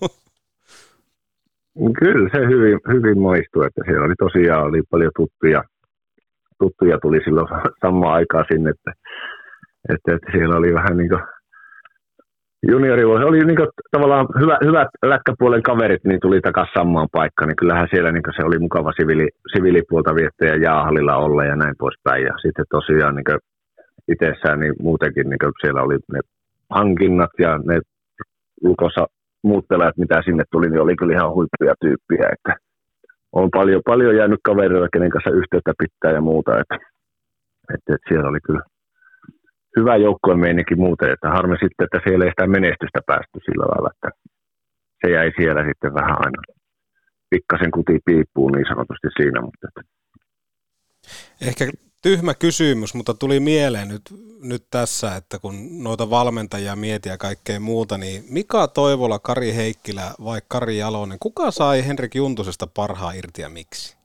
Kyllä se hyvin, hyvin maistui, että siellä oli tosiaan oli paljon tuttuja, tuttuja tuli silloin samaan aikaan sinne, että, että, että siellä oli vähän niin kuin juniorivuosi, oli niin kuin tavallaan hyvä, hyvät lätkäpuolen kaverit, niin tuli takaisin samaan paikkaan, niin kyllähän siellä niin se oli mukava siviili, siviilipuolta viettää ja jäähallilla olla ja näin poispäin. Ja sitten tosiaan niin itsessään niin muutenkin niin siellä oli ne hankinnat ja ne Lukossa muut pelaajat, mitä sinne tuli, niin oli kyllä ihan huippuja tyyppiä. Että on paljon, paljon jäänyt kavereilla, kenen kanssa yhteyttä pitää ja muuta. Että, että, että siellä oli kyllä hyvä joukkueen meininki muuten, että harmi sitten, että siellä ei sitä menestystä päästy sillä lailla, että se jäi siellä sitten vähän aina pikkasen kuti piippuun niin sanotusti siinä. Mutta ehkä tyhmä kysymys, mutta tuli mieleen nyt, nyt tässä, että kun noita valmentajia mietin ja kaikkea muuta, niin Mika Toivola, Kari Heikkilä vai Kari Jalonen, kuka sai Henrik Juntusesta parhaan irti ja miksi?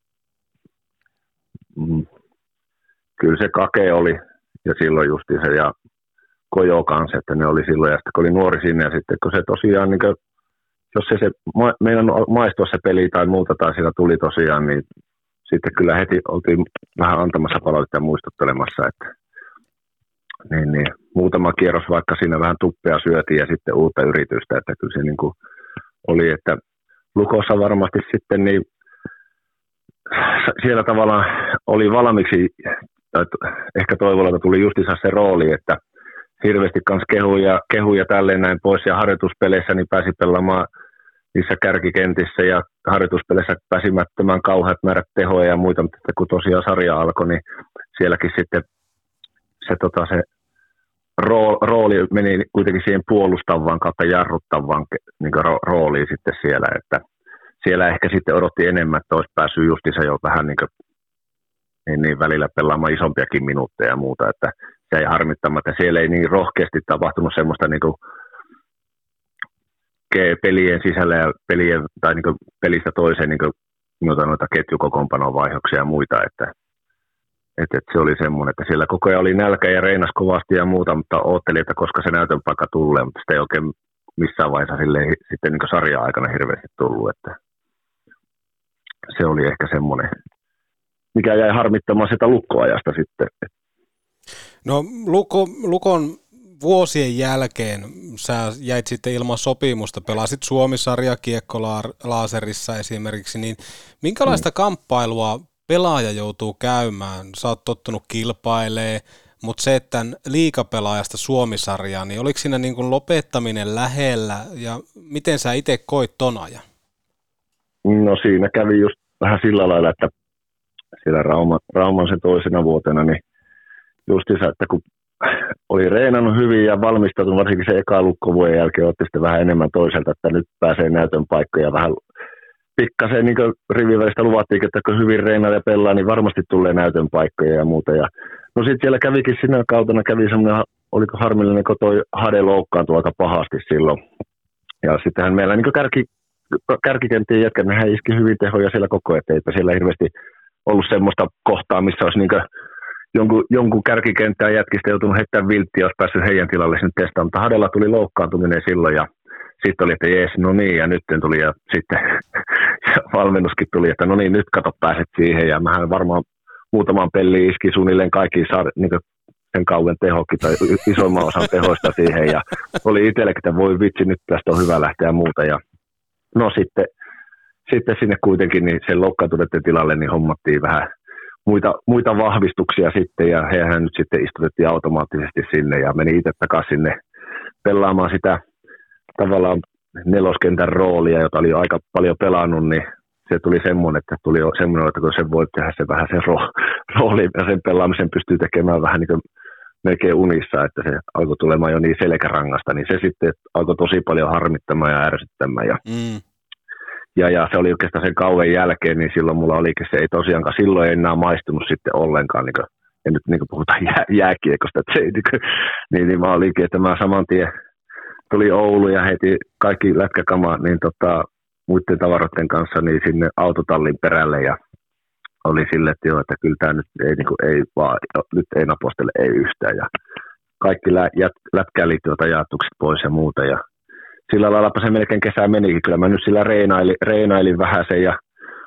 Mm. Kyllä se Kake oli ja silloin justiinsa ja Kojo kanssa, että ne oli silloin ja sitten kun oli nuori sinne ja sitten kun se tosiaan, niin kuin, jos se, se meidän maistua se peli tai muuta tai siinä tuli tosiaan, niin sitten kyllä heti oltiin vähän antamassa palautetta ja muistuttelemassa, että niin, niin, muutama kierros vaikka siinä vähän tuppea syötiin ja sitten uutta yritystä, että kyllä se niin kuin oli, että Lukossa varmasti sitten niin siellä tavallaan oli valmiiksi, ehkä Toivolalta tuli justiinsa se rooli, että hirveästi kans kehuja, kehuja tälleen näin pois ja harjoituspeleissä niin pääsi pelaamaan niissä kärkikentissä ja harjoituspeleissä pääsimättömän kauheat määrät tehoja ja muita, mutta kun tosiaan sarja alkoi, niin sielläkin sitten se, tota, se rooli meni kuitenkin siihen puolustavaan kautta jarruttavaan niin ro- rooliin sitten siellä, että siellä ehkä sitten odotti enemmän, että olisi päässyt justiinsa jo vähän niin, kuin, niin, niin välillä pelaamaan isompiakin minuutteja ja muuta, että se ei harmittamatta. Siellä ei niin rohkeasti tapahtunut semmoista niin kuin pelien sisällä ja pelien, tai niin kuin pelistä toiseen niin kuin noita, noita ketjukokoonpanon vaihoksia ja muita, että, että, että se oli semmoinen, että siellä koko ajan oli nälkä ja reinas kovasti ja muuta, mutta oottelin, että koska se näytön paikka tulee, mutta sitä ei oikein missään vaiheessa silleen, sitten niin kuin sarjan aikana hirveästi tullut, että se oli ehkä semmoinen, mikä jäi harmittamaan sitä lukkoajasta sitten. No Luko, Lukon vuosien jälkeen sä jäit sitten ilman sopimusta, pelasit Suomi-sarja Kiekko-Laaserissa esimerkiksi, niin minkälaista mm. kamppailua pelaaja joutuu käymään? Sä oot tottunut kilpailemaan, mutta se, että liigapelaajasta Suomi-sarjaan, niin oliko siinä niin kuin lopettaminen lähellä ja miten sä itse koit ton ajan? No siinä kävi just vähän sillä lailla, että siellä Rauma, Rauman sen toisena vuotena, niin justiinsa, että kun oli reenannut hyvin ja valmistautunut, varsinkin se eka lukkovuoden jälkeen, otti sitten vähän enemmän toiselta, että nyt pääsee näytön paikkoja vähän pikkasen niin rivin välistä luvattiin, että kun hyvin reenaa ja pelaa, niin varmasti tulee näytön paikkoja ja muuta. Ja no sitten siellä kävikin sinä kautena, kävi semmoinen, oliko harmillinen, kun toi Hade loukkaantui aika pahasti silloin. Ja sittenhän meillä niin kärki, kärkikenttien jätkät, nehän iski hyvin tehoja siellä koko ajan, että siellä hirveästi ollut semmoista kohtaa, missä olisi niin jonkun, jonkun kärkikenttään jätkistä joutunut heittämään vilttiä, olisi päässyt heidän tilalle sen testaan, mutta Hadella tuli loukkaantuminen silloin ja sitten oli, että jees, no niin, ja nyt tuli, ja sitten valmennuskin tuli, että no niin, nyt kato, pääset siihen, ja mähän varmaan muutaman peliin iski suunnilleen kaikki saada, niin sen kauan tehokin, tai isomman osan tehoista siihen, ja oli itsellekin, että voi vitsi, nyt tästä on hyvä lähteä ja muuta, ja no sitten, sitten sinne kuitenkin, niin sen loukkaantuneiden tilalle, niin hommattiin vähän muita, muita vahvistuksia sitten, ja hehän nyt sitten istutettiin automaattisesti sinne, ja meni itse takaisin sinne pelaamaan sitä, tavallaan neloskentän roolia, jota oli aika paljon pelannut, niin se tuli semmoinen, että tuli semmoinen, että kun sen voi tehdä se vähän sen ro- rooli ja sen pelaamisen pystyy tekemään vähän niin kuin melkein unissa, että se alkoi tulemaan jo niin selkärangasta, niin se sitten alkoi tosi paljon harmittamaan ja ärsyttämään. Ja, mm. ja, ja se oli oikeastaan sen kauan jälkeen, niin silloin mulla olikin se, ei tosiaankaan silloin ei enää maistunut sitten ollenkaan, niin kuin, ja nyt niin kuin puhutaan jää, jääkiekosta, että se ei, niin, kuin, niin, niin mä olinkin, että mä saman tien tuli Oulu ja heti kaikki lätkäkama niin tota, muiden tavaroiden kanssa niin sinne autotallin perälle ja oli sille, että joo, että kyllä tämä nyt ei, niin kuin, ei vaan, nyt ei napostele, ei yhtään ja kaikki lä, jät, lätkään liittyvät ajatukset pois ja muuta ja sillä lailla se melkein kesä menikin, kyllä mä nyt sillä reenailin, reenailin vähän sen ja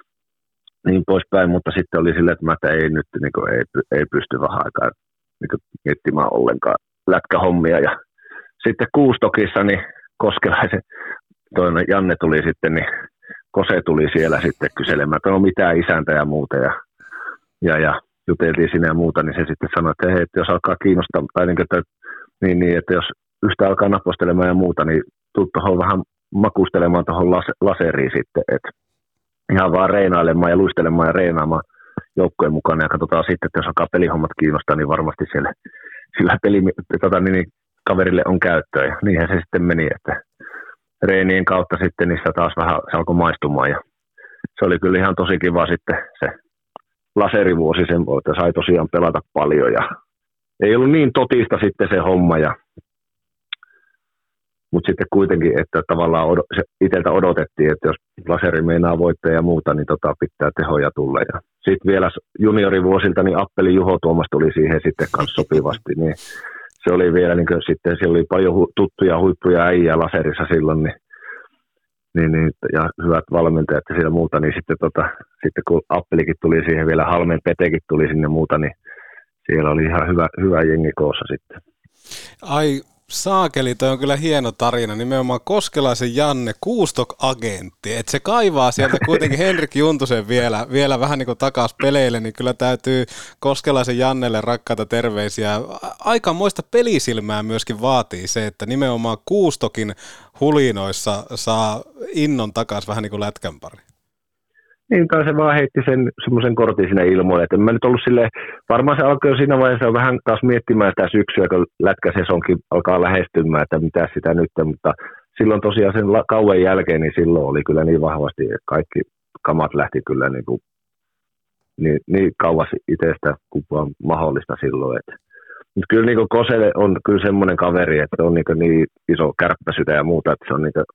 niin poispäin, mutta sitten oli silleen, että mä että ei nyt niin kuin, ei, ei pysty vähän aikaa niin kuin, miettimään ollenkaan lätkähommia ja sitten Kuustokissa, niin Koskelaisen toinen Janne tuli sitten, niin Kose tuli siellä sitten kyselemään, että no mitään isäntä ja muuta. Ja, ja, ja juteltiin sinne ja muuta, niin se sitten sanoi, että hei, että jos alkaa kiinnostaa, tai niin, että, niin, niin, että jos yhtä alkaa napostelemaan ja muuta, niin tuu tuohon vähän makustelemaan tuohon lase, laseriin sitten, että ihan vaan reinailemaan ja luistelemaan ja reinaamaan joukkojen mukana. Ja katsotaan sitten, että jos alkaa pelihommat kiinnostaa, niin varmasti siellä, sillä peli, tota, niin, kaverille on käyttöä ja niinhän se sitten meni, että reenien kautta sitten niissä taas vähän se alkoi maistumaan ja se oli kyllä ihan tosi kiva sitten se laserivuosi sen, että sai tosiaan pelata paljon ja ei ollut niin totista sitten se homma ja mutta sitten kuitenkin, että tavallaan od- se itseltä odotettiin, että jos laseri meinaa voittaa ja muuta, niin tota pitää tehoja tulla. Ja sitten vielä juniorivuosilta, niin Appeli Juho Tuomas tuli siihen sitten kanssa sopivasti. Niin se oli vielä, niin kuin sitten siellä oli paljon hu- tuttuja huippuja äijä laserissa silloin, niin, niin, niin, ja hyvät valmentajat ja siellä muuta. Niin sitten, tota, sitten kun Appelikin tuli siihen, vielä Halmen Petekin tuli sinne muuta, niin siellä oli ihan hyvä, hyvä jengi koossa sitten. Ai saakeli, toi on kyllä hieno tarina, nimenomaan Koskelaisen Janne, Kuustok-agentti, että se kaivaa sieltä kuitenkin Henrik Juntusen vielä, vielä vähän niin kuin takas peleille, niin kyllä täytyy Koskelaisen Jannelle rakkaita terveisiä. Aikamoista pelisilmää myöskin vaatii se, että nimenomaan Kuustokin hulinoissa saa innon takas vähän niin kuin lätkän pari. Niin, kai se vaan heitti sen semmoisen kortin sinne ilmoille. Et en mä nyt ollut silleen, varmaan se alkoi jo siinä vaiheessa vähän taas miettimään sitä syksyä, kun lätkäsesonkin alkaa lähestymään, että mitä sitä nyt, mutta silloin tosiaan sen kauan jälkeen, niin silloin oli kyllä niin vahvasti, että kaikki kamat lähti kyllä niin, kuin, niin, niin kauas itsestä kuin vaan mahdollista silloin. Mutta kyllä niin kuin Kosele on kyllä semmoinen kaveri, että on niin, niin iso kärppäsydä ja muuta, että se on niin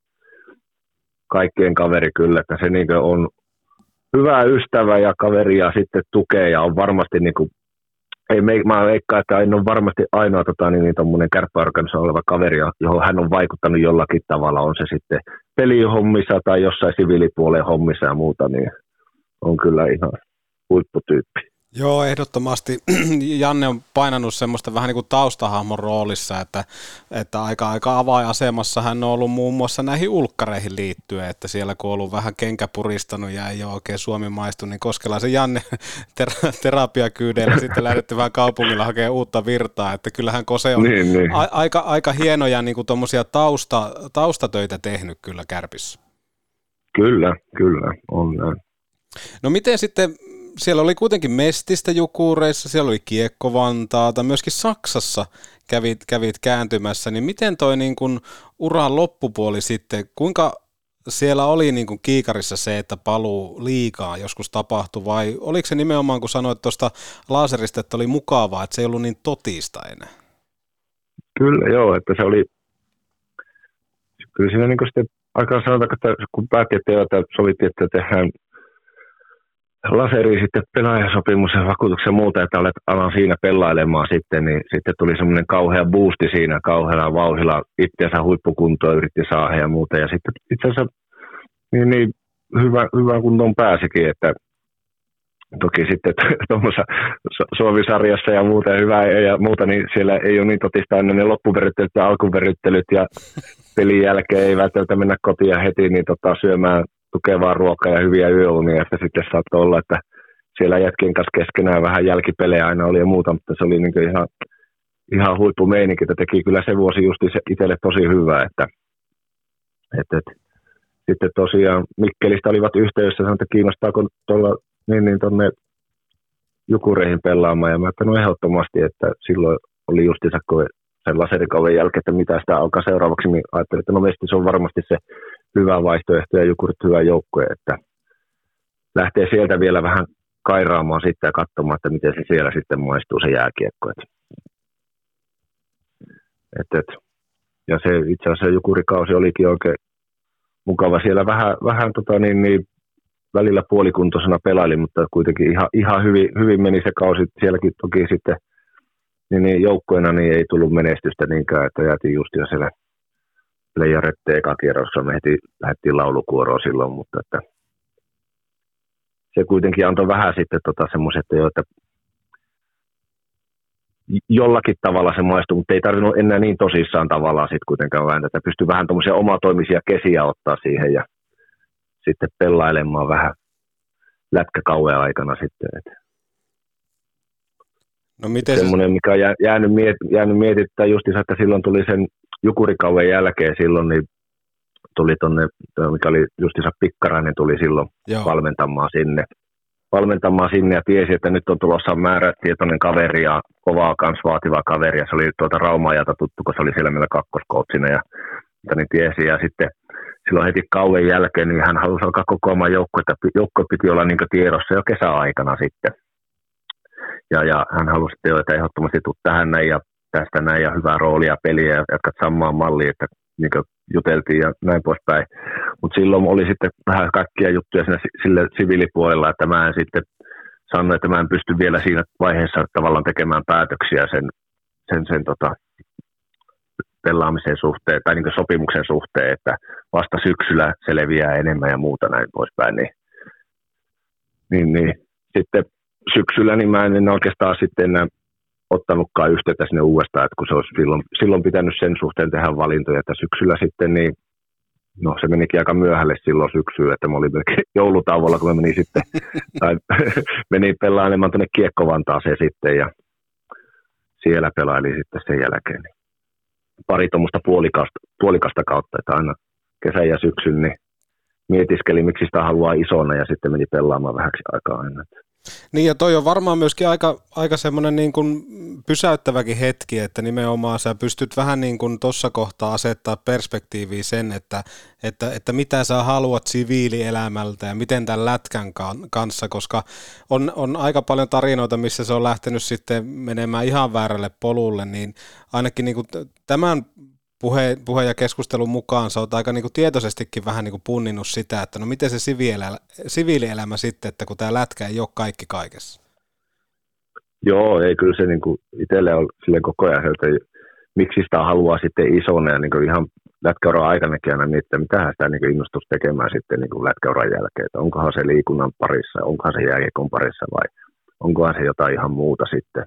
kaikkien kaveri kyllä, että se niin on hyvä ystävä ja kaveri ja sitten tukee ja on varmasti niin kuin, ei me, mä veikkaan, että en ole varmasti ainoa tota, niin, tommoinen kärppäorganisaatio oleva kaveri, johon hän on vaikuttanut jollakin tavalla, on se sitten pelihommissa tai jossain siviilipuolen hommissa ja muuta, niin on kyllä ihan huipputyyppi. Joo, ehdottomasti. Janne on painanut semmoista vähän niin kuin taustahahmon roolissa, että, että aika, aika avainasemassa hän on ollut muun muassa näihin ulkkareihin liittyen, että siellä kun on ollut vähän kenkä puristanut ja ei ole oikein Suomi maistu, niin Koskelaisen Janne ter- terapiakyydeillä sitten lähdetty vähän kaupungilla hakemaan uutta virtaa, että kyllähän Kose on niin, niin. A- aika, aika hienoja niin kuin tommosia tausta, taustatöitä tehnyt kyllä Kärpissä. Kyllä, kyllä, on näin. No miten sitten, siellä oli kuitenkin Mestistä Jukureissa, siellä oli Kiekko Vantaata, myöskin Saksassa kävit, kävit kääntymässä, niin miten toi niin kuin uran loppupuoli sitten, kuinka siellä oli niin kuin kiikarissa se, että paluu liigaan joskus tapahtui, vai oliko se nimenomaan, kun sanoit tuosta laserista, että oli mukavaa, että se ei ollut niin totista enää? Kyllä joo, että se oli, kyllä siinä niin kuin sitten aikaan sanotaan, että kun päättiin, että sovittiin, että tehdään laseri sitten pelaajasopimus ja vakuutuksen ja muuta, että olet alan siinä pelailemaan sitten, niin sitten tuli semmoinen kauhea boosti siinä, kauhealla vauhdilla itseänsä huippukuntoa yritti saada ja muuta. Ja sitten itse asiassa niin, niin hyvä, hyvä kuntoon pääsikin, että toki sitten tuommoisessa Suomi-sarjassa ja muuta ja hyvää ja muuta, niin siellä ei ole niin totista aina ne loppuveryttelyt ja alkuveryttelyt ja pelin jälkeen ei välttämättä mennä kotiin heti niin tota, syömään tukevaa ruokaa ja hyviä yöunia, että sitten saattoi olla, että siellä jätkien kanssa keskenään vähän jälkipelejä aina oli ja muuta, mutta se oli niin ihan, ihan huippumeininki, että teki kyllä se vuosi just itselle tosi hyvää, että, että, että sitten tosiaan Mikkelistä olivat yhteydessä, sanoin, että kiinnostaako tuolla niin, niin tuonne Jukureihin pelaamaan, ja mä että no ehdottomasti, että silloin oli justiinsa sen laserikauden jälkeen, että mitä sitä alkaa seuraavaksi, niin ajattelin, että no Mesti se on varmasti se hyvä vaihtoehto ja Jukurit hyvä joukkue, että lähtee sieltä vielä vähän kairaamaan sitten ja katsomaan, että miten se siellä sitten maistuu se jääkiekko. Et, et, et. Ja se itse asiassa Jukurikausi olikin oikein mukava. Siellä vähän, vähän tota niin, niin, välillä puolikuntoisena pelaili, mutta kuitenkin ihan, ihan hyvin, hyvin meni se kausi. Sielläkin toki sitten niin, niin joukkoina niin ei tullut menestystä niinkään, että jäätiin just jo siellä Pleijarette eka kierrossa, me heti lähdettiin laulukuoroon silloin, mutta että se kuitenkin antoi vähän sitten tota semmoiset, että jollakin tavalla se maistui, mutta ei tarvinnut enää niin tosissaan tavallaan sitten kuitenkaan vääntää, että pystyi vähän tuommoisia omatoimisia kesiä ottaa siihen ja sitten pelailemaan vähän lätkäkauan aikana sitten. Että no miten semmoinen, mikä on jäänyt, miet, jäänyt mietittää justiinsa, että silloin tuli sen Jukurikauan jälkeen silloin, niin tuli tonne, mikä oli justiinsa Pikkarainen tuli silloin Joo. valmentamaan sinne. Valmentamaan sinne ja tiesi, että nyt on tulossa määrätietoinen kaveri ja kovaa kans vaativa kaveri. Ja se oli tuota Rauma-ajalta tuttu, kun se oli siellä meillä kakkoskoutsina ja niin tiesi. Ja sitten silloin heti kauan jälkeen niin hän halusi alkaa kokoamaan joukkoa, että joukko piti olla niin tiedossa jo kesäaikana sitten. Ja, ja hän halusi sitten jo, että ehdottomasti tuu tähän näin ja tästä näin ja hyvää roolia peliä ja jatkat samaan malliin, että niin kuin juteltiin ja näin poispäin. Mutta silloin oli sitten vähän kaikkia juttuja siinä sille siviilipuolella, että mä en sitten sanoin, että mä en pysty vielä siinä vaiheessa tavallaan tekemään päätöksiä sen, sen, sen tota, pelaamisen suhteen tai niin sopimuksen suhteen, että vasta syksyllä se leviää enemmän ja muuta näin poispäin. Niin, niin, niin. Sitten syksyllä niin mä en oikeastaan sitten enää ottanutkaan yhteyttä sinne uudestaan, että kun se olisi silloin, silloin pitänyt sen suhteen tehdä valintoja, että syksyllä sitten niin no se menikin aika myöhälle silloin syksyyn, että mä olin joulutauolla, kun mä menin sitten, tai menin pelailemaan tuonne Kiekko-Vantaaseen sitten ja siellä pelailin sitten sen jälkeen. Niin pari tuommoista puolikasta, puolikasta kautta, että aina kesän ja syksyn niin mietiskelin, miksi sitä haluaa isona ja sitten meni pelaamaan vähäksi aikaa aina. Niin ja toi on varmaan myöskin aika, aika semmoinen niin kuin pysäyttäväkin hetki, että nimenomaan sä pystyt vähän niin kuin tuossa kohtaa asettaa perspektiiviin sen, että, että, että mitä sä haluat siviilielämältä ja miten tämän lätkän kanssa, koska on, on aika paljon tarinoita, missä se on lähtenyt sitten menemään ihan väärälle polulle, niin ainakin niin kuin tämän Puhe, puhe ja keskustelun mukaan sä oot aika niinku tietoisestikin vähän niinku punninnut sitä, että no miten se siviilielämä, siviilielämä sitten, että kun tää lätkä ei ole kaikki kaikessa. Joo, ei kyllä se niinku itselle on silleen koko ajan, että miksi sitä haluaa sitten isona ja niinku ihan lätkäuran aikanakin aina miettiä, mitähän sitä niinku innostus tekemään sitten niinku lätkäuran jälkeen, että onkohan se liikunnan parissa, onkohan se jääkiekon parissa vai onkohan se jotain ihan muuta sitten.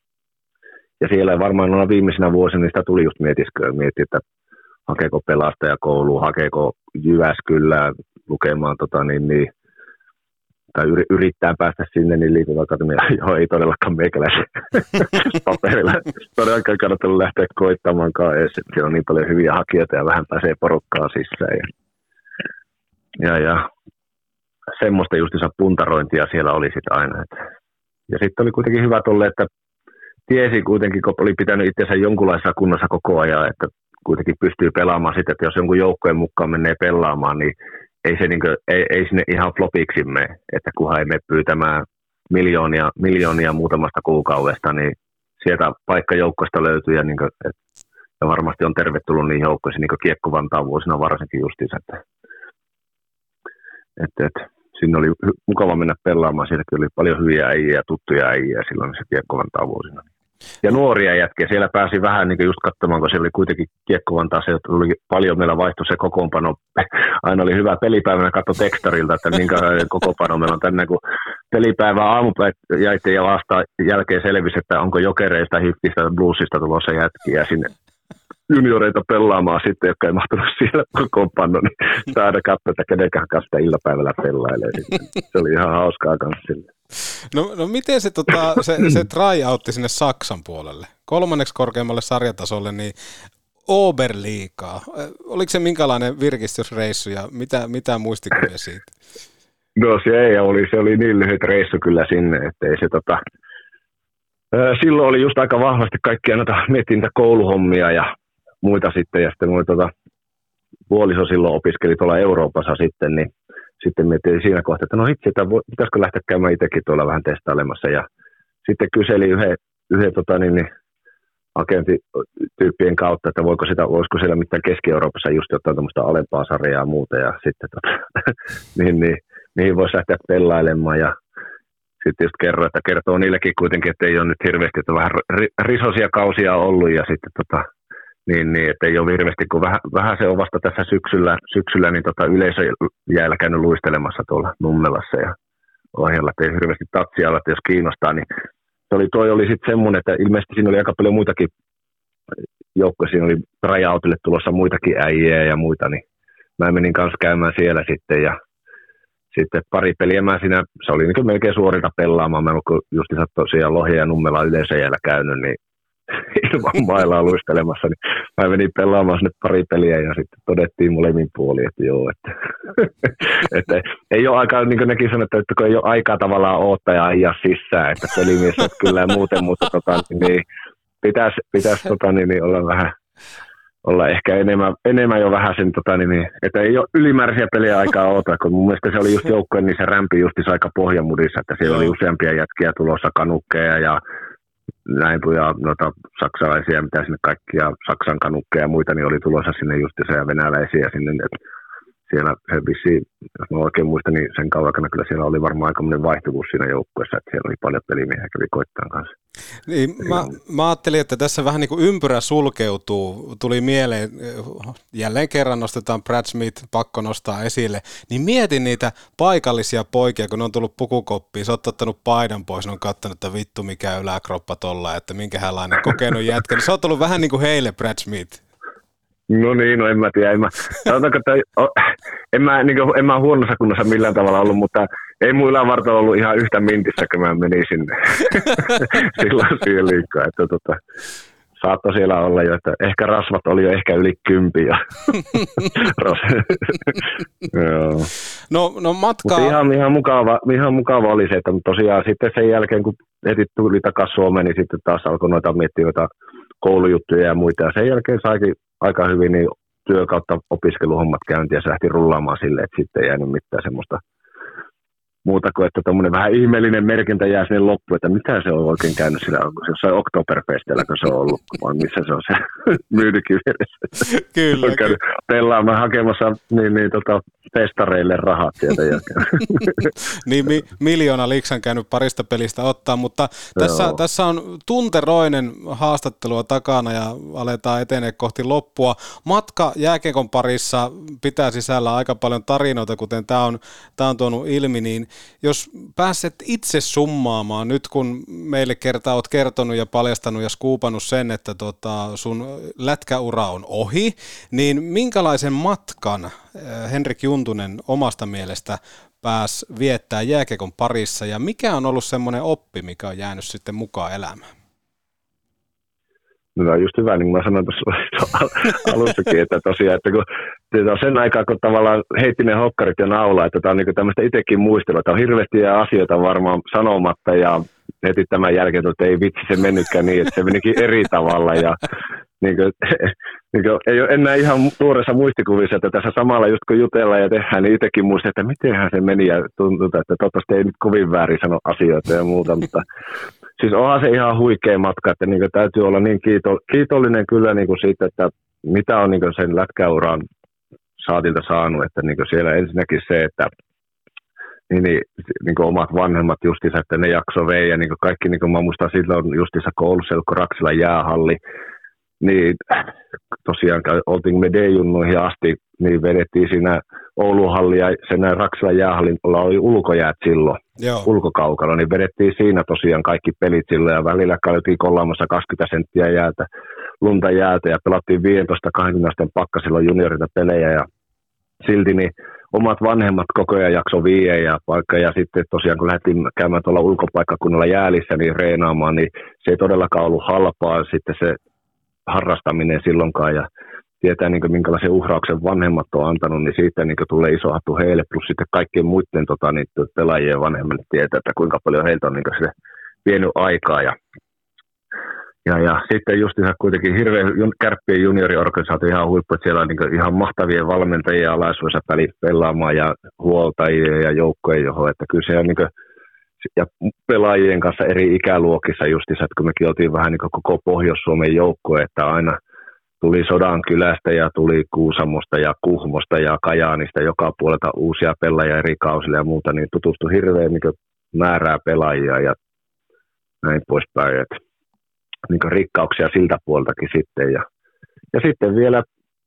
Ja siellä varmaan noina viimeisinä vuosina niin sitä tuli just mietisköä, mietti, että hakeeko pelastajakouluun, hakeeko Jyväskylään lukemaan, tota, niin, niin, tai yrittää päästä sinne, niin liikuntaakatemia, joo, ei todellakaan meikäläisen paperilla. Todellakaan kannattanut lähteä koittamaankaan edes, että siellä on niin paljon hyviä hakijoita ja vähän pääsee porukkaan sisään. Ja, ja, ja semmoista justiinsa puntarointia siellä oli sitten aina. Että. Ja sitten oli kuitenkin hyvä tolle, että tiesi kuitenkin, kun oli pitänyt itsensä jonkunlaisessa kunnossa koko ajan, että kuitenkin pystyy pelaamaan sitten, että jos jonkun joukkojen mukaan menee pelaamaan, niin ei, se niin kuin, ei, ei sinne ihan flopiksi mene, että kunhan ei mene pyytämään miljoonia, miljoonia muutamasta kuukaudesta, niin sieltä paikkajoukkoista löytyy, ja, niin kuin, et, ja varmasti on tervetullut niin joukkoihin, niin kuin Kiekko Vantaan vuosina varsinkin justiinsa, että, että, että sinne oli mukava mennä pelaamaan, sielläkin oli paljon hyviä äijiä ja tuttuja äijiä silloin se Kiekko Vantaan vuosina. Ja nuoria jätkiä, siellä pääsi vähän niin just katsomaan, kun siellä oli kuitenkin Kiekko Vantaassa, että tuli paljon meillä vaihtui se kokoonpano. Aina oli hyvä pelipäivänä katso tekstarilta, että minkälainen kokoonpano meillä on tänne, kun pelipäivän aamupäivän ja vasta jälkeen selvisi, että onko Jokereista, Hiftistä, Bluesista tulossa jätkiä sinne junioreita pelaamaan sitten, jotka ei mahtunut siellä kokoonpano, niin sitä aina katsoa, että kenenkään kanssa illapäivällä pelailee. Se oli ihan hauskaa kanssa sille. No, no miten se, tota, se, se tryoutti sinne Saksan puolelle? Kolmanneksi korkeammalle sarjatasolle, niin Oberliigaa. Oliko se minkälainen virkistysreissu ja mitä, mitä muistikuvia siitä? No se ei oli, se oli niin lyhyt reissu kyllä sinne, että ei se tota... Silloin oli just aika vahvasti kaikkia noita, miettii niitä kouluhommia ja muita sitten, ja sitten mun tota, puoliso silloin opiskeli tuolla Euroopassa sitten, niin sitten miettii siinä kohtaa, että no hitsi, että pitäisikö lähteä käymään itsekin tuolla vähän testailemassa, ja sitten kyseli yhden, yhden tota, niin, niin, agentityyppien kautta, että voiko sitä, voisiko siellä mitään Keski-Euroopassa just jotain tämmöistä alempaa sarjaa ja muuta, ja sitten tota, niin, niin, mihin voisi lähteä pelailemaan, ja sitten just kerro, että kertoo niillekin kuitenkin, että ei ole nyt hirveästi, että vähän risosia kausia ollut, ja sitten tota, niin, niin, että ei ole hirveästi, kun vähän, vähän se on vasta tässä syksyllä, syksyllä niin tota, yleisö jäällä käynyt luistelemassa tuolla Nummelassa ja ohjalla, että ei hirveästi tatsia olla, että jos kiinnostaa, niin toi, toi oli sitten semmoinen, että ilmeisesti siinä oli aika paljon muitakin joukkoja, siinä oli tryoutille tulossa muitakin äijää ja muita, niin mä menin kanssa käymään siellä sitten, ja sitten pari peliä mä siinä, se oli niin melkein suorilta pelaamaan, mä en ollut justiinsa tosiaan Lohja ja Nummela yleensä jäällä käynyt, niin ilman mailaa luistelemassa, niin mä menin pelaamaan sinne pari peliä ja sitten todettiin molemmin puolin, että joo, että, että ei ole aikaa, niin kuin nekin sanottu, että kun ei ole aikaa tavallaan odottaa ja ajaa sisään, että pelimies on kyllä ja muuten, mutta tota, niin, pitäisi, pitäisi tota, niin, niin olla vähän, olla ehkä enemmän, enemmän jo vähän sen, tota, niin, että ei ole ylimääräisiä pelejä aikaa ota, kun mun mielestä se oli just joukkojen, niin se rämpi justis aika pohjamudissa, että siellä oli useampia jätkiä tulossa, kanukkeja ja näin, ja noita saksalaisia, mitä sinne kaikkia, Saksan kanukkeja ja muita, niin oli tulossa sinne justiinsa ja venäläisiä sinne, että siellä se vissiin, jos mä oikein muistan, niin sen kauan aikana kyllä siellä oli varmaan aikamoinen vaihtuvuus siinä joukkueessa, että siellä oli paljon pelimiehiä kävi koittaan kanssa. Niin, mä, mä ajattelin, että tässä vähän niin kuin ympyrä sulkeutuu, tuli mieleen, jälleen kerran nostetaan Brad Smith, pakko nostaa esille, niin mietin niitä paikallisia poikia, kun ne on tullut pukukoppiin, sä oot ottanut paidan pois, ne on kattanut, että vittu mikä yläkroppa tolla, että minkälainen kokenut jätkä, niin sä oot tullut vähän niin kuin heille Brad Smith. No niin, no en mä tiedä. En mä, sanotaanko, että en mä, niin kuin, en mä huonossa kunnossa millään tavalla ollut, mutta ei mun ylävartalo ollut ihan yhtä mintissä, kun mä menin sinne silloin siihen liikaa. Että, tota, saattoi siellä olla jo, että ehkä rasvat oli jo ehkä yli kympiä. no, no matkaa... Mutta ihan, ihan, mukava, ihan mukava oli se, että tosiaan sitten sen jälkeen, kun heti tuli takaisin Suomeen, niin sitten taas alkoi noita miettiä joita koulujuttuja ja muita. Ja sen jälkeen saikin aika hyvin niin työ kautta opiskeluhommat käyntiin ja se lähti rullaamaan silleen, että sitten ei jäänyt mitään semmoista muuta kuin, että tuommoinen vähän ihmeellinen merkintä jää sinne loppuun, että mitä se on oikein käynyt sillä, onko se jossain Oktoberfestillä, kun se on ollut, vai missä se on se myydykin vieressä. Kyllä. On käynyt pelaamaan hakemassa niin, niin, tota, testareille rahat sieltä jälkeen. niin mi- miljoona liksan käynyt parista pelistä ottaa, mutta tässä, tässä on tunteroinen haastattelua takana ja aletaan etenee kohti loppua. Matka jääkiekon parissa pitää sisällä aika paljon tarinoita, kuten tämä on, tämä on tuonut ilmi, niin jos pääset itse summaamaan, nyt kun meille kertaa olet kertonut ja paljastanut ja skuupannut sen, että tota sun lätkäura on ohi, niin minkälaisen matkan Henrik Juntunen omasta mielestä pääsi viettää jääkiekon parissa ja mikä on ollut semmoinen oppi, mikä on jäänyt sitten mukaan elämään? No on just hyvä, niin kuin mä sanoin tuossa alussakin, että tosiaan, että kun sen aikaa, kun tavallaan heitti ne hokkarit jo naulaa, että tämä on niin tämmöistä itsekin muistelua, että on hirveästi asioita varmaan sanomatta ja heti tämän jälkeen, että ei vitsi se mennytkään niin, että se menikin eri tavalla ja niin kuin, niin kuin, ei ole enää ihan tuoreessa muistikuvissa, että tässä samalla just kun jutellaan ja tehdään, niin itsekin muistaa, että mitenhän se meni ja tuntuu, että toivottavasti ei nyt kovin väärin sano asioita ja muuta, mutta siis onhan se ihan huikea matka, että niin kuin, täytyy olla niin kiito, kiitollinen kyllä niin kuin siitä, että mitä on niin kuin sen lätkäuraan saatilta saanut, että niin kuin siellä ensinnäkin se, että niin, niin, niin kuin omat vanhemmat justiinsa, että ne jakso vei ja niin kuin kaikki, niin kuin mä muistan silloin justiinsa koulussa, kun Raksilan jäähalli, niin tosiaan oltiin me D-junnuihin asti, niin vedettiin siinä Ouluhalli ja sen Raksilan jäähallin oli ulkojäät silloin, Joo. ulkokaukalla, niin vedettiin siinä tosiaan kaikki pelit silloin ja välillä käytiin kollaamassa kaksikymmentä senttiä jäätä, lunta jäätä ja pelattiin viisitoista kaksikymmentä pakkasilla juniorita pelejä ja silti niin omat vanhemmat koko ajan jakso vie ja paikka ja sitten tosiaan kun lähdettiin käymään tuolla ulkopaikkakunnalla jäälissä niin reenaamaan, niin se ei todellakaan ollut halpaa sitten se harrastaminen silloinkaan ja tietää niin kuin, minkälaisen uhrauksen vanhemmat on antanut, niin siitä niin kuin, tulee iso hattu heille, plus sitten kaikkien muiden tota, niin, pelaajien vanhemmille tietää, että kuinka paljon heiltä on niin kuin, se vienyt aikaa. Ja, ja, ja sitten just kuitenkin hirveän Kärppien junioriorganisaatio ihan huippu, että siellä on niin kuin, ihan mahtavien valmentajia alaisuudessa pelaamaan ja huoltajia ja joukkoja johon, että kyllä se on niin kuin, ja pelaajien kanssa eri ikäluokissa justiinsa, että kun mekin oltiin vähän niin kuin koko Pohjois-Suomen joukkoja, että aina tuli Sodankylästä ja tuli Kuusamosta ja Kuhmosta ja Kajaanista joka puolelta uusia pelaajia eri kausille ja muuta, niin tutustui hirveän niin kuin määrää pelaajia ja näin poispäin. Että niin kuin rikkauksia siltä puoltakin sitten. Ja, ja sitten vielä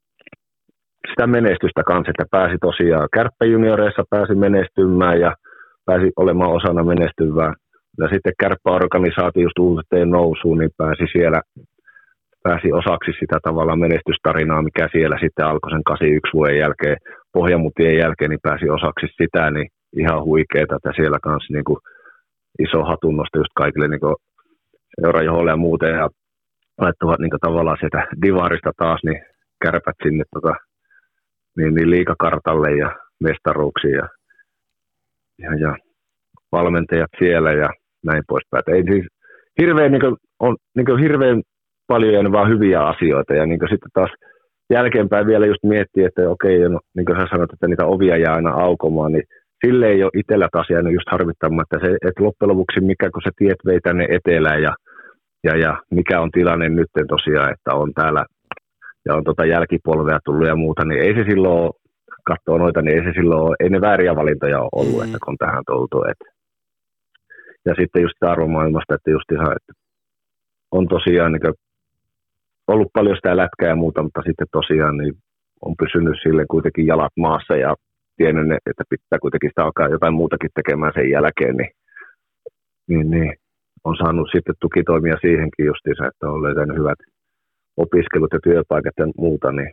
sitä menestystä kanssa, että pääsi tosiaan Kärppäjunioreissa pääsi menestymään ja pääsi olemaan osana menestyvää. Ja sitten kärppäorganisaatio just uuteen nousuun, niin pääsi siellä pääsi osaksi sitä tavallaan menestystarinaa, mikä siellä sitten alkoi sen kahdeksankymmentäyksi vuoden jälkeen, Pohjamutien jälkeen, niin pääsi osaksi sitä, niin ihan huikeeta, että siellä kanssa niin kuin iso hatunnosto just kaikille niin kuin seurajohoille ja muuten, ja laittuvat niin kuin tavallaan sieltä divarista taas, niin Kärpät sinne tota, niin, niin liigakartalle ja mestaruuksiin ja Ja, ja valmentajat siellä ja näin poispäin. Ei siis hirveän, niin kuin, on niin kuin hirveän paljon ja vaan hyviä asioita. Ja niin kuin sitten taas jälkeenpäin vielä just miettii, että okei, no, niin kuin sä sanoit, että niitä ovia jää aina aukomaan, niin sille ei ole itsellä taas jäänyt just harvittamaan, että, se, että loppujen lopuksi mikä kun se tiet vei tänne etelään ja, ja, ja mikä on tilanne nyt tosiaan, että on täällä ja on tota jälkipolvea tullut ja muuta, niin ei se silloin, katsoo noita, niin ei se silloin, ei ne vääriä valintoja ole ollut, mm. että kun tähän tultu. Että. Ja sitten just sitä arvomaailmasta, että just ihan, että on tosiaan niin kuin, ollut paljon sitä lätkää ja muuta, mutta sitten tosiaan niin on pysynyt sille kuitenkin jalat maassa ja tiennyt, että pitää kuitenkin sitä alkaa jotain muutakin tekemään sen jälkeen, niin, niin, niin on saanut sitten tukitoimia siihenkin justiinsa, että on löytänyt hyvät opiskelut ja työpaikat ja muuta, niin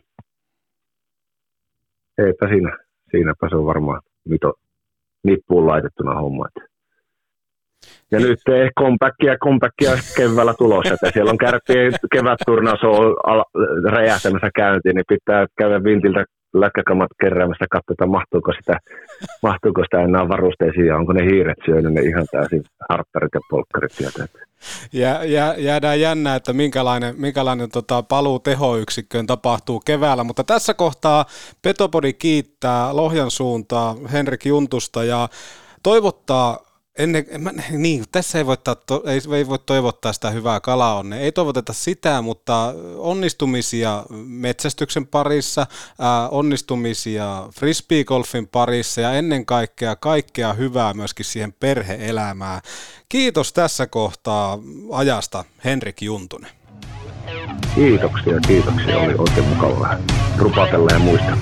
eipä siinä, siinäpä se on varmaan mito, nippuun laitettuna homma. Ja nyt comebackia, comebackia keväällä tulossa, että siellä on Kärppien kevätturnaus on räjähtämässä käyntiin, niin pitää käydä vintiltä lätkäkamat keräämässä, katsotaan mahtuuko sitä, mahtuuko sitä enää varusteisiin ja onko ne hiiret syönyt ne ihan täysin harpparit ja polkkarit sieltä. Jää, jää, jäädään jännää, että minkälainen, minkälainen tota, paluu tehoyksikköön tapahtuu keväällä, mutta tässä kohtaa Petopodi kiittää Lohjan suuntaa Henrik Juntusta ja toivottaa Ennen, mä, niin, tässä ei voi, to, ei, ei voi toivottaa sitä hyvää kalaonnea, ei toivoteta sitä, mutta onnistumisia metsästyksen parissa, ää, onnistumisia frisbeegolfin parissa ja ennen kaikkea kaikkea hyvää myöskin siihen perhe-elämään. Kiitos tässä kohtaa ajasta, Henrik Juntunen. Kiitoksia, kiitoksia. Oli oikein mukava vähän rupatella ja muistella.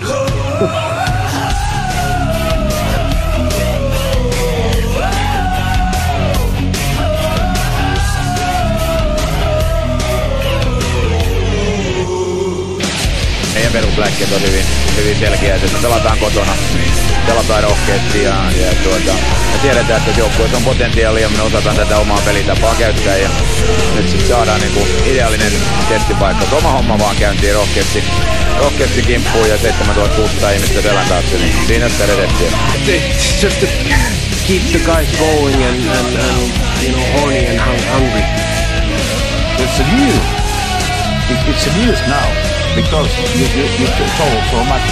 Meidän perusläkkeet on hyvin, hyvin selkeä, että me pelataan kotona, pelataan rohkeasti ja, ja tuota, me tiedetään, että joukkueessa on potentiaalia ja me osataan tätä omaa pelitapaa käyttää ja nyt sitten saadaan niinku ideaalinen testipaikka. Oma homma vaan käyntiin rohkeasti, rohkeasti kimppuun ja seitsemäntuhattakuusisataa ihmistä selän taakse, niin siinä sitä redettiä. Just to keep the guys going and, and, and you know, horny and hungry. It's a new, it's a news now. Because you, you, you told so much.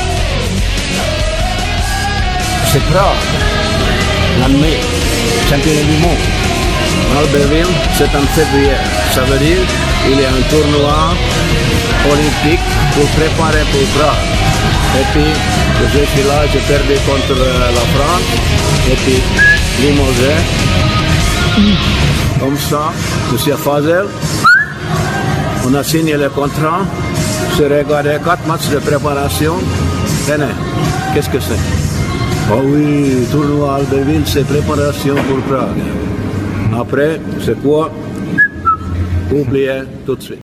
C'est Prague, l'année, championnat du monde. Albertville, c'est en février. Ça veut dire qu'il y a un tournoi olympique pour préparer pour Prague. Et puis, je suis là, j'ai perdu contre la France. Et puis, limogé. Comme ça, je suis à Fazel. On a signé le contrat. J'ai regardé quatre matchs de préparation. Tenez, qu'est-ce que c'est? Oh oui, tournoi Albertville, c'est préparation pour Prague. Après, c'est quoi? Oubliez tout de suite.